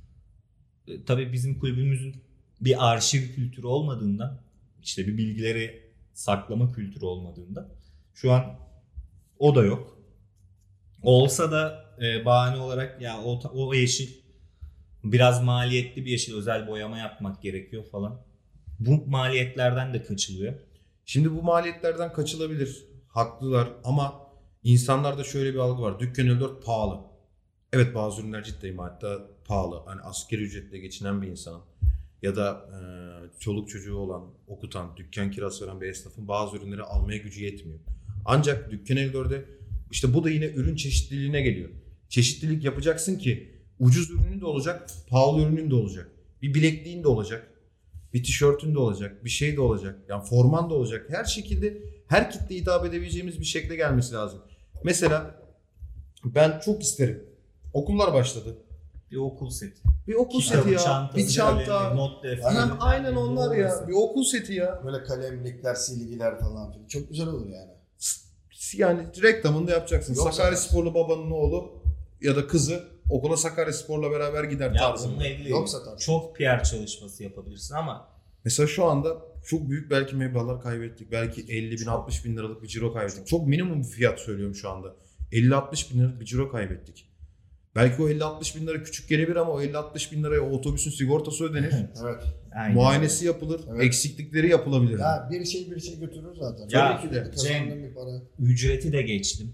Tabii bizim kulübümüzün bir arşiv kültürü olmadığından, işte bir bilgileri saklama kültürü olmadığından şu an o da yok. Olsa da bahane olarak ya o yeşil biraz maliyetli bir yeşil, özel boyama yapmak gerekiyor falan. Bu maliyetlerden de kaçılıyor. Şimdi bu maliyetlerden kaçılabilir. Haklılar ama insanlarda şöyle bir algı var. Dükkan 54 pahalı. Evet bazı ürünler cidden hatta pahalı. Hani asgari ücretle geçinen bir insanın ya da çoluk çocuğu olan, okutan, dükkan kirası veren bir esnafın bazı ürünleri almaya gücü yetmiyor. Ancak Dükkan 54'de işte bu da yine ürün çeşitliliğine geliyor. Çeşitlilik yapacaksın ki ucuz ürünün de olacak, pahalı ürünün de olacak. Bir bilekliğin de olacak. Bir tişörtün de olacak, bir şey de olacak. Yani forman da olacak. Her şekilde her kitleye hitap edebileceğimiz bir şekle gelmesi lazım. Mesela ben çok isterim. Okullar başladı. Bir okul seti. Bir okul Kitabı, seti ya. çantası, Bir çanta. kalemi, not defteri. Aynen onlar ya. Bir okul seti ya. Böyle kalemlikler, silgiler falan filan. Çok güzel olur yani. Yani reklamını da yapacaksın. Yok Sakaryasporlu babanın oğlu ya da kızı okula Sakaryaspor'la beraber gider Ya tarzında. bununla ilgili Yoksa tabii. çok PR çalışması yapabilirsin ama Mesela şu anda çok büyük belki meblağlar kaybettik. Belki 50 bin, 60 bin liralık bir ciro kaybettik. Çok minimum bir fiyat söylüyorum şu anda. 50-60 bin liralık bir ciro kaybettik. Belki o 50-60 bin lira küçük gelebilir ama o 50-60 bin liraya o otobüsün sigortası ödenir. Evet. Aynen. Muayenesi yapılır. Evet. Eksiklikleri yapılabilir. Ya bir şey götürür zaten. Ya, Tabii ki de Cem, kazandığın bir para. Ücreti de geçtim.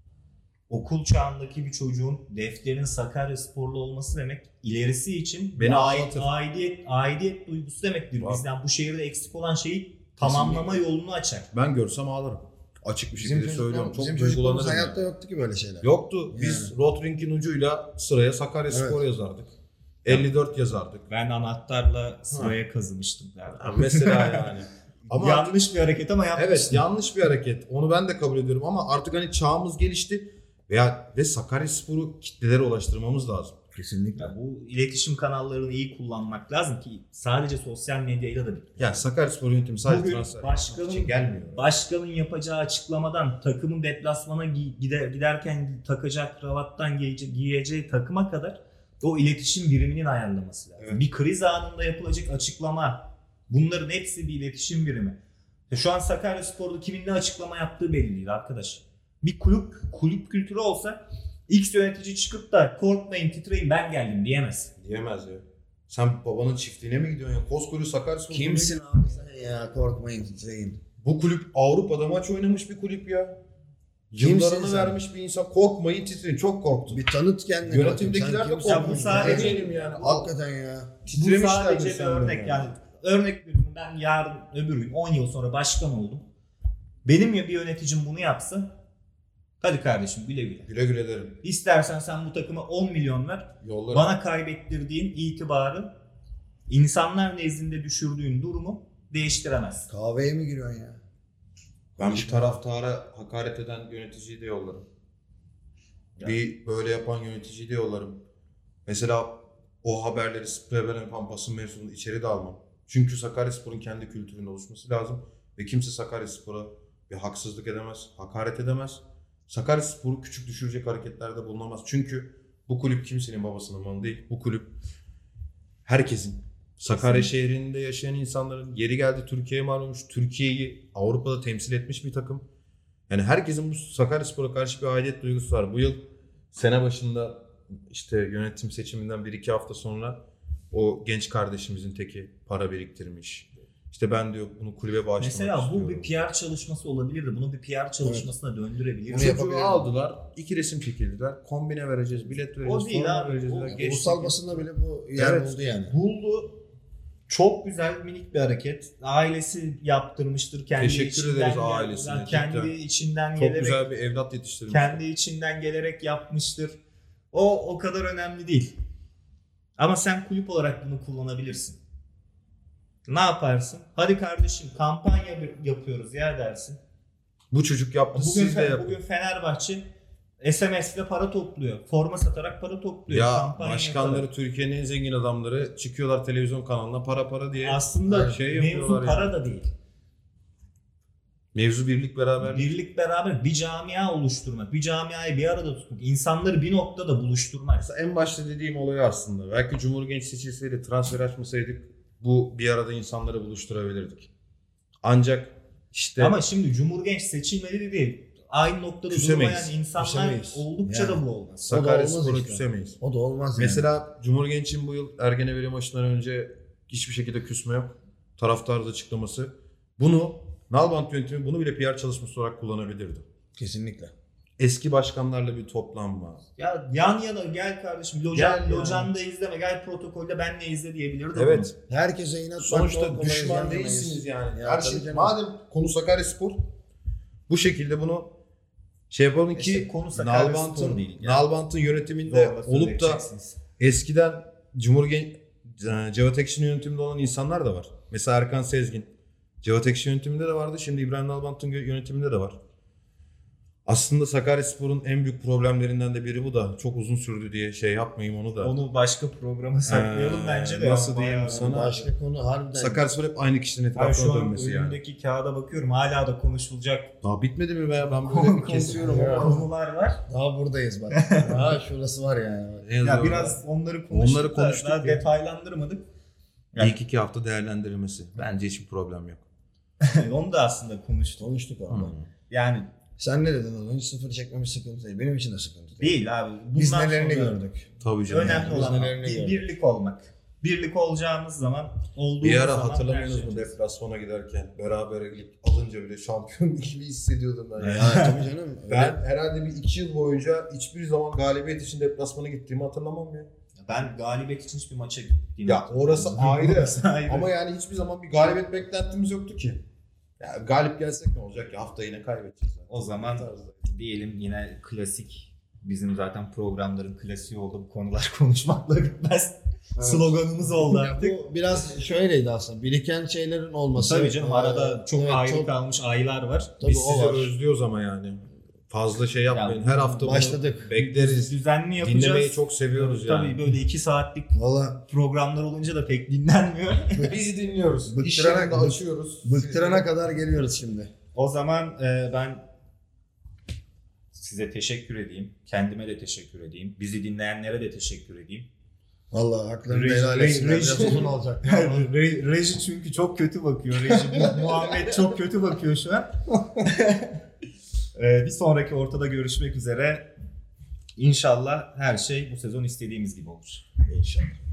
Okul çağındaki bir çocuğun defterin Sakaryasporlu olması demek ilerisi için Beni bir ağlatır. aidiyet duygusu demektir. Var. Bizden bu şehirde eksik olan şeyi tamamlama yolunu açar. Ben görsem ağlarım. Açık bir şekilde söylüyorum. Çok Bizim duygulanırım. çocukluğumuz hayatta yani. yoktu ki böyle şeyler. Yoktu. Biz Yani. Rotring'in ucuyla sıraya Sakaryaspor Evet. yazardık. 54 yazardık. Ben anahtarla sıraya kazımıştım. Ha, mesela yani. Ama Yanlış bir hareket ama yapmıştım. evet, yanlış bir hareket. Onu ben de kabul ediyorum ama artık hani çağımız gelişti ve Sakaryaspor'u kitlelere ulaştırmamız lazım. Kesinlikle. Ya bu iletişim kanallarını iyi kullanmak lazım ki sadece sosyal medyayla da bitmiyor. Yani Sakaryaspor yönetimi sadece Bugün transfer başkanın- için gelmiyor. Başkanın yapacağı açıklamadan takımın deplasmana giderken takacak kravattan giyeceği takıma kadar o iletişim biriminin ayarlaması lazım. Evet. Bir kriz anında yapılacak açıklama, bunların hepsi bir iletişim birimi. Şu an Sakaryaspor'da kimin ne açıklama yaptığı belli değil arkadaş. Bir kulüp kültürü olsa X yönetici çıkıp da korkmayın titreyin ben geldim diyemez. Diyemez ya. Sen babanın çiftliğine mi gidiyorsun ya? Koskoca Sakaryaspor Kimsin abi sen ya, korkmayın titreyin. Bu kulüp Avrupa'da maç oynamış bir kulüp ya. Kimsin Yıllarını sen? vermiş bir insan. Korkmayın titreyin. Çok korktum. Bir tanıt kendini. Yönetimdekiler de bakayım. Sen korkmuyor. Ya bu kimsin? sadece- Eminim yani. Hakikaten ya. Bu Titremişlerdir sadece bir sen örnek de yani. Örnek veriyorum ben yarın öbür gün 10 yıl sonra başkan oldum. Benim bir yöneticim bunu yapsa hadi kardeşim güle güle. Güle güle derim. İstersen sen bu takıma 10 milyon ver. Yollarım. Bana kaybettirdiğin itibarı insanlar nezdinde düşürdüğün durumu değiştiremez. Kahveye mi giriyorsun ya? Ben bir taraftara hakaret eden yöneticiyi de yollarım. Ya. Bir böyle yapan yöneticiyi de yollarım. Mesela o haberleri sprey yapan basın mensubunu içeri de almam. Çünkü Sakaryaspor'un kendi kültürünün oluşması lazım. Ve kimse Sakaryaspor'a bir haksızlık edemez, hakaret edemez. Sakaryaspor'u küçük düşürecek hareketlerde bulunamaz. Çünkü bu kulüp kimsenin babasının malı değil. Bu kulüp herkesin. Sakarya şehrinde yaşayan insanların, yeri geldi Türkiye'ye mal olmuş, Türkiye'yi Avrupa'da temsil etmiş bir takım. Yani herkesin bu Sakaryaspor'a karşı bir aidiyet duygusu var. Bu yıl sene başında işte yönetim seçiminden 1-2 hafta sonra o genç kardeşimizin teki para biriktirmiş. İşte ben diyor bunu kulübe bağışlamak Mesela bu istiyorum. bir PR çalışması olabilirdi. Bunu bir PR çalışmasına döndürebiliriz. Bunu Çocuğu yapabilirim. aldılar, 2 resim çekildiler, kombine vereceğiz, bilet vereceğiz, O değil forma abi, vereceğiz. o- dediler. Geçti. Ulusal basında bile bu yer Evet. buldu yani. Buldu. Çok güzel minik bir hareket. Ailesi yaptırmıştır. Kendi Teşekkür içinden ederiz gel- ailesine, yani kendi cidden. içinden Çok gelerek güzel bir evlat yetiştirmiş. kendi içinden gelerek yapmıştır. O kadar önemli değil. Ama sen kulüp olarak bunu kullanabilirsin. Ne yaparsın? Hadi kardeşim kampanya yapıyoruz ya dersin. Bu çocuk yaptı, siz de yapın. Bugün Fenerbahçe SMS'le para topluyor. Forma satarak para topluyor. Ya Kampanya başkanları yaparak. Türkiye'nin en zengin adamları çıkıyorlar televizyon kanalına para diye. Aslında şey mevzu yapıyorlar para yani. da değil. Mevzu birlik beraber. Birlik beraber bir camia oluşturmak, bir camiayı bir arada tutmak, insanları bir noktada buluşturmak. Mesela en başta dediğim olay aslında. Belki Cumhur Genç seçilseydi, transfer açmasaydık bu bir arada insanları buluşturabilirdik. Ancak işte Ama şimdi Cumhurgenç seçilmeli değil. Aynı noktada Küsemeyiz. durmayan insanlar Küsemeyiz. oldukça Yani. da bu olmaz. Sakaryaspor'a olmaz işte. küsemeyiz. O da olmaz yani. Mesela Cumhur Genç'in bu yıl Ergeneveli maçından önce hiçbir şekilde küsme yok. Taraftarın açıklaması. Bunu Nalbant yönetimi bunu bile PR çalışması olarak kullanabilirdi. Kesinlikle. Eski başkanlarla bir toplanma. Ya yan yana gel kardeşim Gel locan, ya. locanda izleme gel protokolde benle izle diyebilirdi. Evet. Herkese inat Sonuçta düşman değilsiniz yani. Ya Her tabii şey, canım. madem konu Sakaryaspor bu şekilde bunu şey yapalım ki İşte konu Sakaryaspor değil. Yani. Nalbant'ın yönetiminde olup da eskiden Cevat Ekşi'nin yönetiminde olan insanlar da var. Mesela Erkan Sezgin. Cevat Ekşi yönetiminde de vardı. Şimdi İbrahim Nalbant'ın yönetiminde de var. Aslında Sakaryaspor'un en büyük problemlerinden de biri bu da. Çok uzun sürdü diye şey yapmayayım onu da. Onu başka programa saklayalım bence de. nasıl ama diyeyim bayağı- sana? Başka konu harbiden. Sakaryaspor hep aynı kişinin Abi şu etrafına an dönmesi yani. önümdeki kağıda bakıyorum hala da konuşulacak Daha bitmedi mi be? Ben böyle kesiyorum Ya. ama. konular var. Daha buradayız bak. Daha şurası var yani. Ya biraz onları konuştuk, Onları konuştuk da ya. detaylandırmadık. Yani- İlk 2 hafta değerlendirilmesi. Bence hiçbir problem yok. Onu da aslında konuştuk. Konuştuk orada. Yani Sen ne dedin oğlum? Hiç sıfır çekmemiz sıkıntı değil. Benim için de sıkıntı değil. Değil abi. Biz Bundan nelerini sonra gördük. Tabii canım. önemli Biz olan nelerini gördük. birlik olmak. Birlik olacağımız zaman, olduğumuz Bir ara zaman hatırlamıyorsunuz her mu şey- deplasmana giderken beraberlik alınca bile şampiyon gibi hissediyordum ben. Ya tabii canım. Ben herhalde bir 2 yıl boyunca hiçbir zaman galibiyet için deplasmana gittiğimi hatırlamam ya. Ben galibiyet için hiçbir maça gittiğim Ya orası ayrı. Orası ayrı. Ama yani hiçbir zaman bir galibiyet beklentimiz yoktu ki. Ya galip gelsek ne olacak ya, hafta yine kaybedeceğiz. zaten. O zaman Tarzda. diyelim yine klasik, bizim zaten programların klasiği oldu bu konular konuşmakla bitmez. Evet. Sloganımız oldu Ya artık. bu biraz şöyleydi aslında. Biriken şeylerin olması. Tabii canım, arada çok evet, ayrı çok- kalmış aylar var. Tabii Biz o sizi var. özlüyoruz ama yani. Fazla şey yapmayın. Ya, Her hafta bunu başladık. bekleriz. Düzenli yapacağız. Dinlemeyi çok seviyoruz Tabii yani. böyle 2 saatlik Valla programlar olunca da pek dinlenmiyor. Bizi dinliyoruz. Bıktırana- İş yerinde açıyoruz. bıktırana kadar geliyoruz şimdi. O zaman ben size teşekkür edeyim. Kendime de teşekkür edeyim. Bizi dinleyenlere de teşekkür edeyim. Valla haklarını Reji- helal etsinler. Biraz reji- uzun olacak. Reji çünkü çok kötü bakıyor. Muhammed çok kötü bakıyor şu an. Bir sonraki ortada görüşmek üzere. İnşallah her şey bu sezon istediğimiz gibi olur. İnşallah.